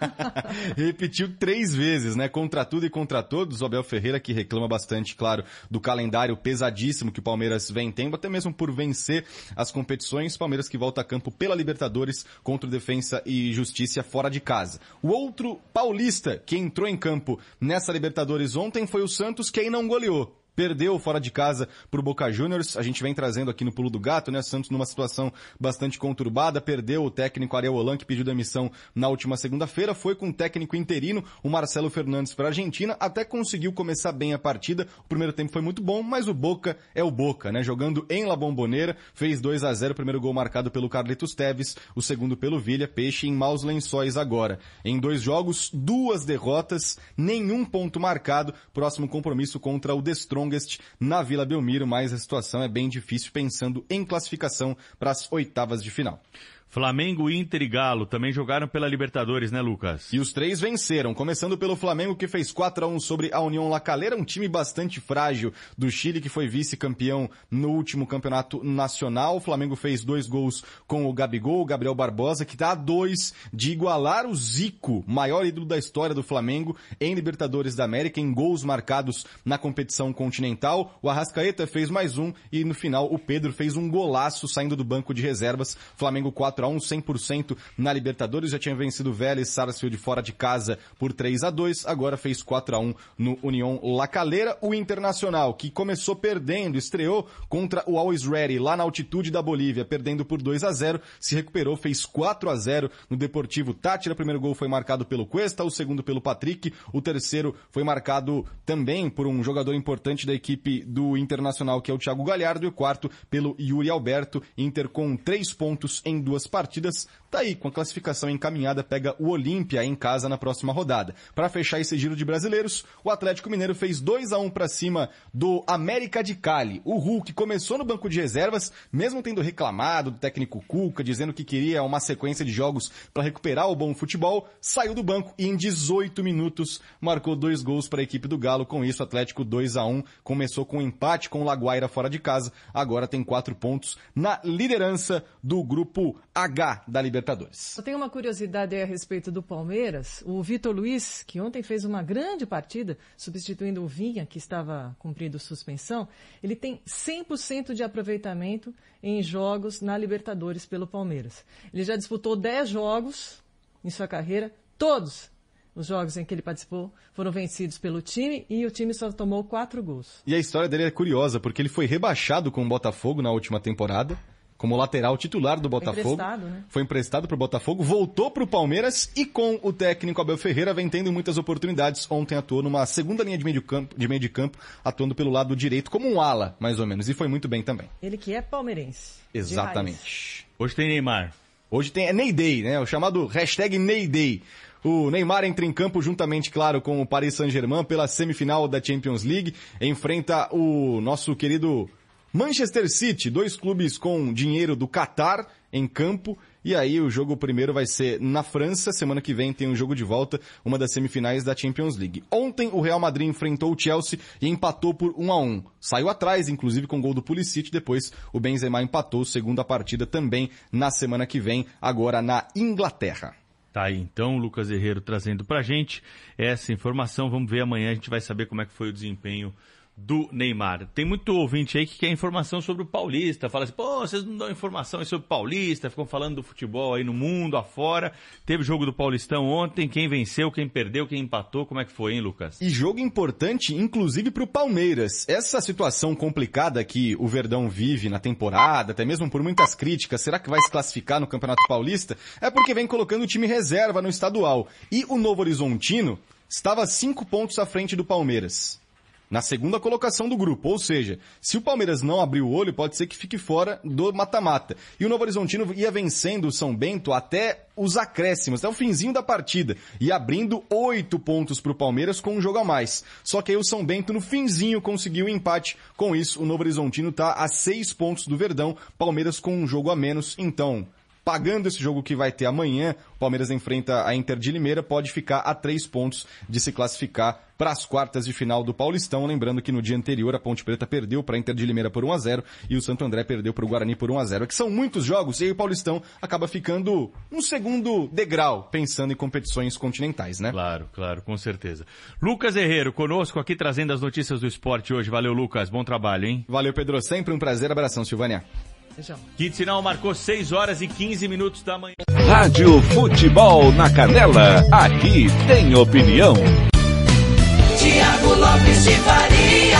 Repetiu 3 vezes, né? Contra tudo e contra todos. O Abel Ferreira que reclama bastante, claro, do calendário pesadíssimo que o Palmeiras vem tendo, até mesmo por vencer as competições. Palmeiras que volta a campo pela Libertadores contra o Defensa e Justiça fora de casa. O outro paulista que entrou em campo nessa Libertadores ontem foi o Santos, que aí não goleou. Perdeu fora de casa pro Boca Juniors. A gente vem trazendo aqui no Pulo do Gato, né? Santos numa situação bastante conturbada. Perdeu o técnico Ariel Holan, que pediu demissão na última segunda-feira. Foi com o técnico interino, o Marcelo Fernandes, para a Argentina. Até conseguiu começar bem a partida. O primeiro tempo foi muito bom, mas o Boca é o Boca, né? Jogando em La Bombonera. Fez 2-0. O primeiro gol marcado pelo Carlitos Teves. O segundo pelo Villa. Peixe em maus lençóis agora. Em 2 jogos, 2 derrotas. Nenhum ponto marcado. Próximo compromisso contra o The Strongest na Vila Belmiro, mas a situação é bem difícil pensando em classificação para as oitavas de final. Flamengo, Inter e Galo também jogaram pela Libertadores, né, Lucas? E os 3 venceram, começando pelo Flamengo, que fez 4-1 sobre a União La Calera, um time bastante frágil do Chile, que foi vice-campeão no último campeonato nacional. O Flamengo fez 2 gols com o Gabigol, o Gabriel Barbosa, que está a 2 de igualar o Zico, maior ídolo da história do Flamengo, em Libertadores da América, em gols marcados na competição continental. O Arrascaeta fez mais 1 e no final o Pedro fez um golaço saindo do banco de reservas. Flamengo 4-1, 100% na Libertadores, já tinha vencido o Vélez Sarsfield fora de casa por 3-2, agora fez 4-1 no União La Calera. O Internacional, que começou perdendo, estreou contra o Always Ready lá na altitude da Bolívia, perdendo por 2-0, se recuperou, fez 4-0 no Deportivo Táchira. O primeiro gol foi marcado pelo Cuesta, o segundo pelo Patrick, o terceiro foi marcado também por um jogador importante da equipe do Internacional, que é o Thiago Galhardo, e o quarto pelo Yuri Alberto. Inter com 3 pontos em 2 partidas, tá aí com a classificação encaminhada, pega o Olímpia em casa na próxima rodada. Para fechar esse giro de brasileiros, o Atlético Mineiro fez 2-1 para cima do América de Cali. O Hulk começou no banco de reservas, mesmo tendo reclamado do técnico Cuca, dizendo que queria uma sequência de jogos para recuperar o bom futebol, saiu do banco e em 18 minutos marcou 2 gols para a equipe do Galo. Com isso, o Atlético 2-1, começou com um empate com o Laguaira fora de casa, agora tem 4 pontos na liderança do grupo H da Libertadores. Eu tenho uma curiosidade aí a respeito do Palmeiras. O Vitor Luiz, que ontem fez uma grande partida, substituindo o Vinha, que estava cumprindo suspensão, ele tem 100% de aproveitamento em jogos na Libertadores pelo Palmeiras. Ele já disputou 10 jogos em sua carreira, todos os jogos em que ele participou foram vencidos pelo time e o time só tomou 4 gols. E a história dele é curiosa, porque ele foi rebaixado com o Botafogo na última temporada, como lateral titular do Botafogo. Foi emprestado para o Botafogo, voltou para o Palmeiras e com o técnico Abel Ferreira vem tendo muitas oportunidades. Ontem atuou numa segunda linha de meio de campo, atuando pelo lado direito como um ala, mais ou menos, e foi muito bem também. Ele que é palmeirense. Exatamente. Hoje tem Neymar. Hoje tem Ney Day, né? O chamado hashtag Ney Day. O Neymar entra em campo juntamente, claro, com o Paris Saint-Germain pela semifinal da Champions League. Enfrenta o nosso querido Manchester City, 2 clubes com dinheiro do Qatar em campo. E aí o jogo primeiro vai ser na França, semana que vem tem um jogo de volta, uma das semifinais da Champions League. Ontem o Real Madrid enfrentou o Chelsea e empatou por 1-1. Saiu atrás, inclusive com gol do Pulisic, depois o Benzema empatou, segunda partida também na semana que vem, agora na Inglaterra. Tá aí então, Lucas Herrero trazendo pra gente essa informação. Vamos ver amanhã, a gente vai saber como é que foi o desempenho do Neymar. Tem muito ouvinte aí que quer informação sobre o Paulista, fala assim, pô, vocês não dão informação sobre o Paulista, ficam falando do futebol aí no mundo, afora. Teve jogo do Paulistão ontem, quem venceu, quem perdeu, quem empatou, como é que foi, hein, Lucas? E jogo importante, inclusive pro Palmeiras. Essa situação complicada que o Verdão vive na temporada, até mesmo por muitas críticas, será que vai se classificar no Campeonato Paulista? É porque vem colocando o time reserva no estadual. E o Novo Horizontino estava 5 pontos à frente do Palmeiras, na segunda colocação do grupo, ou seja, se o Palmeiras não abrir o olho, pode ser que fique fora do mata-mata. E o Novo Horizontino ia vencendo o São Bento até os acréscimos, até o finzinho da partida, e abrindo 8 pontos para o Palmeiras com um jogo a mais. Só que aí o São Bento no finzinho conseguiu o empate, com isso o Novo Horizontino está a 6 pontos do Verdão, Palmeiras com um jogo a menos, então pagando esse jogo que vai ter amanhã, o Palmeiras enfrenta a Inter de Limeira, pode ficar a 3 pontos de se classificar para as quartas de final do Paulistão. Lembrando que no dia anterior a Ponte Preta perdeu para a Inter de Limeira por 1-0 e o Santo André perdeu para o Guarani por 1-0. É que são muitos jogos e aí o Paulistão acaba ficando um segundo degrau, pensando em competições continentais, né? Claro, claro, com certeza. Lucas Herrero, conosco aqui trazendo as notícias do esporte hoje. Valeu, Lucas, bom trabalho, hein? Valeu, Pedro, sempre um prazer. Abração, Silvânia. Kit Sinal marcou 6 horas e 15 minutos da manhã. Rádio Futebol na Canela, aqui tem opinião. Tiago Lopes de Faria.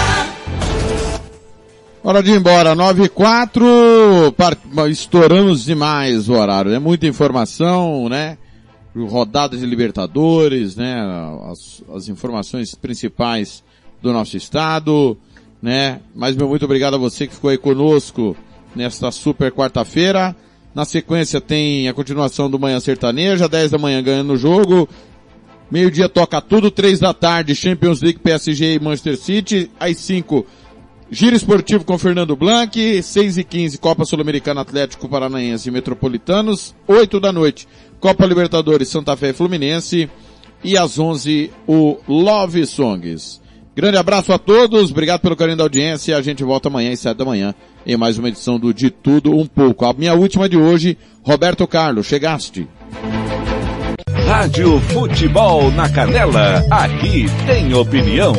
Hora de ir embora, 9h04, estouramos demais o horário, é muita informação, né? Rodadas de Libertadores, né? As informações principais do nosso estado, né? Mas meu muito obrigado a você que ficou aí conosco nesta super quarta-feira. Na sequência tem a continuação do Manhã Sertaneja, 10 da manhã ganhando o jogo. Meio-dia toca tudo, 3 da tarde, Champions League, PSG e Manchester City. Às 5, Giro Esportivo com Fernando Blanc. 6h15, Copa Sul-Americana, Atlético Paranaense e Metropolitanos. 8 da noite, Copa Libertadores, Santa Fé e Fluminense. E às 11, o Love Songs. Grande abraço a todos, obrigado pelo carinho da audiência. A gente volta amanhã às 7 da manhã em mais uma edição do De Tudo Um Pouco. A minha última de hoje, Roberto Carlos, chegaste. Rádio Futebol na Canela, aqui tem opinião.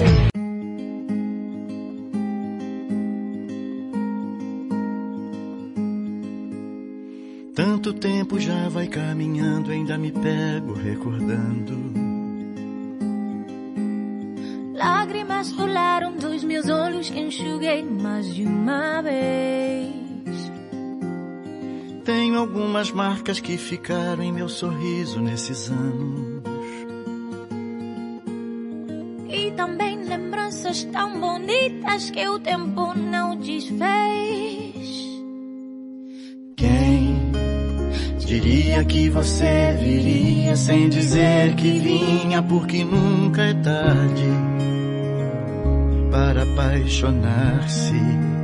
Tanto tempo já vai caminhando, ainda me pego recordando. Lágrimas rolaram dos meus olhos, enxuguei mais de uma vez. Tenho algumas marcas que ficaram em meu sorriso nesses anos. E também lembranças tão bonitas que o tempo não desfez. Quem diria que você viria sem dizer que vinha, porque nunca é tarde para apaixonar-se.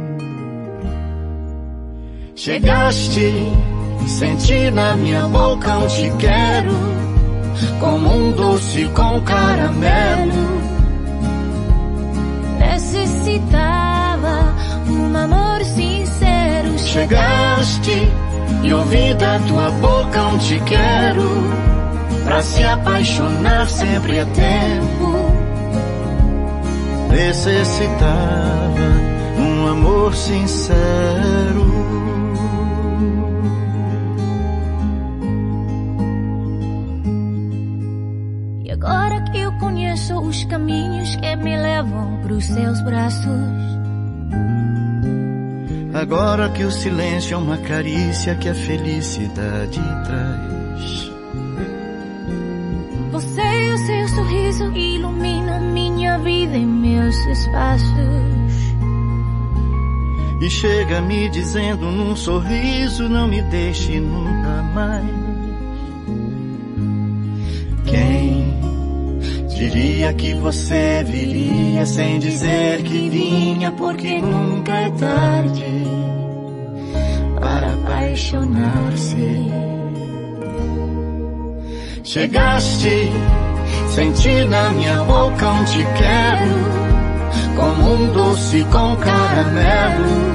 Chegaste, senti na minha boca um te quero, como um doce com caramelo. Necessitava um amor sincero. Chegaste e ouvi da tua boca um te quero, pra se apaixonar sempre é tempo. Necessitava um amor sincero. E agora que eu conheço os caminhos que me levam pros seus braços, agora que o silêncio é uma carícia que a felicidade traz, você e o seu sorriso iluminam minha vida e meus espaços. E chega me dizendo num sorriso, não me deixe nunca mais. Quem diria que você viria sem dizer que vinha, porque nunca é tarde para apaixonar-se. Chegaste, senti na minha boca um te quero, como um doce com caramelo.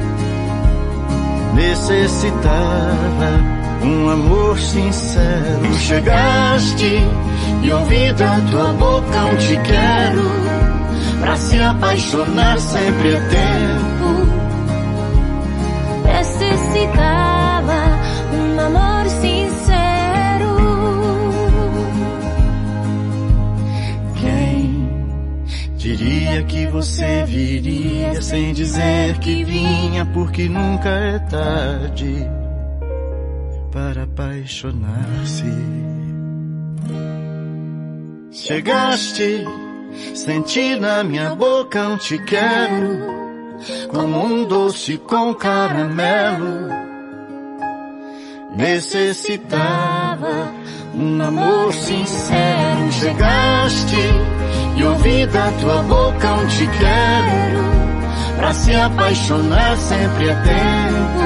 Necessitava um amor sincero. Chegaste e ouvi da tua boca um te quero, pra se apaixonar sempre é tempo. Necessitava um amor sincero. Quem diria que você viria sem dizer que vinha, porque nunca é tarde para apaixonar-se. Chegaste, senti na minha boca um te quero, como um doce com caramelo. Necessitava um amor sincero. Chegaste e ouvi da tua boca um te quero, pra se apaixonar sempre é tempo.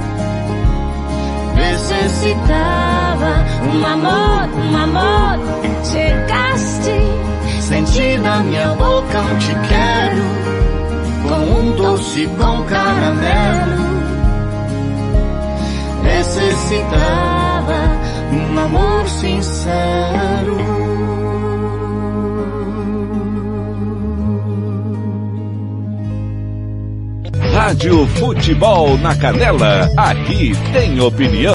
Necessitava um amor, um amor. Chegaste, senti na minha boca um te quero, com um doce com caramelo. Necessitava um amor sincero. Rádio Futebol na Canela, aqui tem opinião.